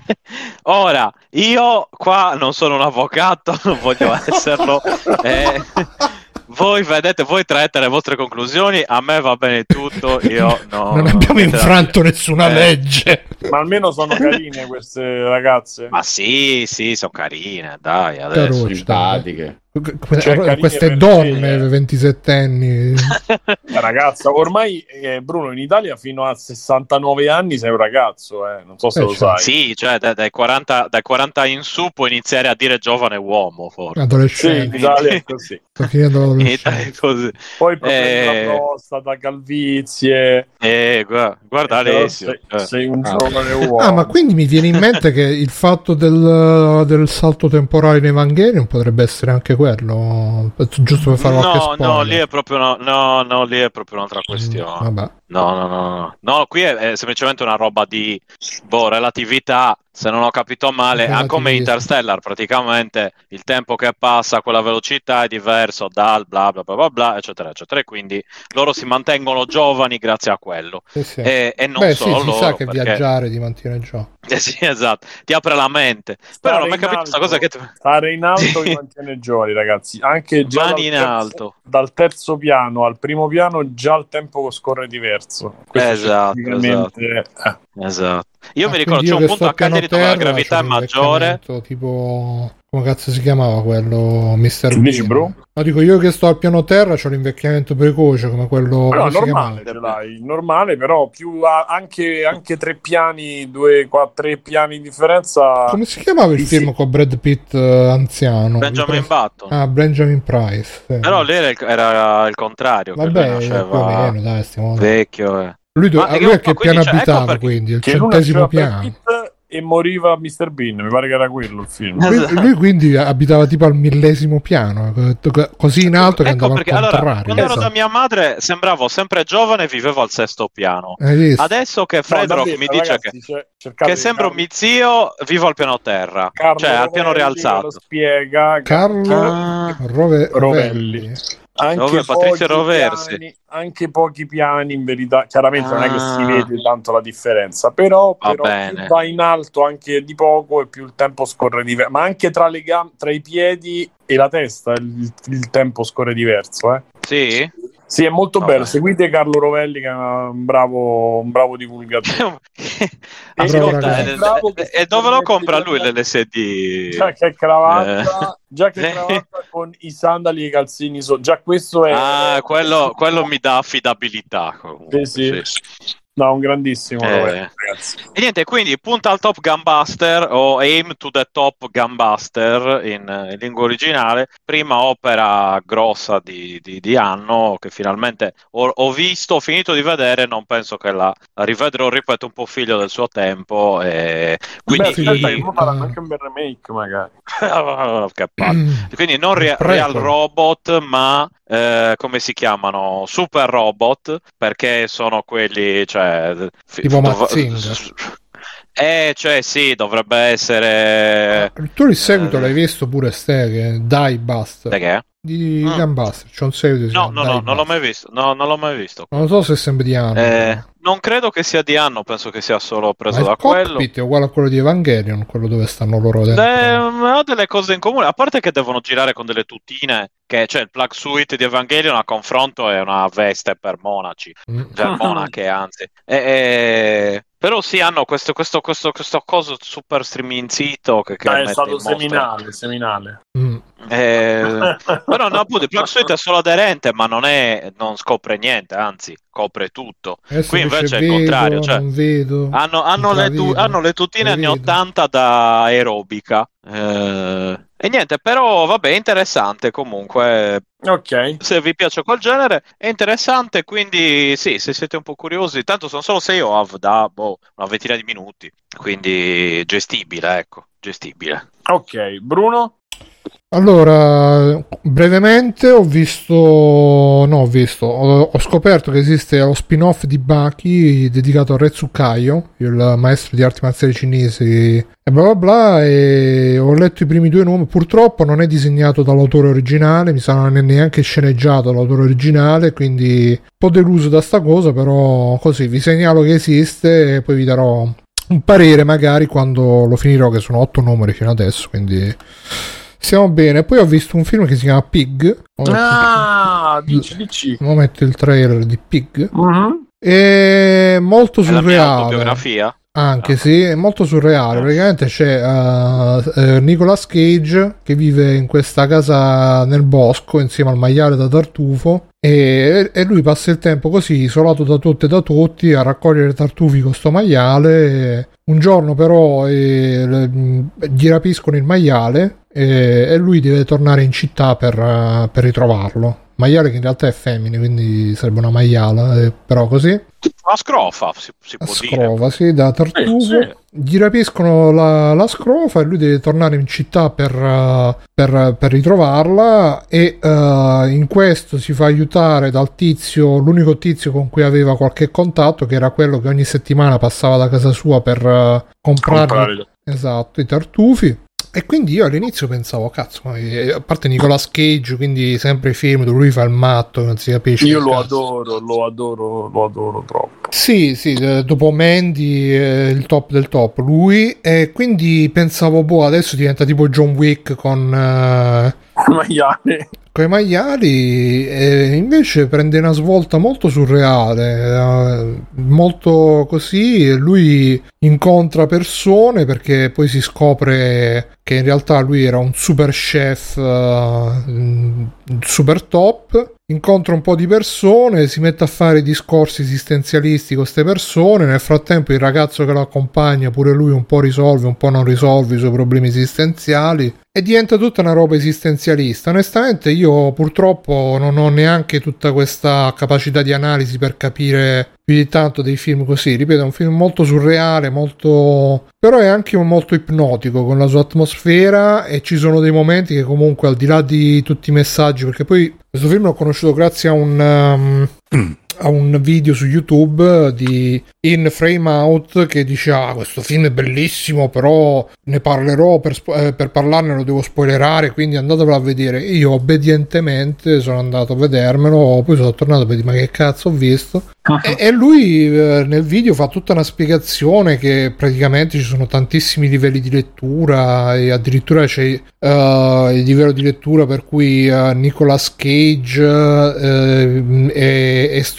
Ora, io qua non sono un avvocato, non voglio esserlo. eh, voi vedete, voi traete le vostre conclusioni, a me va bene tutto, io no, non abbiamo niente da infranto dire. nessuna Eh, legge. Ma almeno sono carine queste ragazze. Ma sì, sì, sono carine, dai, adesso. Caruccio, dai. Simpatiche. Que- Cioè, carine queste per donne te. ventisettenni. La ragazza, ormai eh, Bruno, in Italia fino a sessantanove anni sei un ragazzo, eh. Non so se Eh, lo certo. sai. Sì, cioè dai, dai quaranta, dai quaranta in su puoi iniziare a dire giovane uomo, forse. Sì, Adolescenti. in Italia è così. Sto finendo In l'adolescenza. Italia è così. Poi problemi Eh, della prostata, calvizie. eh, guarda, guarda Però Alessio. sei, eh. sei un Ah. giovane uomo. Ah, ma quindi mi viene in mente che il fatto del, del salto temporale in Evangelion potrebbe essere anche quello, giusto per fare qualche No, spoiler. no, lì è proprio una, no, no, lì è proprio un'altra questione. Vabbè. No, no, no, no, no, qui è, è semplicemente una roba di boh, relatività. Se non ho capito male, ah, come Relativismo. Interstellar, praticamente il tempo che passa a quella velocità è diverso dal bla bla bla bla bla, eccetera, eccetera. E quindi loro si mantengono giovani grazie a quello. Sì, sì. E, e non Beh, solo sì, si loro, sa che perché... viaggiare ti mantiene già. Eh sì, esatto, ti apre la mente. Però non mi è in capito alto, questa cosa che... tu- stare in alto Sì. vi mantiene giovani, ragazzi. Anche già dal Mani in terzo, alto. dal terzo piano al primo piano già il tempo scorre diverso. Questo Esatto, scientificamente, eh. Esatto. Io Ah, mi ricordo quindi c'è io un che punto sto a Cagliari dove la piano terra, gravità c'ho è maggiore. l'invecchiamento tipo... come cazzo si chiamava quello? mister Tu dici, Bean. bro? No, dico io che sto al piano terra c'ho l'invecchiamento precoce come quello... Però come si normale, chiamava? ce l'hai, normale, però più a- anche, anche tre piani, due, qua, tre piani di differenza. Come si chiamava il Sì, film sì. con Brad Pitt eh, anziano? Benjamin Il pre- Button. Ah, Benjamin Price. sì. Però lì era il, era il contrario, che lui Vabbè, nasceva più o meno, dai, stiamo... vecchio. eh. Lui, do- Ma a è che lui a un po', che piano quindi, cioè, ecco abitava, perché- quindi? Il Che lui centesimo nasceva Brad piano. Pitt e moriva mister Bean, mi pare che era quello il film. Lui, lui quindi abitava tipo al millesimo piano, co- così in alto che Ecco andava perché al allora, contrario. quando ero esatto. da mia madre sembravo sempre giovane e vivevo al sesto piano. Hai visto? Adesso che No, Fredrock davvero, mi dice ragazzi, che, cioè, cercate che di sembro Carlo- mio zio, vivo al piano terra, Carlo cioè al piano Rovelli che lo rialzato. spiega. Carlo Ah. Rove- Rovelli. Rovelli. Anche Dove? Patrizio pochi Roversi. piani, anche pochi piani in verità, chiaramente non è che si Ah. vede tanto la differenza, però, Va però bene. più va in alto anche di poco e più il tempo scorre diverso, ma anche tra, le gam- tra i piedi e la testa il, il tempo scorre diverso, eh. Sì? Sì, è molto Vabbè. bello. Seguite Carlo Rovelli, che è un bravo, un bravo divulgatore. Bravo Ascolta, ragazzo. e, Bravo che e si dove lo permette compra di lui andare- l'L S D? Giacca e cravatta, giacca e Eh. cravatta con i sandali e i calzini so- già questo è Ah, quello, quello mi dà affidabilità comunque. Sì, sì. sì. No, un grandissimo Eh, Roberto, ragazzi. E niente, quindi punta al top Gunbuster o aim to the top Gunbuster in, in lingua originale, prima opera grossa di, di, di anno che finalmente ho, ho visto, ho finito di vedere, non penso che la, la rivedrò, ripeto, un po' figlio del suo tempo, e quindi Beh, aspetta, che poi faranno anche un bel remake magari. che palle. Quindi non Re- Real Robot, ma eh, come si chiamano? Super Robot, perché sono quelli, cioè tipo dov- Mazinga. Eh, cioè sì, dovrebbe essere. Tu il seguito eh, l'hai visto pure ste, che Die Buster. Da che? Di Mm. Gunbuster, c'è un seguito. si No, chiama no, no, Die non l'ho Buster. mai visto. No, non l'ho mai visto. Non so se è sempre di anno. Eh, non credo che sia di anno, penso che sia solo preso Ma da il quello. cockpit è uguale a quello di Evangelion, quello dove stanno loro dentro. Eh, ha delle cose in comune, a parte che devono girare con delle tutine, che cioè il plug suite di Evangelion a confronto è una veste per monaci, Mm. cioè monache anzi. E, e- Però sì, hanno questo, questo, questo, questo coso super streaminzito che, che Dai, è mette stato in mostra. seminale, seminale. Mm. Eh, però no, appunto il plug suite è solo aderente, ma non è, non scopre niente, anzi copre tutto. Adesso Qui dice invece è il vedo, contrario, cioè non vedo, hanno, hanno, le, tu- intravedo, hanno le tutine anni vedo. ottanta da aerobica. Eh, e niente, però vabbè, interessante comunque. Ok. Se vi piace quel genere è interessante, quindi sì, se siete un po' curiosi, tanto sono solo sei O A V da boh, una ventina di minuti, quindi gestibile, ecco, gestibile. Ok, Bruno? Allora, brevemente ho visto, no ho visto, ho, ho scoperto che esiste lo spin-off di Baki dedicato a Re Tsukayo, il maestro di arti marziali cinesi e bla bla bla, e ho letto i primi due numeri. Purtroppo non è disegnato dall'autore originale, mi sa non è neanche sceneggiato dall'autore originale, quindi un po' deluso da sta cosa, però così vi segnalo che esiste e poi vi darò un parere magari quando lo finirò, che sono otto numeri fino adesso, quindi stiamo bene. Poi ho visto un film che si chiama Pig. Ah, dici, dici. Ora metto il trailer di Pig. Uh-huh. È molto È la mia surreale. autobiografia? Anche Ah. sì, è molto surreale. Praticamente c'è uh, uh, Nicolas Cage che vive in questa casa nel bosco insieme al maiale da tartufo, e, e lui passa il tempo così, isolato da tutti e da tutti, a raccogliere tartufi con sto maiale. E un giorno però eh, gli rapiscono il maiale e, e lui deve tornare in città per, uh, per ritrovarlo. Maiale che in realtà è femmine, quindi sarebbe una maiala, eh, però così. Una scrofa, si, si può Scrofa, dire. sì, da tartufo. Eh, sì. Gli rapiscono la, la scrofa e lui deve tornare in città per, uh, per, per ritrovarla, e uh, in questo si fa aiutare dal tizio, l'unico tizio con cui aveva qualche contatto, che era quello che ogni settimana passava da casa sua per uh, comprare, Comprare. esatto, i tartufi. E quindi io all'inizio pensavo, cazzo, ma eh, a parte Nicolas Cage, quindi sempre i film dove lui fa il matto, non si capisce. Io che lo cazzo. adoro, lo adoro, lo adoro troppo. Sì, sì, eh, dopo Mandy eh, il top del top, lui, e quindi pensavo, boh, adesso diventa tipo John Wick con, eh, Maiale. con i maiali, e invece prende una svolta molto surreale, eh, molto così. Lui incontra persone perché poi si scopre che in realtà lui era un super chef, uh, super top. Incontra un po' di persone, si mette a fare discorsi esistenzialisti con queste persone. Nel frattempo il ragazzo che lo accompagna, pure lui un po' risolve, un po' non risolve i suoi problemi esistenziali, e diventa tutta una roba esistenzialista. Onestamente io purtroppo non ho neanche tutta questa capacità di analisi per capire più di tanto dei film così. Ripeto, è un film molto surreale, molto, però è anche molto ipnotico con la sua atmosfera, e ci sono dei momenti che comunque, al di là di tutti i messaggi, perché poi questo film l'ho conosciuto grazie a un um, a un video su YouTube di In Frame Out che dice: ah, questo film è bellissimo, però ne parlerò, per, spo- eh, per parlarne lo devo spoilerare, quindi andatevelo a vedere. Io obbedientemente sono andato a vedermelo, poi sono tornato a vedere ma che cazzo ho visto. E, e lui eh, nel video fa tutta una spiegazione che praticamente ci sono tantissimi livelli di lettura, e addirittura c'è uh, il livello di lettura per cui uh, Nicolas Cage uh, è, è stronzo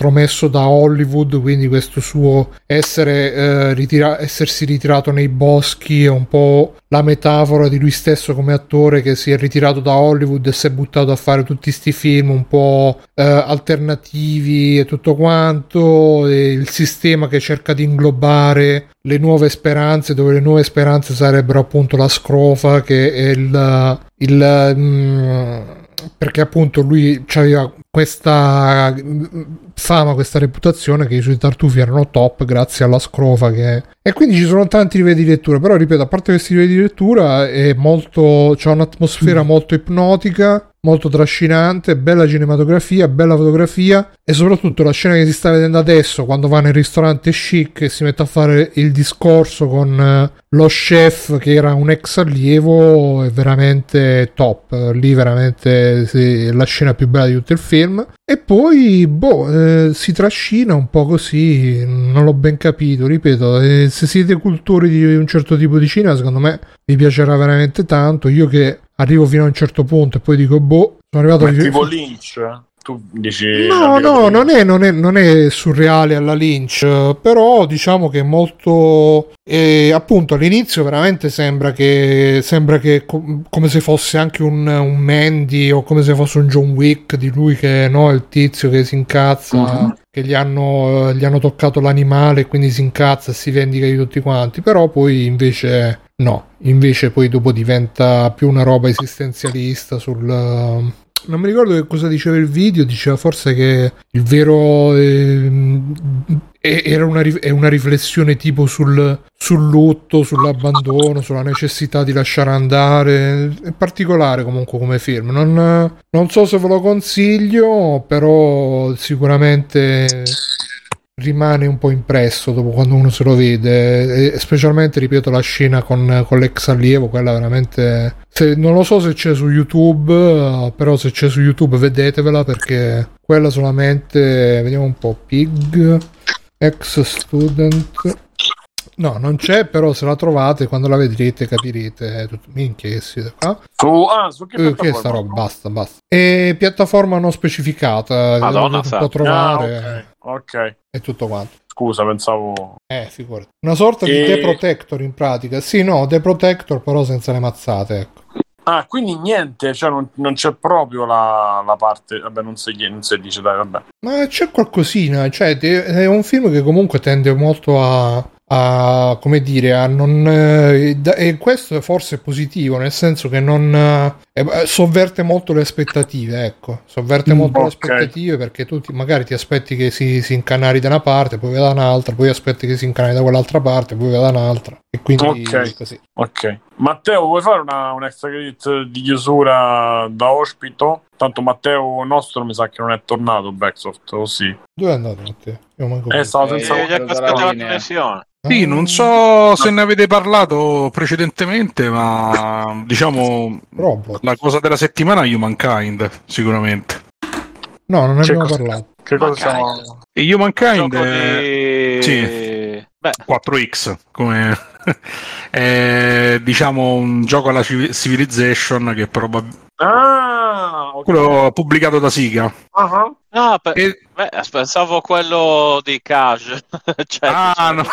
intromesso da Hollywood, quindi questo suo essere eh, ritira- essersi ritirato nei boschi è un po' la metafora di lui stesso come attore che si è ritirato da Hollywood e si è buttato a fare tutti sti film un po' eh, alternativi e tutto quanto, e il sistema che cerca di inglobare le nuove speranze, dove le nuove speranze sarebbero appunto la scrofa, che è il, il mm, perché appunto lui aveva questa fama, questa reputazione che i suoi tartufi erano top grazie alla scrofa che... e quindi ci sono tanti livelli di lettura, però ripeto, a parte questi livelli di lettura è molto, c'è un'atmosfera mm. molto ipnotica, molto trascinante, bella cinematografia, bella fotografia, e soprattutto la scena che si sta vedendo adesso quando va nel ristorante chic e si mette a fare il discorso con lo chef che era un ex allievo è veramente top. Lì veramente sì, è la scena più bella di tutto il film. E poi boh, eh, si trascina un po' così, non l'ho ben capito, ripeto, eh, se siete cultori di un certo tipo di cinema secondo me vi piacerà veramente tanto. Io che arrivo fino a un certo punto e poi dico boh, sono arrivato ma a... tipo Lynch? Tu dici no no non è, non, è, non è surreale alla Lynch, però diciamo che è molto eh, appunto all'inizio veramente sembra che sembra che com- come se fosse anche un, un Mandy o come se fosse un John Wick, di lui che no, il tizio che si incazza uh-huh. che gli hanno, gli hanno toccato l'animale e quindi si incazza e si vendica di tutti quanti, però poi invece no, invece poi dopo diventa più una roba esistenzialista sul... Non mi ricordo che cosa diceva il video, diceva forse che il vero eh, era una, è una riflessione tipo sul, sul lutto, sull'abbandono, sulla necessità di lasciare andare. È particolare comunque come film, non, non so se ve lo consiglio, però sicuramente rimane un po' impresso dopo quando uno se lo vede, e specialmente ripeto la scena con, con l'ex allievo, quella veramente, se, non lo so se c'è su YouTube, però se c'è su YouTube vedetevela, perché quella solamente, vediamo un po', Pig ex student, no non c'è, però se la trovate quando la vedrete capirete tutto. Minchia che siete qua su, ah, su che, eh, che sta roba, basta basta, e piattaforma non specificata, Madonna, un po' trovare. Ah, ok, ok. E tutto quanto. Scusa, pensavo... Eh, figurati. Una sorta e... di The Protector in pratica. Sì, no, The Protector però senza le mazzate, ecco. Ah, quindi niente, cioè non, non c'è proprio la, la parte... Vabbè, non si, non si dice, dai, vabbè. Ma c'è qualcosina, cioè è un film che comunque tende molto a... a come dire, a non... Eh, e questo forse è positivo, nel senso che non... Eh, sovverte molto le aspettative, ecco. Sovverte mm, molto okay. le aspettative, perché tu ti, magari ti aspetti che si, si incanali da una parte, poi da un'altra, poi aspetti che si incanali da quell'altra parte, poi da un'altra. E quindi okay. così. Ok. Matteo, vuoi fare una, un extra credit di chiusura da ospito? Tanto Matteo nostro mi sa che non è tornato, Backsoft, o sì? Dove è andato Matteo? Io manco eh, stavo senza eh, la connessione. Sì, non so se ne avete parlato precedentemente, ma diciamo Robot. La cosa della settimana è Humankind, sicuramente. No, non ne abbiamo cosa, parlato. Che cosa siamo... E Humankind è... di... sì. Beh. quattro X, come è, diciamo un gioco alla Civilization che probabilmente ah, okay. quello pubblicato da Siga. Uh-huh. Ah, pe- e... beh, pensavo quello di Cage. cioè, ah, no.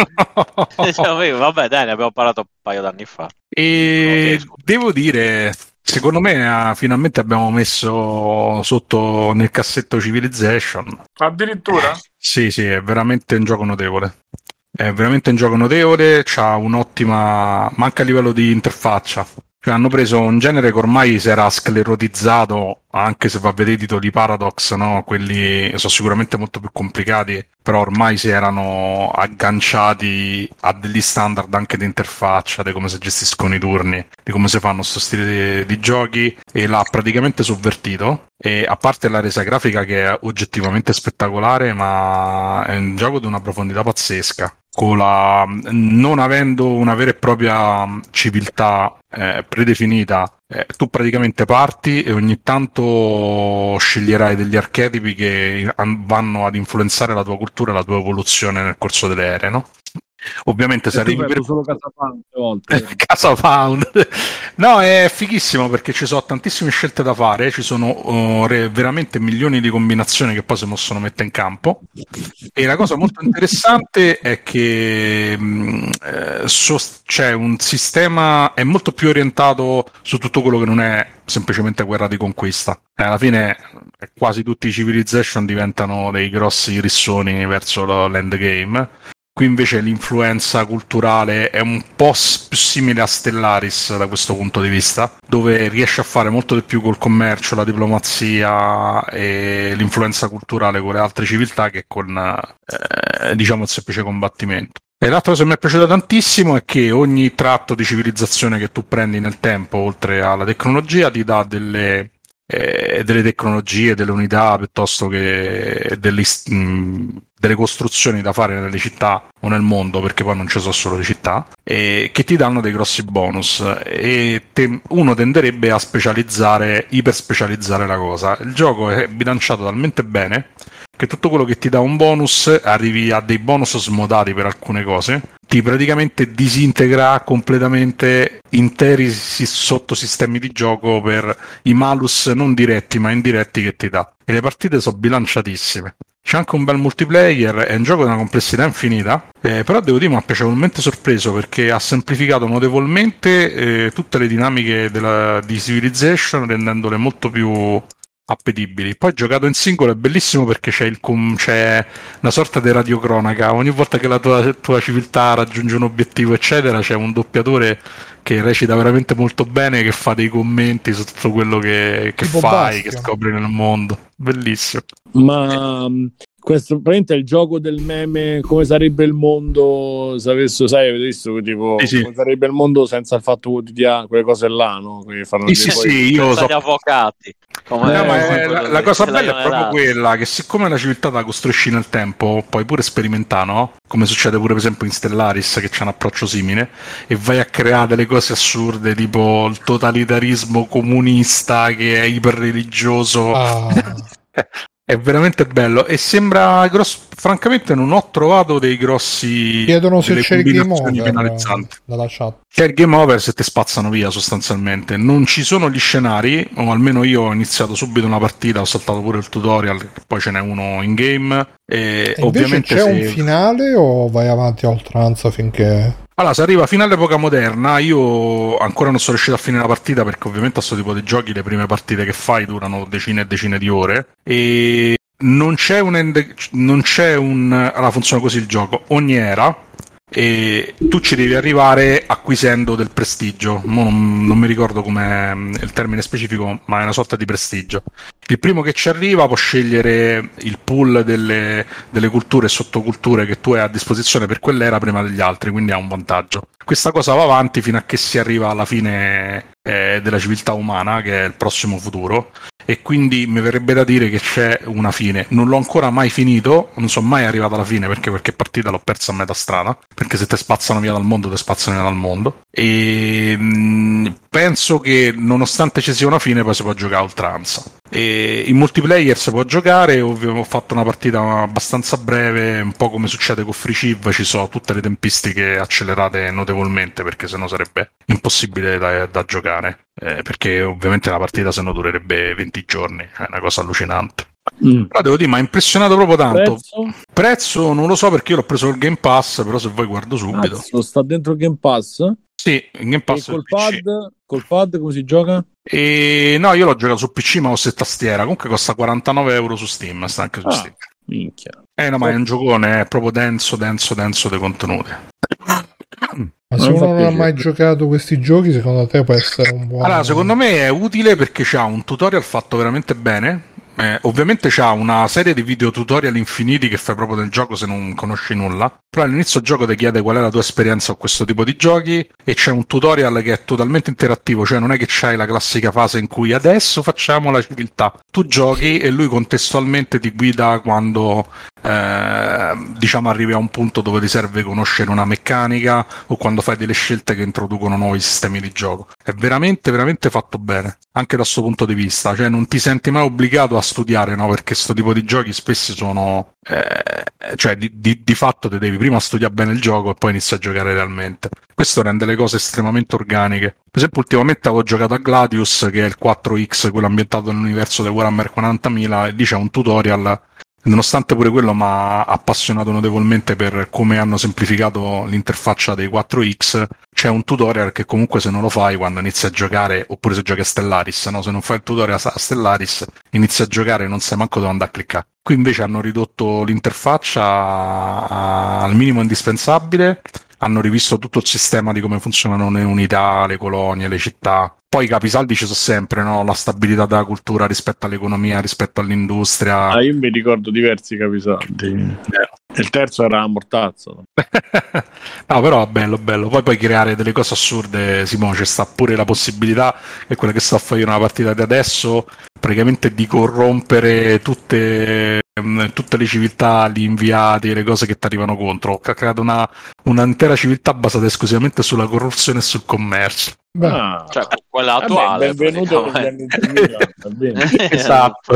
no. Vabbè, dai, ne abbiamo parlato un paio d'anni fa. E okay, devo dire, secondo me ah, finalmente abbiamo messo sotto nel cassetto Civilization. Addirittura? Eh, sì, sì, è veramente un gioco notevole. È veramente un gioco notevole, c'ha un'ottima, ma anche a livello di interfaccia. Cioè, hanno preso un genere che ormai si era sclerotizzato, anche se va a vedere i titoli Paradox, no? Quelli sono sicuramente molto più complicati, però ormai si erano agganciati a degli standard anche di interfaccia, di come si gestiscono i turni, di come si fanno questo stile di, di giochi, e l'ha praticamente sovvertito. E a parte la resa grafica che è oggettivamente spettacolare, ma è un gioco di una profondità pazzesca. Con la, non avendo una vera e propria civiltà eh, predefinita, eh, tu praticamente parti e ogni tanto sceglierai degli archetipi che vanno ad influenzare la tua cultura e la tua evoluzione nel corso delle ere, no? Ovviamente se arrivi per solo Casa Pound volte. Casa Pound. No, è fighissimo perché ci sono tantissime scelte da fare, ci sono uh, re- veramente milioni di combinazioni che poi si possono mettere in campo, e la cosa molto interessante è che mh, eh, so- c'è un sistema, è molto più orientato su tutto quello che non è semplicemente guerra di conquista. Eh, alla fine eh, quasi tutti i Civilization diventano dei grossi rissoni verso lo- l'endgame. Qui invece l'influenza culturale è un po' più simile a Stellaris da questo punto di vista, dove riesce a fare molto di più col commercio, la diplomazia e l'influenza culturale con le altre civiltà che con eh, diciamo il semplice combattimento. E l'altra cosa che mi è piaciuta tantissimo è che ogni tratto di civilizzazione che tu prendi nel tempo, oltre alla tecnologia, ti dà delle Eh, delle tecnologie, delle unità piuttosto che delle, mh, delle costruzioni da fare nelle città o nel mondo, perché poi non ci sono solo le città, e che ti danno dei grossi bonus, e te, uno tenderebbe a specializzare, iper specializzare la cosa. Il gioco è bilanciato talmente bene che tutto quello che ti dà un bonus, arrivi a dei bonus smodati per alcune cose, ti praticamente disintegra completamente interi sottosistemi di gioco per i malus non diretti ma indiretti che ti dà, e le partite sono bilanciatissime. C'è anche un bel multiplayer, è un gioco di una complessità infinita, eh, però devo dire mi ha piacevolmente sorpreso perché ha semplificato notevolmente eh, tutte le dinamiche della, di Civilization, rendendole molto più appetibili. Poi giocato in singolo è bellissimo perché c'è, il com- c'è una sorta di radiocronaca, ogni volta che la tua, tua civiltà raggiunge un obiettivo eccetera c'è un doppiatore che recita veramente molto bene, che fa dei commenti su tutto quello che, che fai, Bastion, che scopri nel mondo. Bellissimo. Ma questo praticamente è il gioco del meme, come sarebbe il mondo se avesse, sai, avete visto tipo sì, sì. come sarebbe il mondo senza il fatto quotidiano, quelle cose là, no? Che fanno sì, sì, sì, io so... gli avvocati. Come no, ma è, la, la cosa bella è proprio quella che siccome la civiltà la costruisci nel tempo, puoi pure sperimentare, no? Come succede pure per esempio in Stellaris, che c'è un approccio simile, e vai a creare delle cose assurde tipo il totalitarismo comunista che è iperreligioso. Ah. È veramente bello e sembra grosso. Francamente non ho trovato dei grossi, chiedono se c'è il game over dalla chat. C'è il game over se ti spazzano via sostanzialmente. Non ci sono gli scenari, o almeno io ho iniziato subito una partita, ho saltato pure il tutorial, poi ce n'è uno in game e, e ovviamente c'è se... un finale o vai avanti a oltranza finché... Allora, se arriva fino all'epoca moderna, io ancora non sono riuscito a finire la partita perché ovviamente a questo tipo di giochi le prime partite che fai durano decine e decine di ore e non c'è un end... non c'è un... Allora funziona così il gioco, ogni era e tu ci devi arrivare acquisendo del prestigio. Mo non, non mi ricordo com'è il termine specifico, ma è una sorta di prestigio. Il primo che ci arriva può scegliere il pool delle, delle culture e sottoculture che tu hai a disposizione per quell'era prima degli altri, quindi ha un vantaggio. Questa cosa va avanti fino a che si arriva alla fine eh, della civiltà umana, che è il prossimo futuro, e quindi mi verrebbe da dire che c'è una fine. Non l'ho ancora mai finito, non sono mai arrivato alla fine perché qualche partita l'ho persa a metà strada, perché se te spazzano via dal mondo te spazzano via dal mondo, e mh, penso che nonostante ci sia una fine poi si può giocare a oltranza. E in multiplayer si può giocare, ovviamente ho fatto una partita abbastanza breve, un po' come succede con Free Civ, ci sono tutte le tempistiche accelerate notevolmente perché sennò sarebbe impossibile da, da giocare, eh, perché ovviamente la partita sennò durerebbe venti giorni, è una cosa allucinante. Mm. Però devo dire, mi ha impressionato proprio tanto. Prezzo? Prezzo non lo so perché io l'ho preso il Game Pass, però se vuoi guardo subito. Cazzo, sta dentro il Game Pass? Sì, il Game Pass. E col pad, col pad come si gioca? E no, io l'ho giocato su P C mouse e tastiera, comunque costa quarantanove euro su Steam, sta anche su ah, Steam. Minchia. Eh no, ma è un giocone, è proprio denso, denso, denso dei contenuti. Ma se uno non ha mai giocato questi giochi, secondo te può essere un buon... Allora, secondo me è utile perché c'ha un tutorial fatto veramente bene. Eh, ovviamente c'ha una serie di video tutorial infiniti che fai proprio nel gioco se non conosci nulla, però all'inizio il gioco ti chiede qual è la tua esperienza con questo tipo di giochi e c'è un tutorial che è totalmente interattivo, cioè non è che c'hai la classica fase in cui adesso facciamo la civiltà, tu giochi e lui contestualmente ti guida quando eh, diciamo arrivi a un punto dove ti serve conoscere una meccanica o quando fai delle scelte che introducono nuovi sistemi di gioco. È veramente veramente fatto bene anche da questo punto di vista, cioè non ti senti mai obbligato a studiare, no? Perché questo tipo di giochi spesso sono, eh, cioè di, di, di fatto te devi prima studiare bene il gioco e poi inizi a giocare realmente. Questo rende le cose estremamente organiche. Per esempio, ultimamente avevo giocato a Gladius, che è il quattro X, quello ambientato nell'universo di Warhammer quarantamila, e lì c'è un tutorial. Nonostante pure quello mi ha appassionato notevolmente per come hanno semplificato l'interfaccia dei quattro X, c'è un tutorial che comunque se non lo fai quando inizi a giocare, oppure se giochi a Stellaris, no? Se non fai il tutorial a Stellaris, inizi a giocare e non sai manco dove andare a cliccare. Qui invece hanno ridotto l'interfaccia al minimo indispensabile, hanno rivisto tutto il sistema di come funzionano le unità, le colonie, le città. Poi i capisaldi ci sono sempre, no? La stabilità della cultura rispetto all'economia, rispetto all'industria. Ah, io mi ricordo diversi capisaldi. Eh. Il terzo era Mortazzo. No, però bello, bello. Poi puoi creare delle cose assurde, Simone. C'è sta pure la possibilità, è quella che sto a fare io nella partita di adesso, praticamente di corrompere tutte, tutte le civiltà, gli inviati, le cose che ti arrivano contro. Ho creato una, un'intera civiltà basata esclusivamente sulla corruzione e sul commercio. Ah, cioè quella attuale. Vabbè, benvenuto negli anni duemila, va bene. Esatto.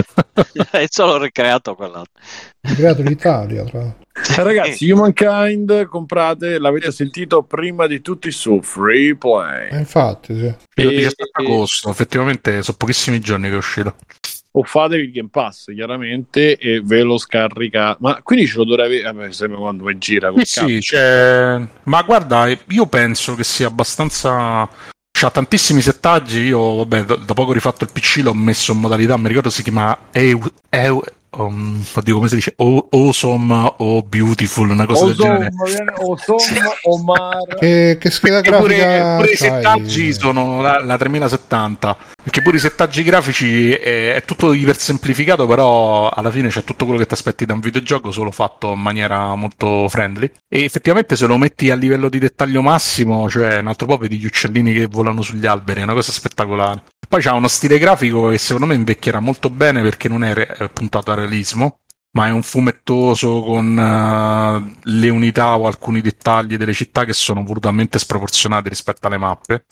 È solo ricreato quella. Ricreato l'Italia, tra l'altro. Eh, ragazzi, Humankind, comprate, l'avete sentito prima di tutti su Free Play. Eh, infatti, sì. Il diciassette agosto, effettivamente sono pochissimi giorni che è uscito. O fatevi il Game Pass, chiaramente, e ve lo scaricate. Ma quindi ce lo dovrei avere. Vabbè, sempre quando poi gira. Sì, sì, c'è... Ma guarda, io penso che sia abbastanza. C'ha tantissimi settaggi. Io, vabbè, da, da poco ho rifatto il P C, l'ho messo in modalità, mi ricordo si chiama Eu, Eu, um, oddio, come si dice? O, awesome o Beautiful, una cosa Awesome, del genere. Awesome, Sì. Omar. Che, che scheda Perché grafica pure, pure i c'hai? settaggi sono la, la tremila settanta, perché pure i settaggi grafici è, è tutto iper semplificato, però alla fine c'è tutto quello che ti aspetti da un videogioco, solo fatto in maniera molto friendly, e effettivamente se lo metti a livello di dettaglio massimo, cioè un altro po' vedi gli uccellini che volano sugli alberi, è una cosa spettacolare. Poi c'ha uno stile grafico che secondo me invecchierà molto bene, perché non è, re- è puntato al realismo, ma è un fumettoso con uh, le unità o alcuni dettagli delle città che sono volutamente sproporzionati rispetto alle mappe.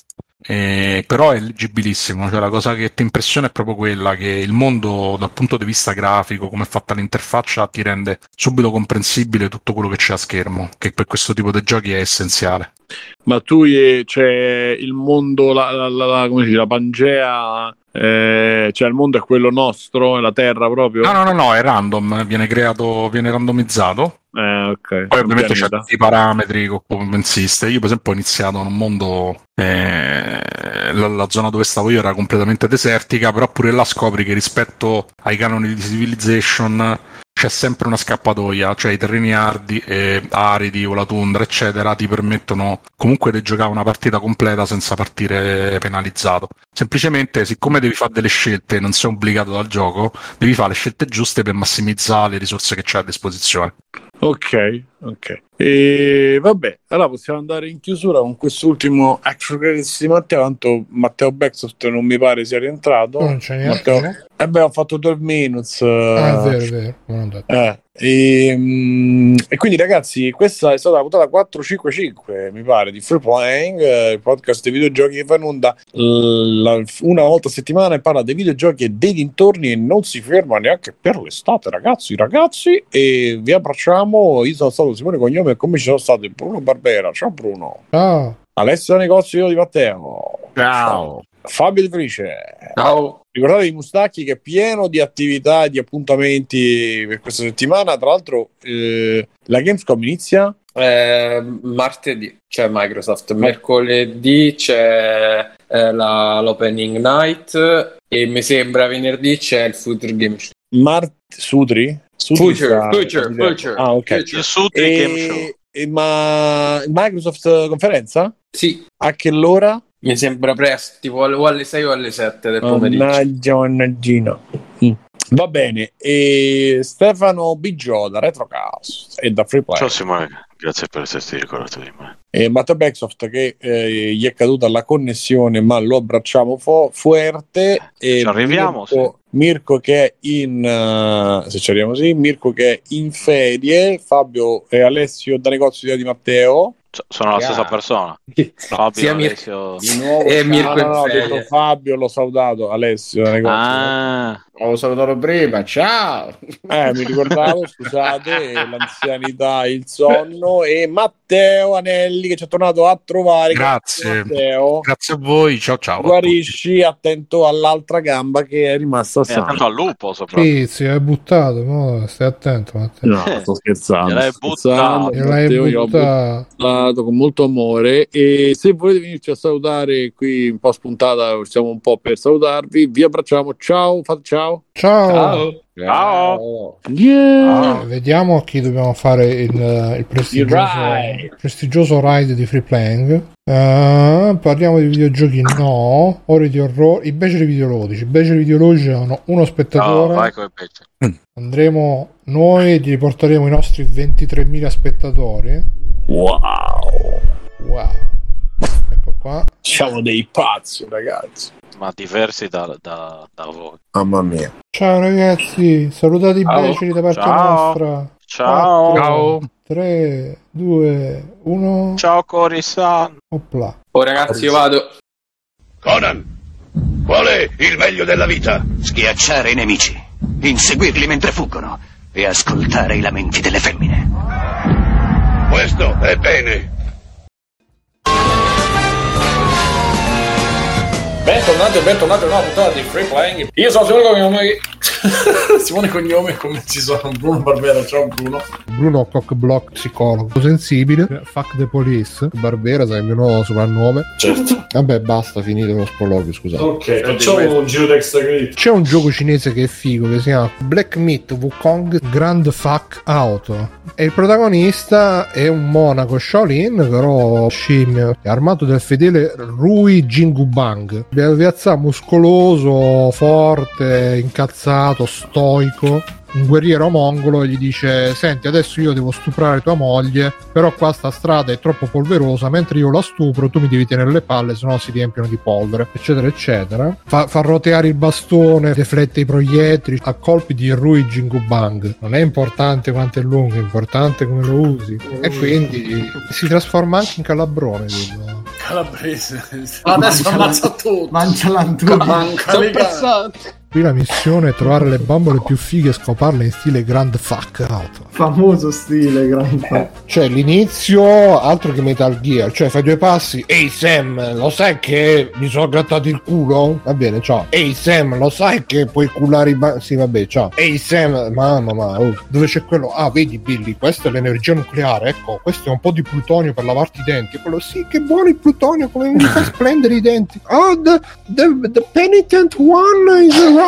Eh, però è leggibilissimo, cioè la cosa che ti impressiona è proprio quella che il mondo dal punto di vista grafico, come è fatta l'interfaccia, ti rende subito comprensibile tutto quello che c'è a schermo, che per questo tipo di giochi è essenziale. Ma tu c'è cioè, il mondo, la, la, la, come si dice, la Pangea, eh, cioè il mondo è quello nostro, è la Terra proprio? No, no, no, no, è random, viene creato, viene randomizzato. Eh, ok. Poi ovviamente c'è tutti i parametri come insiste. Io per esempio ho iniziato in un mondo, eh, la, la zona dove stavo io era completamente desertica, però pure là scopri che rispetto ai canoni di Civilization c'è sempre una scappatoia, cioè i terreni ardi, eh, aridi o la tundra eccetera ti permettono comunque di giocare una partita completa senza partire penalizzato. Semplicemente, siccome devi fare delle scelte, non sei obbligato dal gioco, devi fare le scelte giuste per massimizzare le risorse che c'hai a disposizione. Ok, ok. E vabbè, allora possiamo andare in chiusura con quest'ultimo action credits di Matteo. Tanto Matteo Backsoft non mi pare sia rientrato. Non c'è niente. Matteo... Eh beh, ho fatto dodici minutes. Ah, è vero, è vero. Non ho detto. Eh, e, mm, e quindi ragazzi, questa è stata la puntata quattrocentocinquantacinque, mi pare, di Free Playing, eh, il podcast dei videogiochi che fa in onda la, una volta a settimana, e parla dei videogiochi e dei dintorni e non si ferma neanche per l'estate, ragazzi, ragazzi, e vi abbracciamo. Io sono stato Simone Cognome e come ci sono stati Bruno Barbera, ciao Bruno. Ciao. Alessio Negozio di Matteo. Ciao. Fabio Di Felice. Ciao. Ricordatevi i Mustacchi, che è pieno di attività e di appuntamenti per questa settimana. Tra l'altro eh, la Gamescom inizia Eh, martedì c'è Microsoft, mercoledì c'è eh, la, l'opening night e mi sembra venerdì c'è il Future Game Show. Mart- Sutri? Sutri Future, sta- future, future, Ah, ok. future. Il Sutri Game Show. E, e ma Microsoft conferenza? Sì, A che l'ora? mi sembra presto, tipo o alle sei o alle sette del pomeriggio. Mannaggia, mannaggino. Mm. Va bene. E Stefano Biggio da Retrocast e da Free Play. Ciao Simone, grazie per esserti ricordato di me. E Matteo Backsoft che eh, gli è caduta la connessione, ma lo abbracciamo fo- fuerte. E Ci arriviamo, Mirko, Mirko che è in uh, se ci arriviamo sì, Mirko che è in ferie, Fabio e Alessio da negozio di Matteo. Sono la stessa persona. Fabio, sia Mir- Alessio... di nuovo e Mirko no, no, no, ho Infelia. detto Fabio, l'ho salutato. Alessio, Ah, Ho salutato prima, ciao! eh, mi ricordavo, scusate, l'anzianità, il sonno e Matteo Anelli che ci è tornato a trovare. Grazie. Matteo. Grazie a voi, ciao ciao. Guarisci, attento all'altra gamba che è rimasta e sana. attento al lupo soprattutto. Sì, si è buttato, no? Stai attento, Matteo. No, sto scherzando. Gliel'hai sto scherzando. Gliel'hai Matteo, io l'ho buttato. buttato con molto amore e se volete venirci a salutare qui un po' spuntata, stiamo un po' per salutarvi, vi abbracciamo, ciao, fate ciao. Ciao. Ciao. Yeah. Eh, vediamo a chi dobbiamo fare il, il prestigioso, ride. il prestigioso ride di Free Playing. Eh, parliamo di videogiochi, no. Ore di orrore. I beceri videoludici. I beceri videoludici hanno uno No, spettatore. vai con i pezzi. Andremo noi e gli riporteremo i nostri ventitremila spettatori. Wow. Wow. Ecco qua. Siamo dei pazzi, ragazzi. Ma diversi da, da, da voi. Mamma mia. Ciao ragazzi, salutate i Ciao. beceri da parte Ciao. nostra. Ciao. Ciao. tre, due, uno. Ciao Cori-san. Opla. Oh ragazzi, io vado. Conan, qual è il meglio della vita? Schiacciare i nemici, inseguirli mentre fuggono e ascoltare i lamenti delle femmine. Questo è bene. Bentornati e bentornati a una puntata di Free Playing. Io sono Simone Cognome. Simone Cognome, come ci sono Bruno Barbera. Ciao Bruno. Bruno Cockblock, psicologo sensibile. Fuck the police. Barbera, sai il mio nuovo soprannome. Certo. Vabbè, basta, finite lo sproloquio, scusate. Ok, facciamo un giro di extra credit. C'è un gioco cinese che è figo che si chiama Black Myth Wukong Grand Fuck Auto e il protagonista è un monaco Shaolin, però scimmio, è armato del fedele Rui Jingubang, piazza muscoloso, forte, incazzato, stoico, un guerriero mongolo, e gli dice: senti, adesso io devo stuprare tua moglie, però qua sta strada è troppo polverosa, mentre io la stupro tu mi devi tenere le palle, sennò si riempiono di polvere, eccetera eccetera. Fa, fa roteare il bastone, deflette i proiettili a colpi di Rui Jingubang. Non è importante quanto è lungo, è importante come lo usi, e quindi si trasforma anche in calabrone, dillo. Calabrese. Adesso ammazza tutto. Mangia l'antuca. Qui la missione è trovare le bambole più fighe e scoparle in stile Grand Fuck Auto. Famoso stile, grande. Cioè l'inizio altro che Metal Gear, cioè fai due passi: ehi Sam, lo sai che mi sono grattato il culo? Va bene, ciao. Ehi Sam, lo sai che puoi cullare i ba- sì, vabbè, ciao. Ehi Sam, mamma ma oh, dove c'è quello? Ah, vedi Billy, questa è l'energia nucleare, ecco, questo è un po' di plutonio per lavarti i denti. E quello, sì, che buono il plutonio, come mi fa splendere i denti. Oh, the, the, the penitent one is arrived.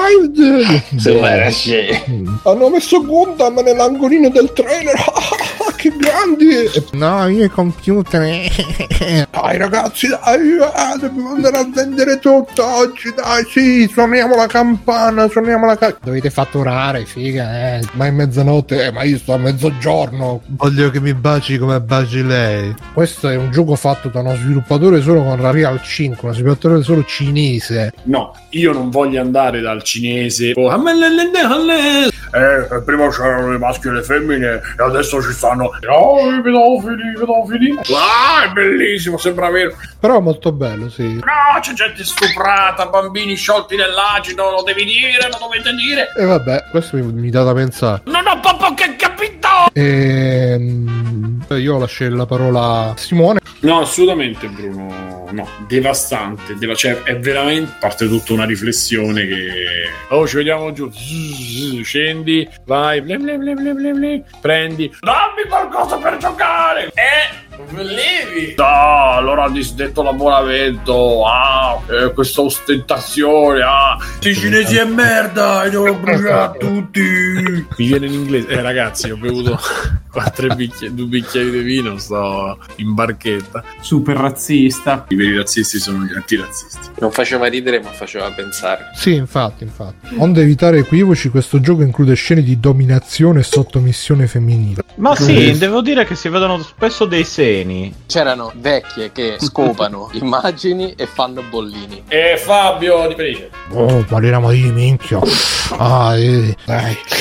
Hanno messo Gundam nell'angolino del trailer. Che grandi! No, io i computer. Dai ragazzi, dai, ah, dobbiamo andare a vendere tutto oggi, dai, sì, suoniamo la campana, suoniamo la campana. Dovete fatturare, figa, eh. Ma è mezzanotte, eh, ma io sto a mezzogiorno. Voglio che mi baci come baci lei. Questo è un gioco fatto da uno sviluppatore solo con Unreal cinque, uno sviluppatore solo cinese. No, io non voglio andare dal cinese. Oh, eh, prima c'erano i maschi e le femmine e adesso ci stanno oh, i pedofili, i pedofili. Ah, è bellissimo, sembra vero. Però è molto bello, sì. No, c'è gente stuprata, bambini sciolti nell'acido, lo devi dire, lo dovete dire. E vabbè, questo mi, mi dà da pensare. Non ho proprio che capito. Ehm, io lascio la parola a Simone. No, assolutamente Bruno, no, devastante, deva- cioè è veramente, parte tutta una riflessione che oh, ci vediamo giù, scendi, vai, ble ble ble ble ble ble, prendi, dammi qualcosa per giocare, eh, volevi? No, allora disdetto l'abbonamento, ah, eh, questa ostentazione, ah, i cinesi è merda, e devo bruciare tutti. Mi viene in inglese, eh ragazzi, ho bevuto quattro bicchieri, due bicchieri di vino, sto in barchetta. Super razzista. I veri razzisti sono gli antirazzisti. Non faceva ridere, ma faceva pensare. Sì, infatti, infatti. Onde evitare equivoci, questo gioco include scene di dominazione e sottomissione femminile. Ma sì, devo dire che si vedono spesso dei seni. C'erano vecchie che scopano immagini e fanno bollini. E Fabio di Felice. Oh, parliamo di minchia. Ah, eh, dai.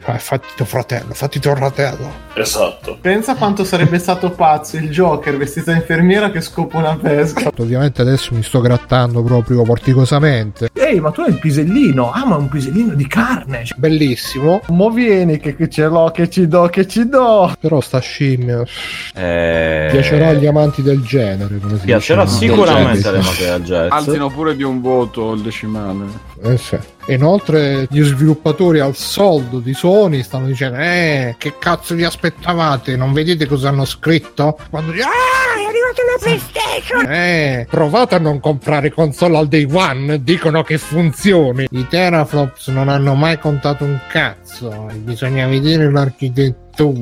Ah, fatti tuo fratello, fatti tuo fratello. Esatto. Pensa quanto sarebbe stato pazzo il Joker vestito da infermiera che scopa una pesca. Ovviamente adesso mi sto grattando proprio porticosamente. Ehi, ma tu hai il pisellino. Ah, ma un pisellino di carne. Bellissimo. Mo vieni che, che ce l'ho, che ci do, che ci do. Però sta scimmia Eh... piacerà agli amanti del genere, come si Piacerà dice, no? sicuramente alle amanti del jazz. Alzino pure di un voto il decimale. Eh sì. E inoltre gli sviluppatori al soldo di Sony stanno dicendo eh che cazzo vi aspettavate, non vedete cosa hanno scritto? Quando dicono ah è arrivata la PlayStation, eh provate a non comprare console al day one, dicono che funzioni. I teraflops non hanno mai contato un cazzo, bisogna vedere l'architettura.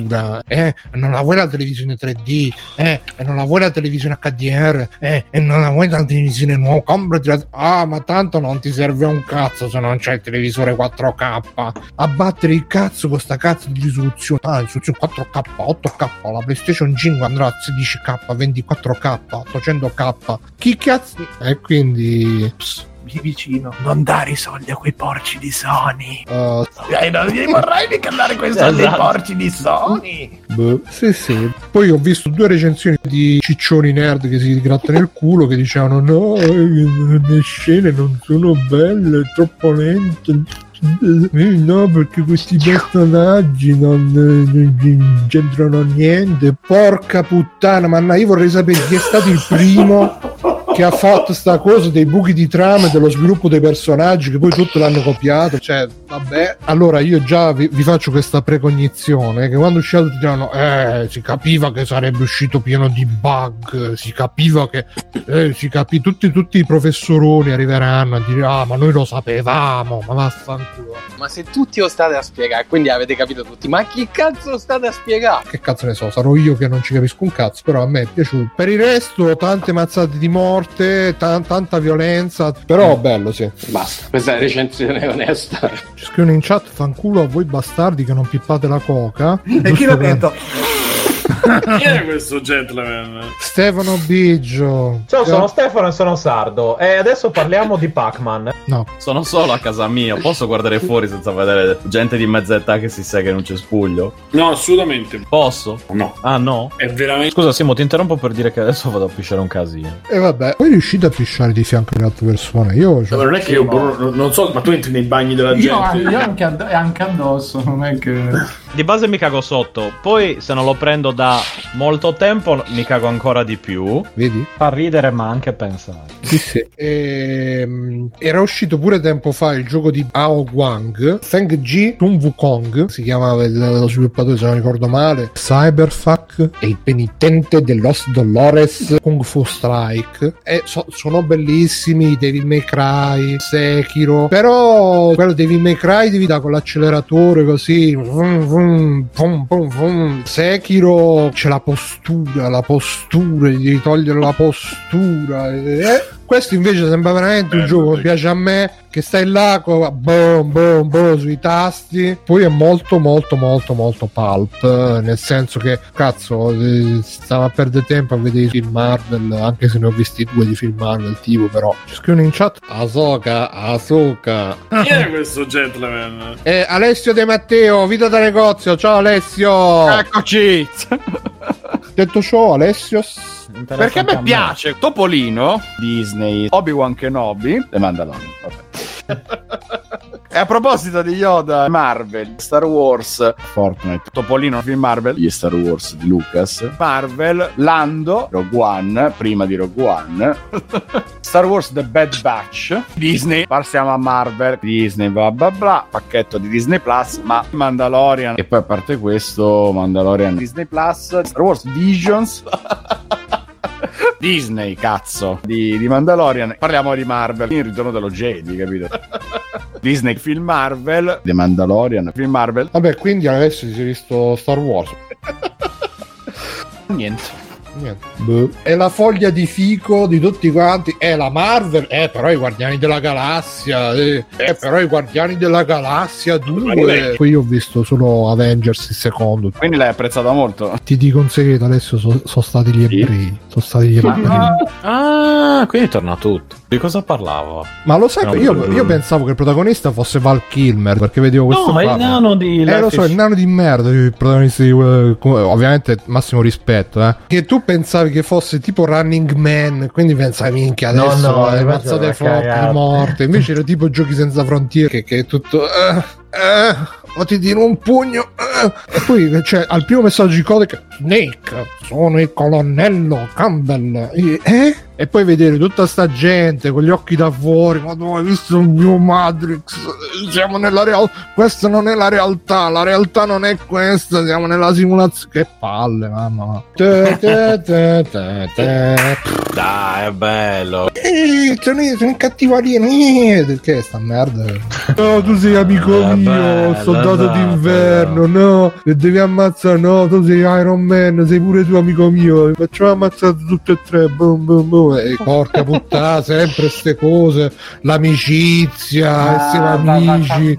Eh, non la vuoi la televisione tre D, eh, e non la vuoi la televisione H D R, eh, e non la vuoi la televisione nuova, comprati la... Ah, ma tanto non ti serve un cazzo se non c'è il televisore quattro K. Abbattere il cazzo con sta cazzo di risoluzione. Ah, risoluzione quattro K, otto K, la PlayStation cinque andrà a sedici K, ventiquattro K, ottocento K. Chi cazzo... E quindi... Pss. Vicino, non dare i soldi a quei porci di Sony. Uh, eh, non gli vorrei mica dare quei soldi ai porci di Sony. Beh, sì, sì. Poi ho visto due recensioni di ciccioni nerd che si grattano il culo che dicevano no, le scene non sono belle, è troppo lente. Eh, no, perché questi personaggi non, non c'entrano niente. Porca puttana, ma io vorrei sapere chi è stato il primo che ha fatto sta cosa dei buchi di trama e dello sviluppo dei personaggi che poi tutto l'hanno copiato. Cioè, vabbè. Allora io già vi, vi faccio questa precognizione che quando uscito ti diranno eh, si capiva che sarebbe uscito pieno di bug, si capiva che eh, si capì, tutti, tutti i professoroni arriveranno a dire ah ma noi lo sapevamo, ma vaffanculo. Ma se tutti lo state a spiegare, quindi avete capito tutti, ma chi cazzo lo state a spiegare? Che cazzo ne so, sarò io che non ci capisco un cazzo, però a me è piaciuto. Per il resto tante mazzate di morte, t- tanta violenza, però bello, sì. Basta, questa è la recensione onesta. Ci scrivono in chat fanculo a voi bastardi che non pippate la coca. E chi l'ha detto? Chi è questo gentleman? Stefano Biggio. Ciao, sono Stefano e sono sardo. E adesso parliamo di Pac-Man. No. Sono solo a casa mia. Posso guardare fuori senza vedere gente di mezza età che si sega in un cespuglio? No, assolutamente. Posso? No. Ah, no? È veramente... Scusa Simo, ti interrompo per dire che adesso vado a pisciare un casino. E vabbè, poi riuscite a pisciare di fianco alle altre persone? Io cioè... Ma non è che io no. non so, ma tu entri nei bagni della gente? Io, io anche, ad- anche addosso, non è che... Di base mi cago sotto, poi se non lo prendo da molto tempo mi cago ancora di più. Vedi? Fa ridere ma anche pensare. Sì, sì. Ehm, era uscito pure tempo fa il gioco di Ao Guang, Feng Ji Sun Wukong, si chiamava il, lo sviluppatore se non ricordo male, Cyberfuck e il penitente de Los Dolores Kung Fu Strike. E so, sono bellissimi, Devil May Cry, Sekiro, però quello Devil May Cry devi dare con l'acceleratore così, vum, vum, vum, vum, vum. Sekiro c'è la postura, la postura, devi togliere la postura. Eh? Questo invece sembra veramente un gioco che piace a me, che stai là con boom, boom, boom, sui tasti. Poi è molto molto molto molto pulp, nel senso che cazzo stava a perdere tempo a vedere i film Marvel, anche se ne ho visti due di film Marvel tipo, però ci scrivono in chat Ahsoka, Ahsoka. Chi è questo gentleman? Eh, Alessio De Matteo, vita da negozio. Ciao Alessio. Eccoci. Detto ciò, Alessio, perché a me piace Topolino, Disney, Obi-Wan Kenobi e Mandalorian. Vabbè. E a proposito di Yoda, Marvel, Star Wars, Fortnite, Topolino, film Marvel, gli Star Wars di Lucas, Marvel, Lando, Rogue One, prima di Rogue One, Star Wars The Bad Batch, Disney, passiamo a Marvel, Disney, bla bla bla, pacchetto di Disney Plus, ma Mandalorian, e poi a parte questo, Mandalorian, Disney Plus, Star Wars Visions, Disney, cazzo, di, di Mandalorian. Parliamo di Marvel, il ritorno dello Jedi, capito? Disney, film Marvel, The Mandalorian, film Marvel. Vabbè, quindi adesso si è visto Star Wars. Niente. Niente. Boh. E la foglia di fico di tutti quanti è la Marvel, eh però i Guardiani della Galassia, eh, eh però i Guardiani della Galassia due. Poi io ho visto solo Avengers il secondo. Quindi l'hai apprezzata molto. Ti dico un segreto, adesso sono so stati gli ebrei. Sono stati gli ebrei. Ah, quindi torna tutto. Di cosa parlavo? Ma lo sai, io, io pensavo che il protagonista fosse Val Kilmer, perché vedevo questo No, ma qua. il nano di Eh lo so, il nano di merda, il protagonista di uh, ovviamente massimo rispetto, eh. Che tu pensavi che fosse tipo Running Man, quindi pensavi minchia adesso No, no, è mazzate forti di morte. Invece era tipo Giochi senza frontiere che, che è tutto eh, eh, o ti tiro un pugno eh. E poi cioè, al primo messaggio di codice Snake, sono il colonnello Campbell e, eh? E poi vedere tutta sta gente con gli occhi da fuori, ma tu hai visto il mio Matrix, siamo nella realtà, questa non è la realtà, la realtà non è questa, siamo nella simulazione. Che palle, mamma. Te, te, te, te, te. Dai, è bello. Eh, sono, sono cattivarino. Eh, che sta merda? No, tu sei amico È mio, bello, soldato esatto, d'inverno, no, e devi ammazzare, no, tu sei Iron Man, sei pure tu amico mio, facciamo ammazzare tutti e tre, boom, boom, boom. E porca puttana, sempre ste cose, l'amicizia, essere amici.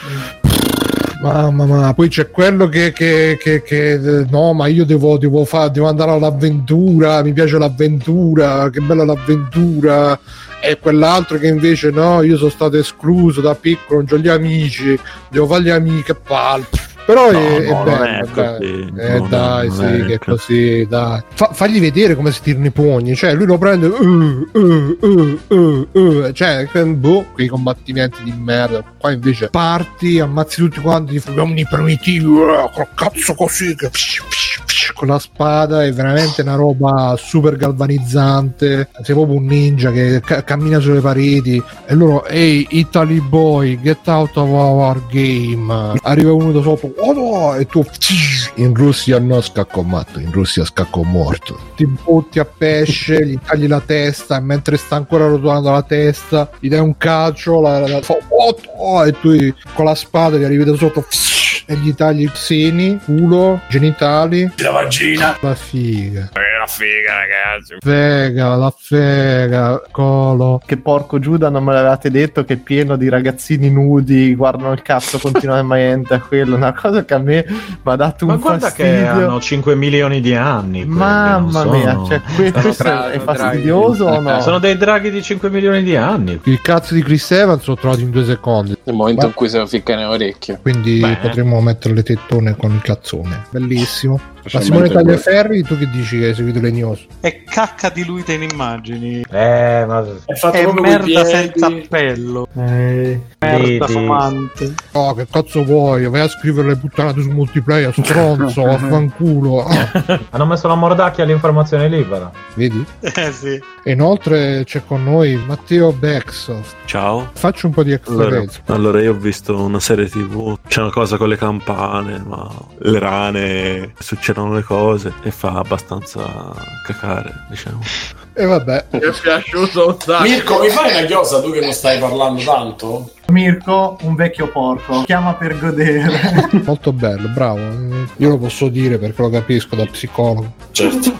Mamma mia, poi c'è quello che, che, che, che no, ma io devo, devo, fa, devo andare all'avventura, mi piace l'avventura, che bella l'avventura. E quell'altro che invece no, io sono stato escluso da piccolo, non c'ho gli amici, devo fare gli amici, che palle. Però no, è, no, è bello, così, eh, no, dai, no, sì, è che è così, dai. Fa, fagli vedere come si tirano i pugni, cioè lui lo prende, uh, uh, uh, uh, uh, cioè, boh, quei combattimenti di merda. Qua invece parti, ammazzi tutti quanti, ti uomini primitivi, uh, col cazzo così, che psh, psh, psh, con la spada, è veramente una roba super galvanizzante. Sei proprio un ninja che ca- cammina sulle pareti e loro, ehi, Italy boy, get out of our game. Arriva uno da sotto, oh no, e tu in Russia no scacco matto, in Russia scacco morto, ti butti a pesce, gli tagli la testa e mentre sta ancora rotolando la testa gli dai un calcio, la, la, la fa, oh, oh, e tu con la spada gli arrivi da sotto e gli tagli i seni, culo, genitali, la vagina, la figa, la figa ragazzi, fega, la fega, colo. Che porco Giuda, non me l'avevate detto che è pieno di ragazzini nudi, guardano il cazzo continuamente a quello, una cosa che a me mi ha dato Ma un guarda fastidio. che hanno cinque milioni di anni. quelli, Mamma non mia, sono- cioè, que- questo è fastidioso o no? Sono dei draghi di cinque milioni di anni. Il cazzo di Chris Evans l'ho trovato in due secondi. Nel momento Ma- in cui se lo ficca nell'orecchio. quindi Beh. potremmo mettere le tettone con il cazzone, bellissimo. Ma Specialmente Simone voi. Tagliaferri, tu che dici che hai seguito le news? È cacca diluita in immagini. Eh, ma è fatto È proprio merda coi piedi. senza appello. Eh, Merda vedi. fumante. Oh, che cazzo vuoi? Vai a scrivere le puttanate su multiplayer, stronzo, affanculo. Ah, Hanno messo la mordacchia all'informazione libera. vedi? Eh sì. E inoltre c'è con noi Matteo Bexoft. Ciao. Faccio un po' di Allora, extra allora, io ho visto una serie tv, c'è una cosa con le campane, ma le rane, succedono le cose e fa abbastanza cacare, diciamo. E vabbè. Mi è piaciuto un sacco. Mirko, mi fai una chiosa tu che non stai parlando tanto? Mirko, un vecchio porco, chiama per godere. Molto bello, bravo. Io lo posso dire perché lo capisco da psicologo. Certo.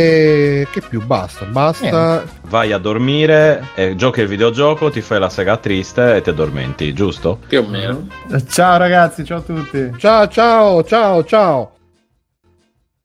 E che più? Basta, basta. Vai a dormire, e giochi il videogioco, ti fai la sega triste e ti addormenti, giusto? Più o meno. Ciao ragazzi, ciao a tutti. Ciao, ciao, ciao, ciao.